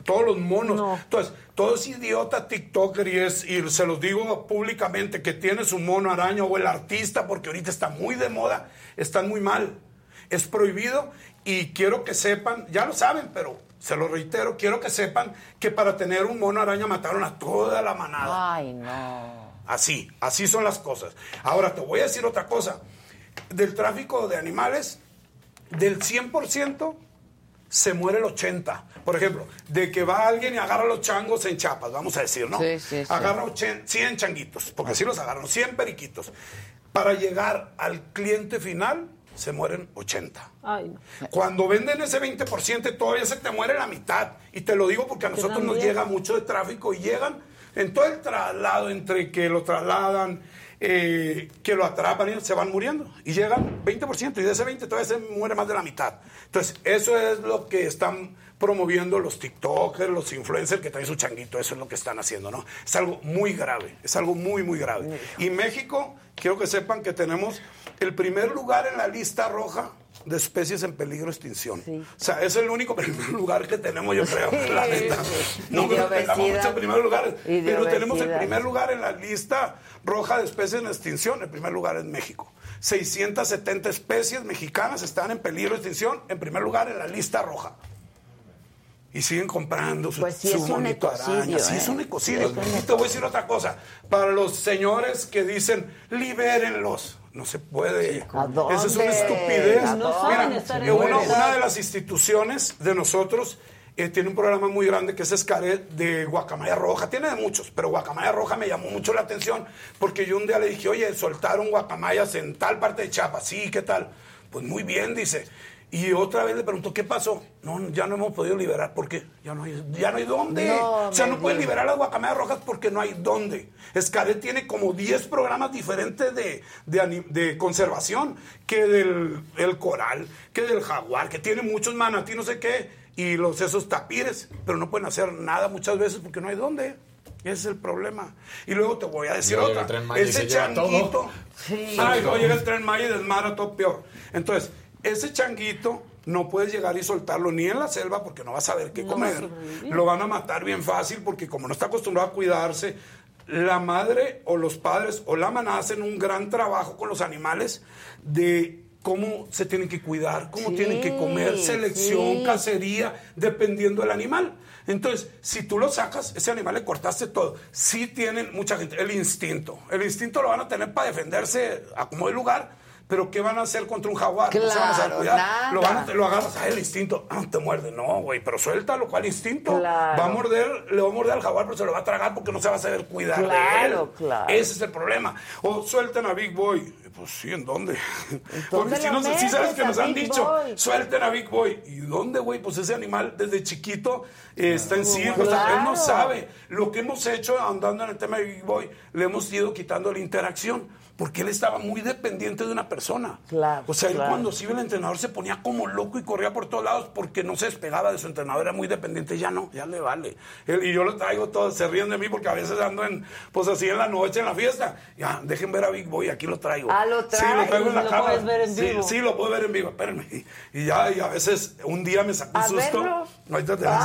todos los monos. No. Entonces, todo ese idiota TikToker y se los digo públicamente, que tiene su mono araña o el artista, porque ahorita está muy de moda, están muy mal. Es prohibido y quiero que sepan, ya lo saben, pero se lo reitero, quiero que sepan que para tener un mono araña mataron a toda la manada. Ay, no. Así son las cosas. Ahora, te voy a decir otra cosa. Del tráfico de animales, del 100%, se muere el 80%. Por ejemplo, de que va alguien y agarra los changos en Chiapas, vamos a decir, ¿no? Sí. Agarra 100 changuitos, porque así los agarran, 100 periquitos. Para llegar al cliente final, se mueren 80. Ay, no. Cuando venden ese 20%, todavía se te muere la mitad. Y te lo digo porque a nosotros nos llega mucho de tráfico y llegan en todo el traslado, entre que lo trasladan, que lo atrapan, y se van muriendo. Y llegan 20%, y de ese 20% todavía se muere más de la mitad. Entonces, eso es lo que están promoviendo los TikTokers, los influencers que traen su changuito. Eso es lo que están haciendo, ¿no? Es algo muy grave, es algo muy, muy grave. Y México, quiero que sepan que tenemos el primer lugar en la lista roja de especies en peligro de extinción. Sí. O sea, es el único primer lugar que tenemos, yo creo, la neta. No creo que tengamos muchos primeros lugares, pero tenemos el primer lugar en la lista roja de especies en extinción. El primer lugar es México. 670 especies mexicanas están en peligro de extinción, en primer lugar en la lista roja. Y siguen comprando su, pues sí, su monito araña. Sí, es un ecocidio. Y te voy a decir otra cosa. Para los señores que dicen, libérenlos. No se puede. Esa es una estupidez. Mira, una de las instituciones de nosotros tiene un programa muy grande que es Xcaret de guacamaya roja. Tiene de muchos, pero guacamaya roja me llamó mucho la atención porque yo un día le dije, oye, soltaron guacamayas en tal parte de Chiapas. Sí, ¿qué tal? Pues muy bien, dice. Y otra vez le preguntó, ¿qué pasó? No, ya no hemos podido liberar. ¿Por qué? Ya no hay dónde. O sea, no pueden liberar las guacamayas rojas porque no hay dónde. Xcaret tiene como 10 programas diferentes de conservación, que del coral, que del jaguar, que tiene muchos manatí, no sé qué, y esos tapires, pero no pueden hacer nada muchas veces porque no hay dónde. Ese es el problema. Y luego te voy a decir otra. Ese changuito. Sí. Ay, luego llega el Tren Maya y desmara todo peor. Entonces, ese changuito no puedes llegar y soltarlo ni en la selva porque no vas a saber qué comer. Lo van a matar bien fácil porque como no está acostumbrado a cuidarse, la madre o los padres o la manada hacen un gran trabajo con los animales de cómo se tienen que cuidar, cómo tienen que comer, selección, cacería, dependiendo del animal. Entonces, si tú lo sacas, ese animal le cortaste todo. Sí tienen mucha gente, el instinto lo van a tener para defenderse a como de lugar. Pero ¿qué van a hacer contra un jaguar? Claro, no se van a saber cuidar. Nada. Lo agarras, el instinto, te muerde. No, güey, pero suéltalo, ¿cuál instinto? Claro. Le va a morder al jaguar, pero se lo va a tragar porque no se va a saber cuidar de él. Claro. Ese es el problema. O suelten a Big Boy. Pues sí, ¿en dónde? Porque si sabes que nos han dicho, suelten a Big Boy. ¿Y dónde, güey? Pues ese animal desde chiquito está en circo. Él no sabe. Lo que hemos hecho, andando en el tema de Big Boy, le hemos ido quitando la interacción. Porque él estaba muy dependiente de una persona. Claro, o sea, él cuando se iba el entrenador se ponía como loco y corría por todos lados porque no se despegaba de su entrenador, era muy dependiente. Ya no, ya le vale. Y yo lo traigo todo, se ríen de mí porque a veces ando pues así en la noche, en la fiesta. Ya, dejen ver a Big Boy, aquí lo traigo. ¿Lo traes? Sí, lo traigo en la cama. ¿Lo puedes ver en vivo? Sí, lo puedo ver en vivo, espérenme. Y a veces, un día me sacó un susto. Verlo. Ahorita te vamos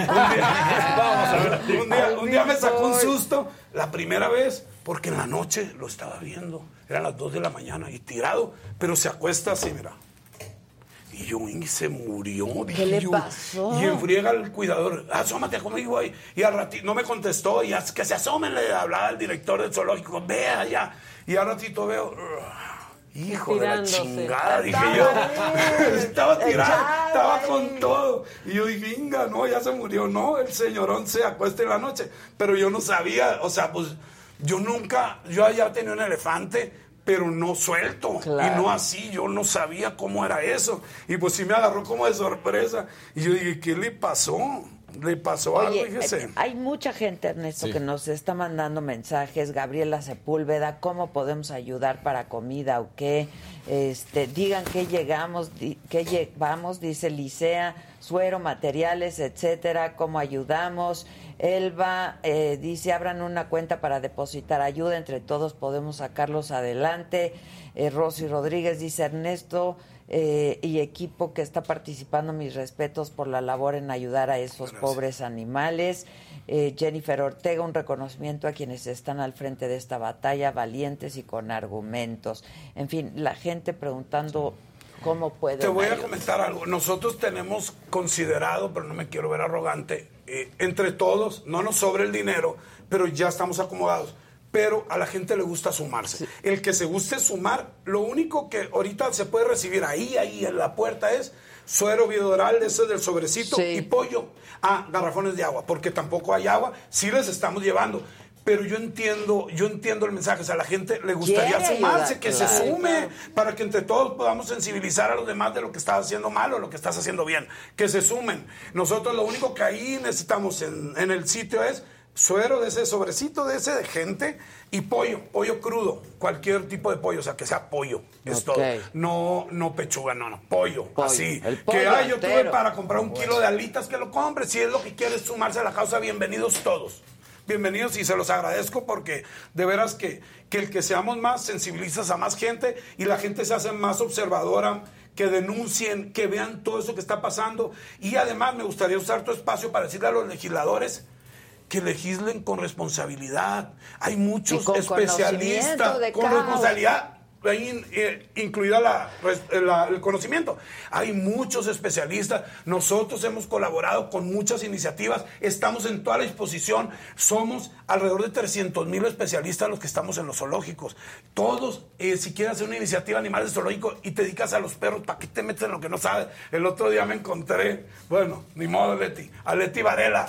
a ver. Un día me sacó un susto, la primera vez, porque en la noche lo estaba viendo. Eran las 2 de la mañana y tirado, pero se acuesta así, mira. Y yo, y se murió. ¿Qué le pasó? Y enfriega al cuidador, asómate conmigo ahí. Y al ratito no me contestó, y que se asomen, le hablaba al director del zoológico, ve allá. Y al ratito veo, hijo de la chingada, dije yo. Estaba tirado, estaba con todo. Y yo dije, venga, no, ya se murió. No, el señorón se acuesta en la noche. Pero yo no sabía, o sea, pues yo ya tenía un elefante, pero no suelto. Claro. Y no así, yo no sabía cómo era eso. Y pues sí me agarró como de sorpresa. Y yo dije, ¿qué le pasó? ¿Le pasó algo? Fíjese. Hay mucha gente, Ernesto, que nos está mandando mensajes. Gabriela Sepúlveda, ¿cómo podemos ayudar para comida o qué? Digan que llevamos, dice Licea. suero, materiales, etcétera, cómo ayudamos. Elba dice, abran una cuenta para depositar ayuda, entre todos podemos sacarlos adelante. Rosy Rodríguez dice, Ernesto y equipo que está participando, mis respetos por la labor en ayudar a esos pobres animales. Jennifer Ortega, un reconocimiento a quienes están al frente de esta batalla, valientes y con argumentos. En fin, la gente preguntando cómo puede. Te voy a comentar algo. Nosotros tenemos considerado, pero no me quiero ver arrogante, entre todos, no nos sobra el dinero, pero ya estamos acomodados. Pero a la gente le gusta sumarse. Sí. El que se guste sumar, lo único que ahorita se puede recibir ahí en la puerta es suero biodoral, ese del sobrecito, y pollo. Garrafones de agua, porque tampoco hay agua, sí les estamos llevando. Pero yo entiendo el mensaje, o sea, a la gente le gustaría sumarse, que se sume, para que entre todos podamos sensibilizar a los demás de lo que estás haciendo mal o lo que estás haciendo bien, que se sumen. Nosotros lo único que ahí necesitamos en el sitio es suero de ese sobrecito, de ese de gente, y pollo crudo, cualquier tipo de pollo, o sea, que sea pollo, es todo. No pechuga, no, pollo, así. Que yo tuve para comprar 1 kilo de alitas, que lo compre, si es lo que quieres sumarse a la causa, bienvenidos todos. Bienvenidos y se los agradezco porque de veras que el que seamos más sensibilizas a más gente y la gente se hace más observadora, que denuncien, que vean todo eso que está pasando. Y además me gustaría usar tu espacio para decirle a los legisladores que legislen con responsabilidad. Hay muchos especialistas con responsabilidad, incluida el conocimiento. Hay muchos especialistas. Nosotros hemos colaborado con muchas iniciativas. Estamos en toda la disposición. Somos alrededor de 300,000 especialistas los que estamos en los zoológicos. Todos, si quieres hacer una iniciativa animal de zoológico y te dedicas a los perros, ¿para qué te metes en lo que no sabes? El otro día me encontré, bueno, ni modo, a Leti Varela.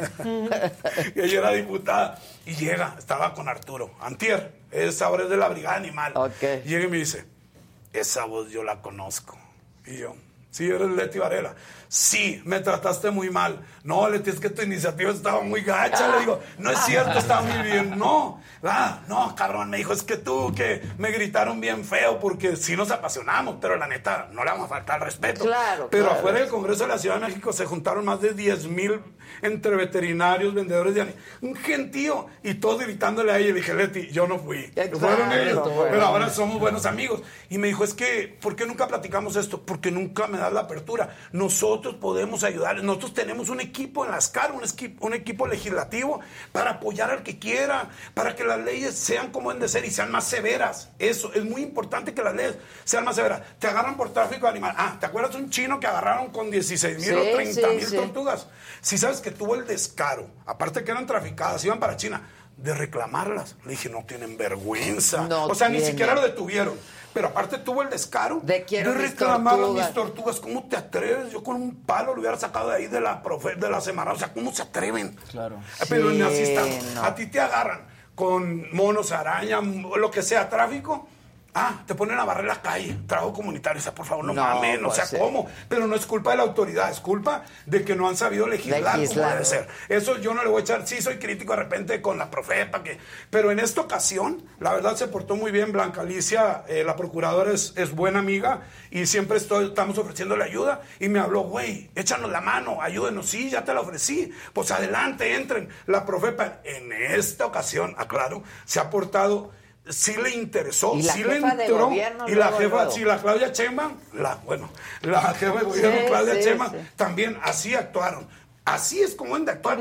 Y ella era diputada. Y llega, estaba con Arturo antier, esa ahora es de la Brigada Animal. Llega y me dice, esa voz yo la conozco. Y yo, sí, eres Leti Varela. Sí, me trataste muy mal. No, Leti, es que tu iniciativa estaba muy gacha. Le digo, no es cierto, estaba muy bien. No, cabrón, me dijo, es que que me gritaron bien feo porque sí nos apasionamos, pero la neta, no le vamos a faltar el respeto. Pero afuera del Congreso de la Ciudad de México se juntaron más de 10,000 entre veterinarios, vendedores de animales, un gentío, y todos gritándole a ella. Y dije, Leti, yo no fui. Fueron ellos, pero ahora somos buenos amigos. Y me dijo, es que, ¿por qué nunca platicamos esto? Porque nunca me das la apertura. Nosotros podemos ayudar. Nosotros tenemos un equipo en las caras, un equipo legislativo para apoyar al que quiera, para que las leyes sean como deben de ser y sean más severas. Eso, es muy importante que las leyes sean más severas. Te agarran por tráfico de animales. ¿Te acuerdas de un chino que agarraron con 16,000 o 30,000 tortugas? Si sabes que tuvo el descaro, aparte que eran traficadas, iban para China, de reclamarlas. Le dije, no tienen vergüenza. Ni siquiera lo detuvieron. Pero aparte tuvo el descaro de reclamar a mis tortugas. ¿Cómo te atreves? Yo con un palo lo hubiera sacado de ahí de la semana. O sea, ¿cómo se atreven? Claro. Pero así estamos. No. A ti te agarran con monos, araña, lo que sea, tráfico. Te ponen a barrer la calle, trabajo comunitario, o sea, por favor, no mames, o sea, ¿cómo? Pero no es culpa de la autoridad, es culpa de que no han sabido legislar como debe ser. Eso yo no le voy a echar, sí soy crítico de repente con la Profepa, pero en esta ocasión, la verdad se portó muy bien. Blanca Alicia, la procuradora, es buena amiga y siempre estamos ofreciéndole ayuda, y me habló, güey, échanos la mano, ayúdenos. Sí, ya te la ofrecí, pues adelante, entren. La Profepa en esta ocasión, aclaro, se ha portado, sí le interesó, sí le entró. Y la jefa, la Claudia Sheinbaum, la jefa de gobierno, Claudia Sheinbaum, también así actuaron. Así es como deben de actuar.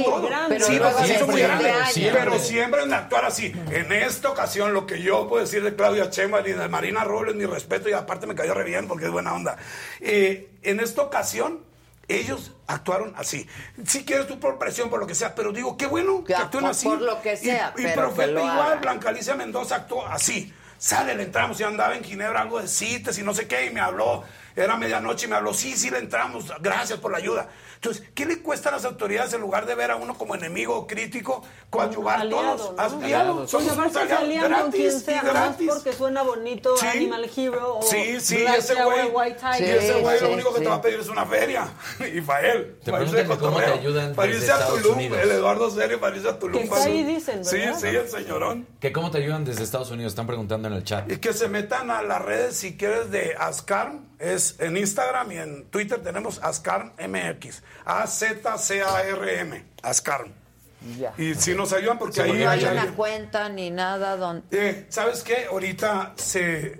Pero siempre deben de actuar así. En esta ocasión, lo que yo puedo decir de Claudia Sheinbaum y de Marina Robles, mi respeto, y aparte me cayó re bien porque es buena onda. En esta ocasión, ellos actuaron así. Si quieres tú por presión, por lo que sea, pero digo, qué bueno que actúen así. Por lo que sea. Y Profeta igual, Blanca Alicia Mendoza actuó así. Le entramos, y andaba en Ginebra algo de CITES y no sé qué, y me habló, era medianoche y me habló, sí le entramos, gracias por la ayuda. Entonces, ¿qué le cuesta a las autoridades, en lugar de ver a uno como enemigo o crítico, coadyuvar aliado, todos? Aliados. Somos unos aliados gratis y gratis. Porque suena bonito, Animal Hero o ese güey lo único que te va a pedir es una feria. Y para él. Te preguntan cómo te ayudan para irse a Tulum, el Eduardo Serio, para irse a Tulum. Que está ahí, dicen, ¿verdad? Sí, el señorón. ¿Que cómo te ayudan desde Estados Unidos? Están preguntando en el chat. Y que se metan a las redes, si quieres, de ASCARM, es es en Instagram y en Twitter tenemos Azcarm MX. AZCARM, Azcarm. Ya. Y si nos ayudan porque ahí no hay una cuenta ni nada donde... ¿Sabes qué? Ahorita se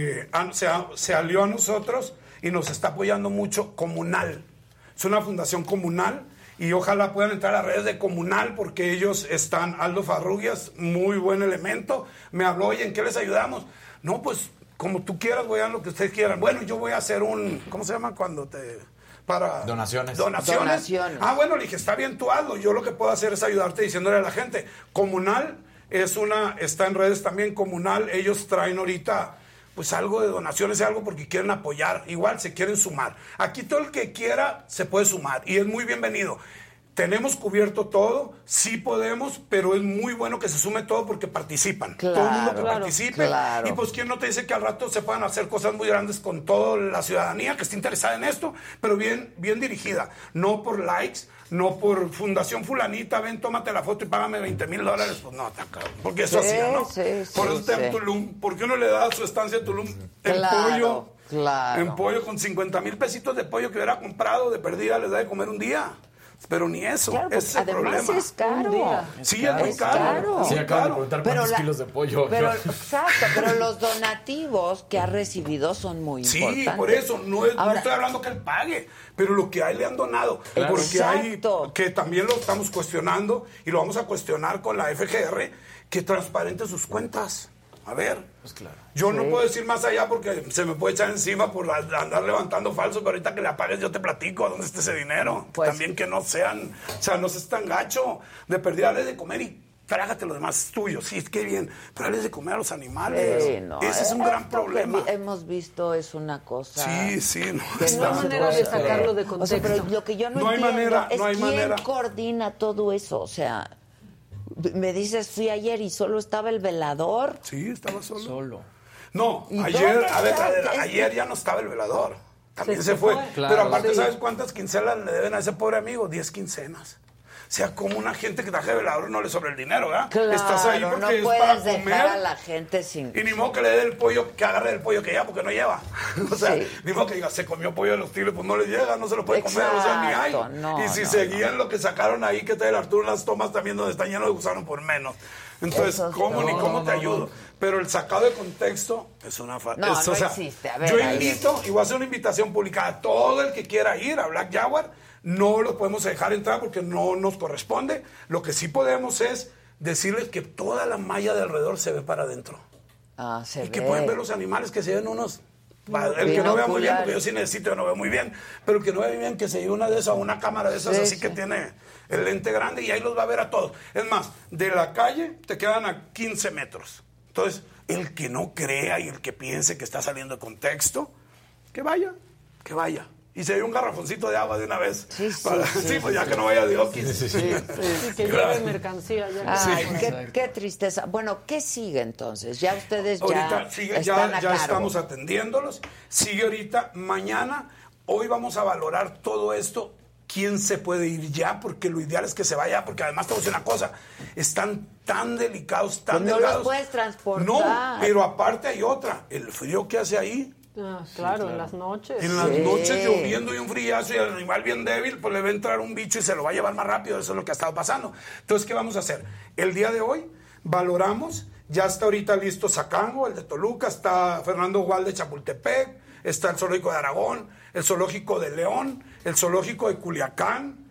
alió a nosotros y nos está apoyando mucho Comunal. Es una fundación comunal y ojalá puedan entrar a las redes de Comunal porque ellos están, Aldo Farrugias, muy buen elemento, me habló, oye, ¿en qué les ayudamos? No, pues como tú quieras, voy a lo que ustedes quieran. Bueno, yo voy a hacer ¿cómo se llama cuando te... para donaciones. Ah, bueno, le dije, está bien, tú hazlo. Yo lo que puedo hacer es ayudarte diciéndole a la gente. Comunal está en redes también, Comunal. Ellos traen ahorita, pues algo de donaciones, algo porque quieren apoyar. Igual se quieren sumar. Aquí todo el que quiera se puede sumar y es muy bienvenido. Tenemos cubierto todo, sí podemos, pero es muy bueno que se sume todo porque participan. Claro, todo el mundo que participe. Claro. Y pues, ¿quién no te dice que al rato se puedan hacer cosas muy grandes con toda la ciudadanía que esté interesada en esto? Pero bien dirigida. No por likes, no por Fundación Fulanita, ven, tómate la foto y págame $20,000. Pues no, está cabrón. Porque eso hacía, ¿no? Por eso está en Tulum. ¿Por qué uno le da su estancia a Tulum en pollo? Claro. En pollo con 50,000 pesitos de pollo que hubiera comprado de perdida, les da de comer un día. Pero ni eso, claro, ese es el además problema. Es caro. Sí, es muy caro. Sí, acaban de preguntar cuántos kilos de pollo. Exacto, pero los donativos que ha recibido son muy importantes. Sí, por eso, no estoy hablando que él pague, pero lo que hay le han donado. Claro. Porque hay, que también lo estamos cuestionando, y lo vamos a cuestionar con la FGR, que transparente sus cuentas. A ver, pues claro. Yo no puedo decir más allá porque se me puede echar encima por andar levantando falso, pero ahorita que le apagues yo te platico a dónde está ese dinero. Pues, también que no sean, o sea, no seas tan gacho de perder, dale de comer y trágate lo demás es tuyo. Sí, es que bien, pero dale de comer a los animales. Ese es un gran problema. Hemos visto es una cosa... Sí, no. No hay manera de sacarlo de contexto. O sea, pero lo que yo no entiendo es quién coordina todo eso, o sea... Me dices, fui ayer y solo estaba el velador. Sí, estaba solo. No, ayer ya no estaba el velador. También se fue. Claro, pero aparte, ¿sabes cuántas quincenas le deben a ese pobre amigo? 10 quincenas. O sea, como una gente que traje velador no le sobra el dinero, ¿verdad? Claro, estás ahí porque no es puedes para dejar comer. A la gente sin... Y ni modo que le dé el pollo, que agarre el pollo que ya, porque no lleva. O sea, ni modo que diga, se comió pollo de los tigres, pues no le llega, no se lo puede comer, o sea, ni hay. Y si seguían lo que sacaron ahí, que trae el Arturo, unas tomas también donde está lleno de gusanos por menos. Entonces, ¿cómo ni cómo te ayudo? Pero el sacado de contexto es una falta. No existe. A ver, yo invito, y voy a hacer una invitación pública a todo el que quiera ir a Black Jaguar. No lo podemos dejar entrar porque no nos corresponde. Lo que sí podemos es decirles que toda la malla de alrededor se ve para adentro. Se ve. Que pueden ver los animales, que se ven unos... El que no vea muy bien, porque yo sí necesito, yo no veo muy bien, pero el que no vea bien, que se lleve una de esas, una cámara de esas, así que tiene el lente grande y ahí los va a ver a todos. Es más, de la calle te quedan a 15 metros. Entonces, el que no crea y el que piense que está saliendo de contexto, que vaya. Y se dio un garrafoncito de agua de una vez. Pues ya que no vaya Dios. Y que lleve mercancía. Qué tristeza. Bueno, ¿qué sigue entonces? Ya ustedes ahorita ya estamos atendiéndolos. Sigue ahorita, mañana, hoy vamos a valorar todo esto. ¿Quién se puede ir ya? Porque lo ideal es que se vaya, porque además te voy a decir una cosa, están tan delicados, tan delgados. No los puedes transportar. No, pero aparte hay otra, el frío que hace ahí. Claro, en las noches. En las noches lloviendo y un frillazo y el animal bien débil, pues le va a entrar un bicho y se lo va a llevar más rápido. Eso es lo que ha estado pasando. Entonces, ¿qué vamos a hacer? El día de hoy valoramos, ya está ahorita listo Zacango, el de Toluca, está Fernando Gual de Chapultepec, está el zoológico de Aragón, el zoológico de León, el zoológico de Culiacán,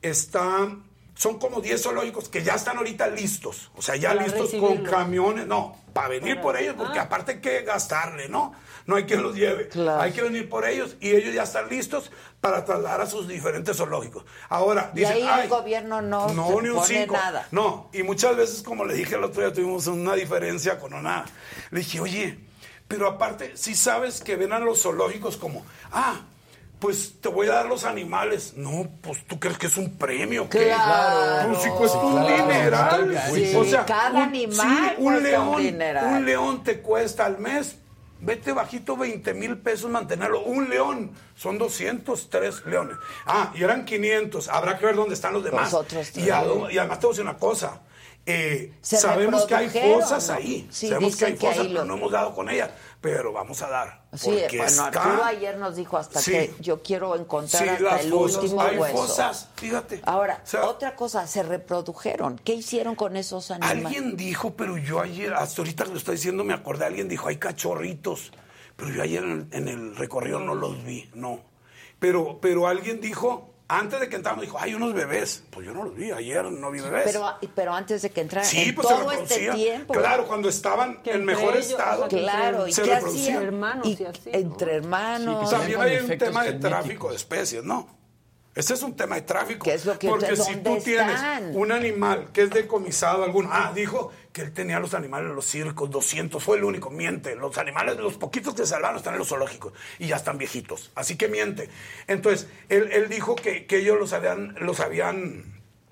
son como 10 zoológicos que ya están ahorita listos, o sea, ya listos con camiones, para venir por ellos, porque aparte hay que gastarle, ¿no? No hay quien los lleve, hay que venir por ellos y ellos ya están listos para trasladar a sus diferentes zoológicos. Ahora, dicen, y ahí el gobierno no ni un pone nada. No, y muchas veces, como le dije el otro día, tuvimos una diferencia con una... Le dije, oye, pero aparte, si sabes que ven a los zoológicos como, pues te voy a dar los animales. No, pues tú crees que es un premio. Claro. Pues si cuesta un dineral. O sea, cada animal un león te cuesta al mes, vete bajito, 20,000 pesos mantenerlo. Un león, son 203 leones. Y eran 500. Habrá que ver dónde están los demás. Y además te voy a decir una cosa. sabemos que hay fosas ¿no? ahí. Sí, sabemos que hay dicen que fosas, ahí pero no hemos dado con ellas. Pero vamos a dar. Sí, porque bueno, Arturo ayer nos dijo hasta que yo quiero encontrar hasta el último hay hueso. fosas, fíjate. Ahora, otra cosa, se reprodujeron. ¿Qué hicieron con esos animales? Alguien dijo, pero yo ayer, hasta ahorita que lo estoy diciendo, me acordé, alguien dijo, hay cachorritos. Pero yo ayer en el recorrido no los vi, no. Pero alguien dijo, antes de que entramos, dijo, hay unos bebés. Pues yo no los vi, ayer no vi bebés. Pero antes de que entraran, sí, en pues todo este tiempo. Claro, cuando estaban en mejor estado. Claro, ¿y se qué reproducían. hacían? Hermanos y así, ¿no? Entre hermanos. También hay un tema de tráfico de especies, ¿no? Ese es un tema de tráfico. ¿Qué es lo que porque si tú tienes están? un animal que es decomisado alguno, dijo que él tenía los animales en los circos, 200, fue el único, miente. Los animales, los poquitos que salvaron están en los zoológicos y ya están viejitos, así que miente. Entonces, él dijo que ellos los habían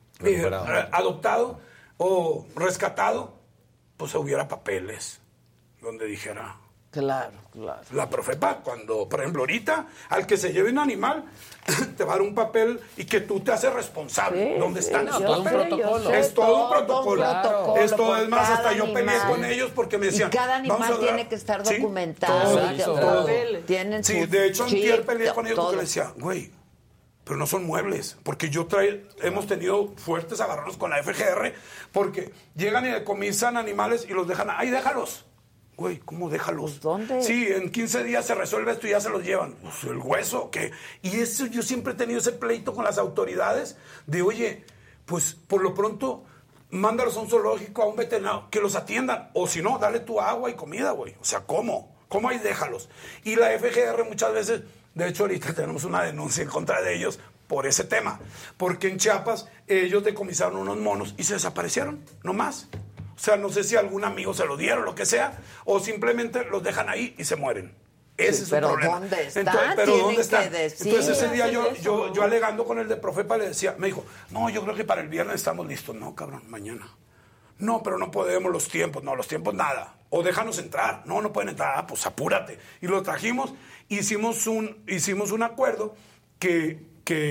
adoptado o rescatado, pues hubiera papeles donde dijera... Claro. La Profepa, cuando, por ejemplo, ahorita, al que se lleve un animal, te va a dar un papel y que tú te haces responsable. ¿Dónde están esos todo un papeles? protocolo. Es todo un protocolo. Claro. Es todo, es más, hasta yo animal. peleé con ellos porque me decían... Y cada animal tiene que estar documentado. Todo. Tienen Sí, de hecho, antier peleé con ellos porque les decía, güey, pero no son muebles, porque hemos tenido fuertes agarrones con la FGR, porque llegan y decomisan animales y los dejan, ¡ay, déjalos! Güey, ¿cómo déjalos? ¿Dónde? Sí, en 15 días se resuelve esto y ya se los llevan. Pues, ¿el hueso qué? Y eso, yo siempre he tenido ese pleito con las autoridades de, oye, pues por lo pronto, mándalos a un zoológico, a un veterinario, que los atiendan. O si no, dale tu agua y comida, güey. O sea, ¿cómo? ¿Cómo ahí déjalos? Y la FGR muchas veces, de hecho ahorita tenemos una denuncia en contra de ellos por ese tema. Porque en Chiapas ellos decomisaron unos monos y se desaparecieron, no más. O sea, no sé si algún amigo se lo dieron, lo que sea, o simplemente los dejan ahí y se mueren. Ese es el problema. ¿Dónde están? Pero ¿dónde están? Decir, entonces ese día yo alegando con el de Profepa le decía, me dijo, no, yo creo que para el viernes estamos listos. No, cabrón, mañana. No, pero no podemos los tiempos. No, los tiempos nada. O déjanos entrar. No, no pueden entrar. Pues apúrate. Y lo trajimos, hicimos un acuerdo que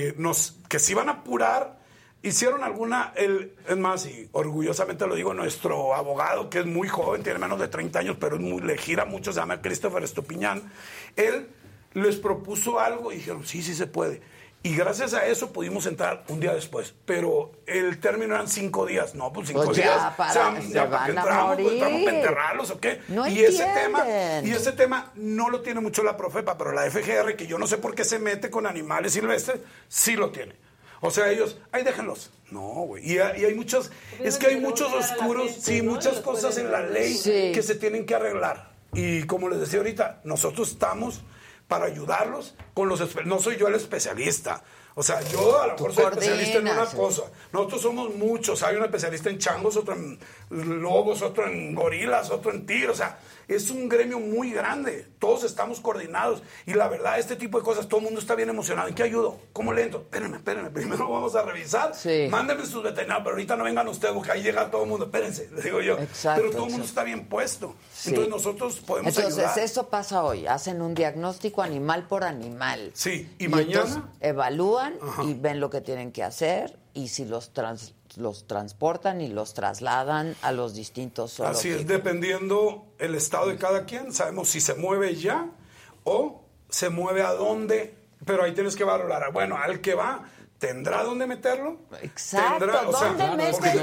se iban a apurar. Hicieron es más, y orgullosamente lo digo, nuestro abogado, que es muy joven, tiene menos de 30 años, pero le gira mucho, se llama Christopher Estupiñán. Él les propuso algo y dijeron, sí se puede. Y gracias a eso pudimos entrar un día después. Pero el término eran 5 días. No, pues 5 días. ¿Para qué entramos? Pues, ¿entramos para enterrarlos o qué? No y ese tema no lo tiene mucho la Profepa, pero la FGR, que yo no sé por qué se mete con animales silvestres, sí lo tiene. O sea, ellos, ¡ay, déjenlos! No, güey. Y hay muchos, es que hay muchos oscuros, sí, muchas cosas en la ley que se tienen que arreglar. Y como les decía ahorita, nosotros estamos para ayudarlos con no soy yo el especialista. O sea, yo a lo mejor soy especialista en una cosa. Nosotros somos muchos. Hay un especialista en changos, otro en lobos, otro en gorilas, otro en tigres. O sea, es un gremio muy grande. Todos estamos coordinados. Y la verdad, este tipo de cosas, todo el mundo está bien emocionado. ¿En qué ayudo? ¿Cómo le entro? Espérenme. Primero vamos a revisar. Sí. Mándenme sus veterinarios, pero ahorita no vengan ustedes, porque ahí llega todo el mundo. Espérense, les digo yo. Exacto, pero todo el mundo está bien puesto. Sí. Entonces nosotros podemos ayudar. Entonces, eso pasa hoy. Hacen un diagnóstico animal por animal. Sí. Y mañana evalúan y ven lo que tienen que hacer y si los transportan y los trasladan a los distintos zoológicos. Así es, dependiendo el estado de cada quien, sabemos si se mueve ya o se mueve a dónde, pero ahí tienes que valorar. Bueno, al que va, ¿tendrá dónde meterlo? Exacto, ¿dónde metes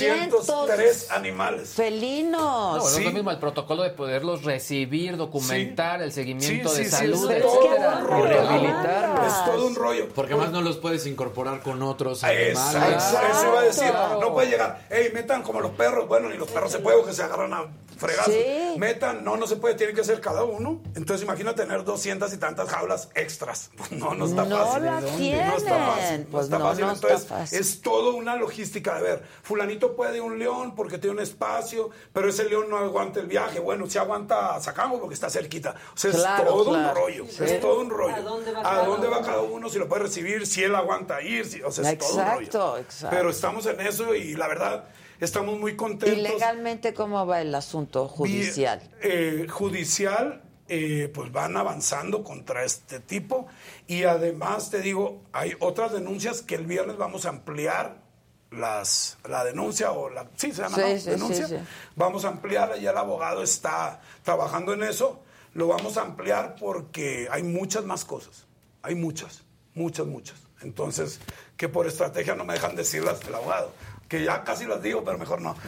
203 animales? Felinos. No, es lo mismo el protocolo de poderlos recibir, documentar, el seguimiento de salud, etcétera, y rehabilitarlos. Es todo un rollo. Porque más no los puedes incorporar con otros animales. Eso iba a decir, no puede llegar, metan como los perros, bueno, ni los perros se pueden, que se agarran a fregazos. Sí. Metan, no se puede, tiene que ser cada uno. Entonces imagina tener 200 y tantas jaulas extras. No está fácil. No está fácil. Pues no está fácil. Entonces, está fácil. Es todo una logística de ver. Fulanito puede un león porque tiene un espacio, pero ese león no aguanta el viaje. Bueno, si aguanta, sacamos porque está cerquita. O sea, es todo un rollo. Sí. Es todo un rollo. ¿A dónde va cada uno? Si lo puede recibir, si él aguanta ir. O sea, es todo un rollo. Exacto. Pero estamos en eso y la verdad, estamos muy contentos. ¿Y legalmente cómo va el asunto judicial? Judicial, pues van avanzando contra este tipo y además te digo, hay otras denuncias que el viernes vamos a ampliar la denuncia o la... Sí, se llama, sí, ¿no? Sí, denuncia. sí. Vamos a ampliarla, ya el abogado está trabajando en eso. Lo vamos a ampliar porque hay muchas más cosas. Hay muchas. Entonces, que por estrategia no me dejan decirlas el abogado. Que ya casi las digo, pero mejor no.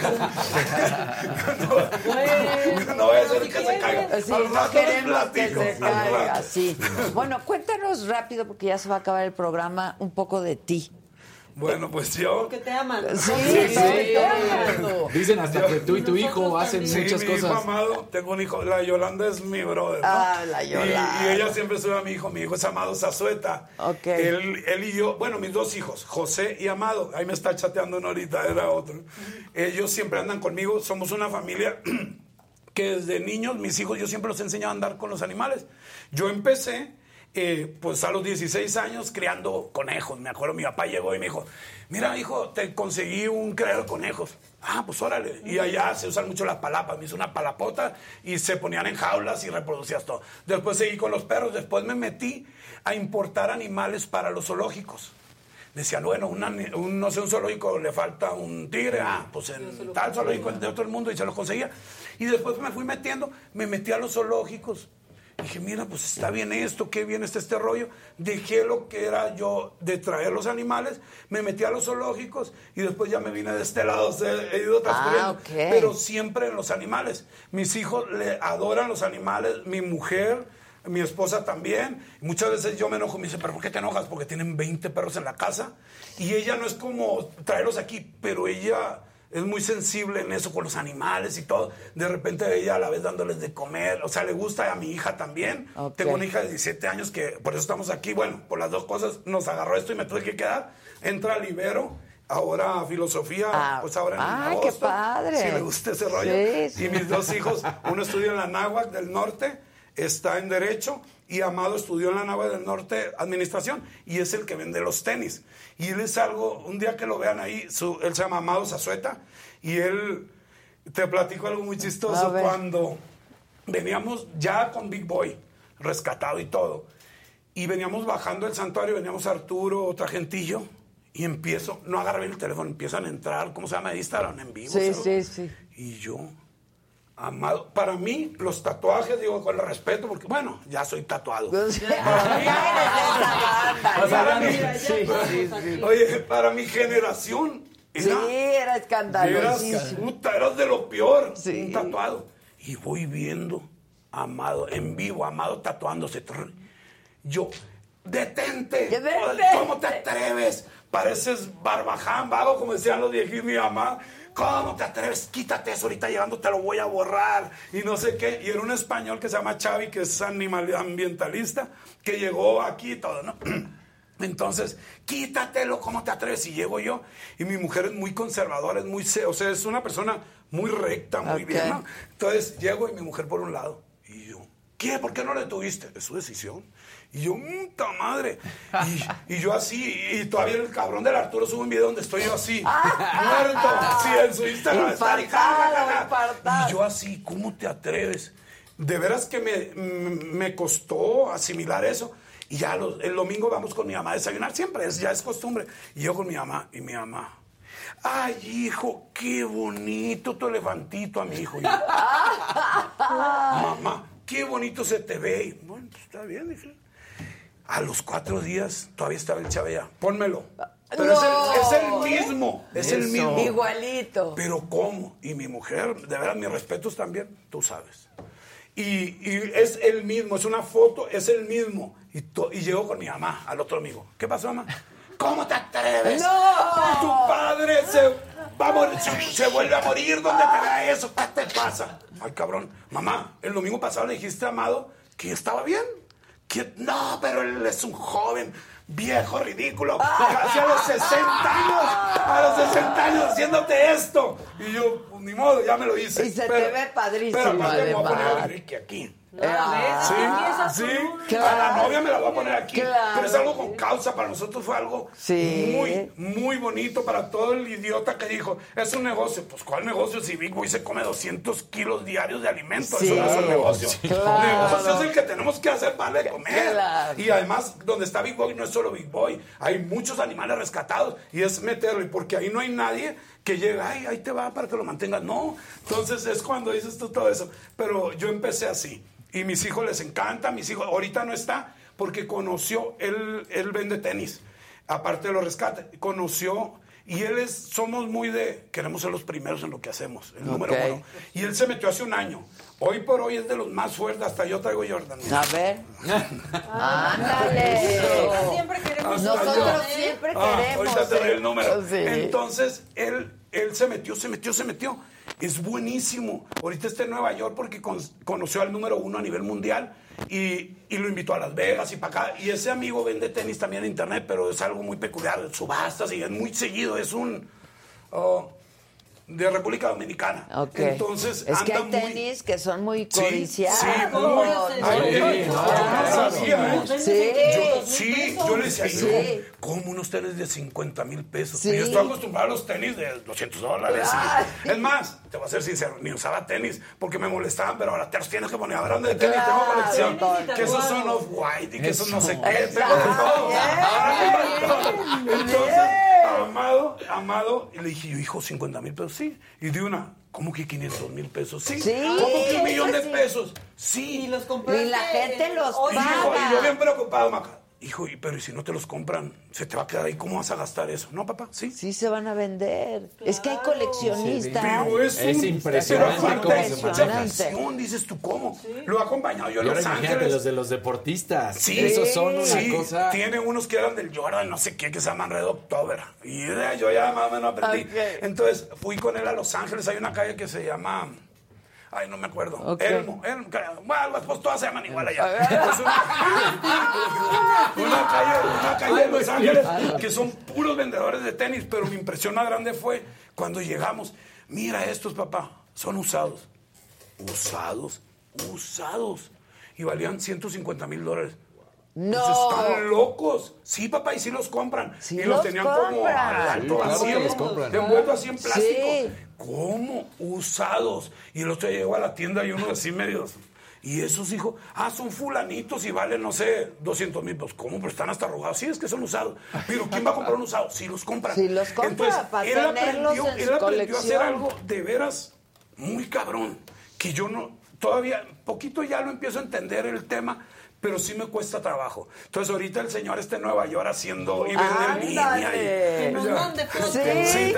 No voy a hacer que se caiga. Sí, Al no rato queremos les que platico. se caiga, sí. Bueno, cuéntanos rápido, porque ya se va a acabar el programa, un poco de ti. Bueno, pues yo... Porque te aman. Sí. Dicen hasta que tú y tu hijo hacen muchas mi hijo cosas. amado, tengo un hijo, la Yolanda es mi brother, ¿no? Ah, la Yolanda. Y ella siempre sube a mi hijo es Amado Zazueta. Ok. Él y yo, bueno, mis dos hijos, José y Amado, ahí me está chateando uno ahorita, era otro. Ellos siempre andan conmigo, somos una familia que desde niños, mis hijos, yo siempre los he enseñado a andar con los animales. Yo empecé... pues a los 16 años criando conejos. Me acuerdo, mi papá llegó y me dijo, mira, hijo, te conseguí un criadero de conejos. Ah, pues órale. Y allá se usan mucho las palapas. Me hizo una palapota y se ponían en jaulas y reproducías todo. Después seguí con los perros. Después me metí a importar animales para los zoológicos. Decían, bueno, no sé, un zoológico le falta un tigre. Ah, pues en tal zoológico de otro mundo, y se los conseguía. Y después me fui metiendo, me metí a los zoológicos. Dije, mira, pues está bien esto, qué bien está este rollo. Dejé lo que era yo de traer los animales, me metí a los zoológicos y después ya me vine de este lado, he ido transcurriendo. Okay. Pero siempre en los animales. Mis hijos le adoran los animales, mi mujer, mi esposa también. Muchas veces yo me enojo, me dice, ¿pero por qué te enojas? Porque tienen 20 perros en la casa. Y ella no es como traerlos aquí, pero ella... es muy sensible en eso con los animales y todo. De repente ella a la vez dándoles de comer. O sea, le gusta a mi hija también. Okay. Tengo una hija de 17 años que por eso estamos aquí. Bueno, por las dos cosas nos agarró esto y me tuve que quedar. Entra Libero, ahora filosofía, pues ahora en agosto. ¡Qué padre! Si le gusta ese rollo. Sí. Y mis dos hijos, uno estudia en la Náhuac del Norte, está en Derecho, y Amado estudió en la Náhuac del Norte Administración, y es el que vende los tenis. Y él es algo, un día que lo vean ahí, él se llama Amado Zazueta, y él, te platico algo muy chistoso, cuando veníamos ya con Big Boy, rescatado y todo, y veníamos bajando el santuario, veníamos Arturo, otra gentillo, y empiezo, no agarré el teléfono, empiezan a entrar, ¿cómo se llama? Instagram en vivo. Sí, ¿sabes? sí. Y yo... Amado, para mí los tatuajes, digo con el respeto, porque bueno, ya soy tatuado. Oye, para mi generación era escandalosísimo. Eras de lo peor, un tatuado. Y voy viendo Amado en vivo, Amado tatuándose. Yo, detente. ¿Cómo te atreves? Pareces Barbaján, vago, como decían los viejitos, mi mamá. ¿Cómo te atreves? Quítate eso, ahorita llegando te lo voy a borrar. Y no sé qué. Y era un español que se llama Xavi, que es ambientalista, que llegó aquí y todo, ¿no? Entonces, quítatelo, ¿cómo te atreves? Y llego yo, y mi mujer es muy conservadora, o sea, es una persona muy recta, muy bien, ¿no? Entonces, llego y mi mujer por un lado. Y yo, ¿qué? ¿Por qué no le tuviste? Es su decisión. Y yo, ¡puta madre! Y yo así, y todavía el cabrón del Arturo sube un video donde estoy yo así, muerto, así en su Instagram. Y yo así, ¿cómo te atreves? De veras que me costó asimilar eso. Y ya el domingo vamos con mi mamá a desayunar, siempre, ya es costumbre. Y yo con mi mamá, y mi mamá, ¡ay, hijo, qué bonito tu elefantito! A mi hijo. Y yo, mamá, qué bonito se te ve. Y, bueno, pues está bien, dije. A los 4 días todavía estaba el Chabella. Pónmelo. Pero es el mismo. Es el mismo. Igualito. Pero ¿cómo? Y mi mujer, de verdad, mis respetos también, tú sabes. Y es el mismo, es una foto, es el mismo. Y llegó con mi mamá, al otro amigo. ¿Qué pasó, mamá? ¿Cómo te atreves? ¡No! Tu padre se vuelve a morir. ¿Dónde te da eso? ¿Qué te pasa? Ay, cabrón. Mamá, el domingo pasado le dijiste a Amado que estaba bien. No, pero él es un joven, viejo, ridículo. Casi a los 60 años haciéndote esto. Y yo, pues ni modo, ya me lo hice. Y se te ve padrísimo, pero aparte me voy a poner además. a Enrique aquí. Sí. A la novia me la voy a poner aquí. Pero es algo con causa. Para nosotros fue algo muy, muy bonito. Para todo el idiota que dijo, es un negocio. Pues, ¿cuál negocio? Si Big Boy se come 200 kilos diarios de alimento, eso no es un negocio. Negocio es el que tenemos que hacer para de comer. Y además, donde está Big Boy no es solo Big Boy. Hay muchos animales rescatados. Y es meterlo. Y porque ahí no hay nadie que llega, ay, ahí te va para que lo mantengas. No. Entonces es cuando dices tú todo eso. Pero yo empecé así. Y mis hijos les encanta, mis hijos, ahorita no está porque conoció, él vende tenis, aparte de los rescates, conoció, y somos muy queremos ser los primeros en lo que hacemos, el número uno. Y él se metió hace un año. Hoy por hoy es de los más fuertes, hasta yo traigo Jordan. A ver. ¡Ándale! Siempre queremos. Nosotros siempre queremos. Ahorita te doy el número. Sí. Entonces, él se metió. Es buenísimo. Ahorita está en Nueva York porque conoció al número uno a nivel mundial y lo invitó a Las Vegas y para acá. Y ese amigo vende tenis también en internet, pero es algo muy peculiar. Subastas y es muy seguido. Es un... de República Dominicana. Entonces, es que hay tenis que son muy codiciados. Yo le decía, ¿cómo unos tenis de 50,000 pesos? Yo estoy acostumbrado a los tenis de $200. Es más, te voy a ser sincero, ni usaba tenis porque me molestaban, pero ahora te los tienes que poner. A ver, ¿dónde tenis tengo colección? Que esos son off-white y que esos no sé qué. Tengo de todo. Entonces, Amado, y le dije, yo, hijo, 50,000 pesos, sí. Y de una, ¿cómo que 500,000 pesos? Sí. ¿Cómo que 1,000,000 de pesos? Sí. Y los compraste. Y la gente los paga. Y yo bien preocupado, Maca. Hijo, pero ¿y si no te los compran? ¿Se te va a quedar ahí? ¿Cómo vas a gastar eso? ¿No, papá? Sí. Sí se van a vender. Claro. Es que hay coleccionistas. Pero es impresionante cómo se maneja. Dices tú, ¿cómo? Sí. Lo ha acompañado yo en Los Ángeles. Los de los deportistas. Sí. Esos son una cosa... Tiene unos que eran del Jordan, no sé qué, que se llaman Red October. Y yo ya más o menos aprendí. Entonces, fui con él a Los Ángeles. Hay una calle que se llama... Ay, no me acuerdo. Elmo. Bueno, pues todas se llaman igual allá. Es una calle de Los Ángeles que son puros vendedores de tenis, pero mi impresión más grande fue cuando llegamos. Mira estos, papá, son usados. Usados. Y valían $150,000. No. Pues están locos. Sí, papá, y sí los compran. Sí, y los tenían como alto, envuelto así en plástico. Sí. ¿Cómo? Usados. Y el otro llegó a la tienda y uno así medios. Y esos hijos, son fulanitos y valen, no sé, 200,000. Pues, ¿cómo? Pero están hasta arrugados. Sí, es que son usados. Pero ¿quién va a comprar un usado? Sí, los compran. Sí, los compra. Entonces, para él aprendió a hacer algo de veras muy cabrón. Que yo todavía, poquito ya lo empiezo a entender el tema, pero sí me cuesta trabajo. Entonces, ahorita el señor está en Nueva York haciendo y vende en línea. Que nos mande fotos. Sí,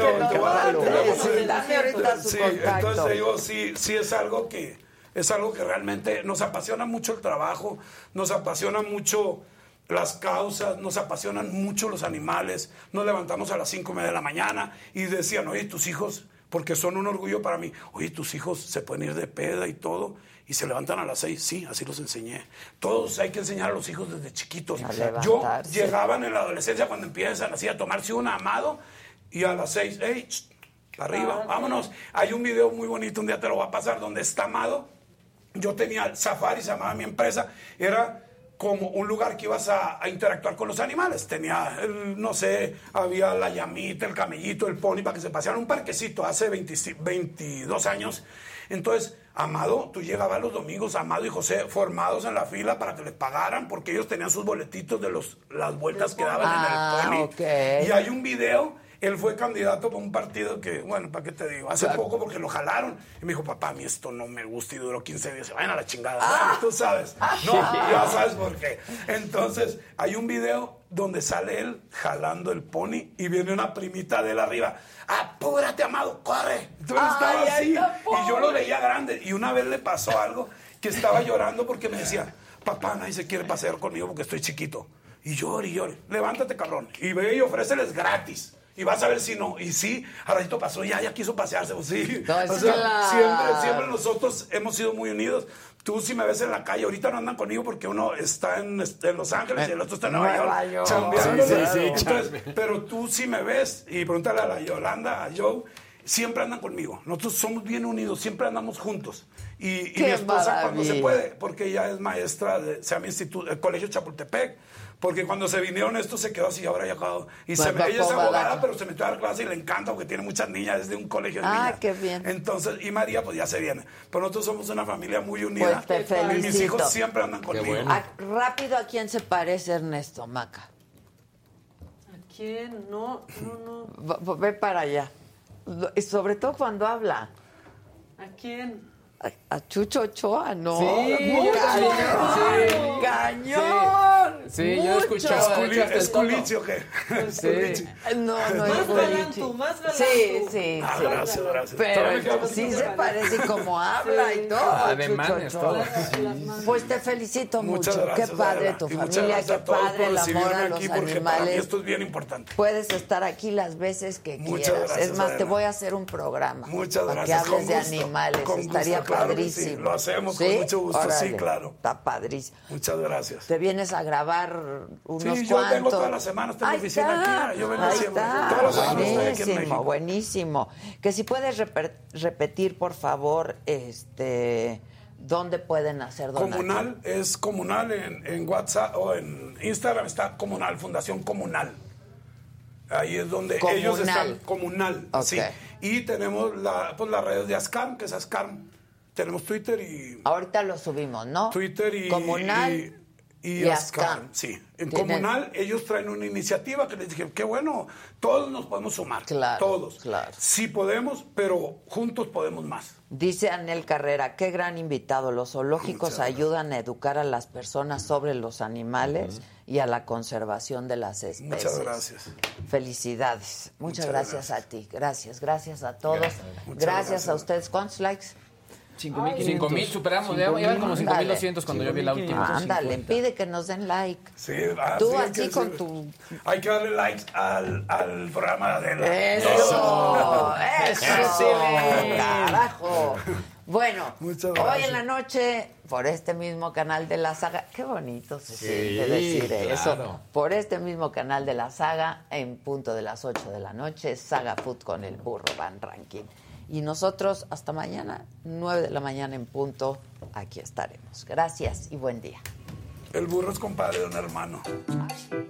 dame ahorita su contacto. Entonces, digo, sí es algo que realmente nos apasiona mucho el trabajo, nos apasiona mucho las causas, nos apasionan mucho los animales. Nos levantamos a las 5:30 de la mañana y decían, oye, tus hijos, porque son un orgullo para mí, oye, tus hijos se pueden ir de peda y todo, y se levantan a las 6, sí, así los enseñé. Todos hay que enseñar a los hijos desde chiquitos. Yo llegaban en la adolescencia cuando empiezan así a tomarse un Amado, y a las 6, arriba, vámonos. Hay un video muy bonito, un día te lo voy a pasar, donde está Amado. Yo tenía Safari, se llamaba mi empresa, era como un lugar que ibas a interactuar con los animales. Tenía, no sé, había la llamita, el camellito, el pony, para que se pasearan un parquecito hace 22 años. Entonces, Amado, tú llegabas los domingos, Amado y José formados en la fila para que les pagaran, porque ellos tenían sus boletitos de las vueltas que daban en el pony. Y hay un video. Él fue candidato para un partido que, bueno, ¿para qué te digo? Hace poco porque lo jalaron. Y me dijo, papá, a mí esto no me gusta, y duró 15 días. Vayan a la chingada. Bueno, tú sabes. No, ya sabes por qué. Entonces, hay un video donde sale él jalando el pony y viene una primita de él arriba. ¡Apúrate, Amado! ¡Corre! Entonces estaba así. Y yo lo veía grande. Y una vez le pasó algo que estaba llorando porque me decía, papá, nadie se quiere pasear conmigo porque estoy chiquito. Y llore. Levántate, cabrón. Y ve y ofréceles gratis. Y vas a ver si no. Y sí, a ratito pasó, ya quiso pasearse. Pues sí. No, o sea, siempre nosotros hemos sido muy unidos. Tú si me ves en la calle, ahorita no andan conmigo porque uno está en Los Ángeles y el otro está en Nueva York. Chambeando. Sí, entonces, pero tú si me ves, y pregúntale a la Yolanda, a Joe, siempre andan conmigo. Nosotros somos bien unidos, siempre andamos juntos. Y ¡Qué mi esposa maravilla! cuando se puede, porque ella es maestra de se llama el Colegio Chapultepec, porque cuando se vinieron estos se quedó así, ahora ya acabado. Y ella es abogada, pero se metió a dar clase y le encanta porque tiene muchas niñas, es de un colegio de niñas. Qué bien. Entonces, y María pues ya se viene. Pero nosotros somos una familia muy unida. Pues te felicito. Y mis hijos siempre andan conmigo. Rápido, ¿a quién se parece Ernesto, Maca? ¿A quién? No. Ve para allá. Y sobre todo cuando habla. ¿A quién? A Chucho Ochoa, ¿no? Sí, ¡Cañón! ¡Cañón! Sí, yo he escuchado. ¿Es Culichi o qué? Sí. No es Más galán Culichi. tú, más galán Sí, tú. sí. Gracias. Pero sí se parece como habla y todo. Ademanes, Chucho Ochoa. todo. Pues te felicito Muchas mucho. gracias, Qué padre Adela. tu Y muchas familia, gracias qué a todos padre por el amor recibirme a los aquí, porque para mí animales. esto es bien importante. Puedes estar aquí las veces que Muchas quieras. gracias, es más, te Adela. voy a hacer un programa. Muchas para gracias. que hables de con gusto, animales. con Estaría gusto, claro que sí. padrísimo. Lo hacemos ¿Sí? con mucho gusto, Órale, sí, claro. Está padrísimo. Muchas gracias. Te vienes a grabar unos Sí, yo cuantos. vengo todas las semanas, tengo Ahí oficina está, aquí. Yo vengo ahí siempre. está. Todas las semanas estoy aquí en México. Buenísimo. Que si puedes repetir, por favor, ¿dónde pueden hacer donaciones? Comunal, es Comunal en WhatsApp o en Instagram está Comunal, Fundación Comunal. Ahí es donde Comunal. ellos están, Comunal, Ok. sí. Y tenemos las redes de ASCAM, que es ASCAM. Tenemos Twitter y... Ahorita lo subimos, ¿no? Twitter y... Comunal y ASCAM. ASCAM, sí. En Tienen- Comunal ellos traen una iniciativa que les dije, qué bueno, todos nos podemos sumar. Claro, todos. claro. Sí podemos, pero juntos podemos más. Dice Anel Carrera, qué gran invitado. Los zoológicos ayudan a educar a las personas sobre los animales y a la conservación de las especies. Muchas gracias. Felicidades. Muchas Muchas gracias a ti. Gracias a todos. Muchas Gracias a ustedes. ¿Cuántos likes? 5,000 superamos. Ya iban como 5,200 cuando yo vi la última. Ándale, pide que nos den like. Sí, Tú sí, hay así que con hacer- tu... Hay que darle likes al programa de Adela. ¡Eso! ¡Eso! Excelente. ¡Carajo! Bueno, Muchas hoy gracias. en la noche, por este mismo canal de la saga, qué bonito se Sí, siente decir claro. eso. Por este mismo canal de la saga, en punto de las 8 de la noche, Saga Food con el burro Van Ranking. Y nosotros hasta mañana, 9 de la mañana en punto, aquí estaremos. Gracias y buen día. El burro es compadre de un hermano.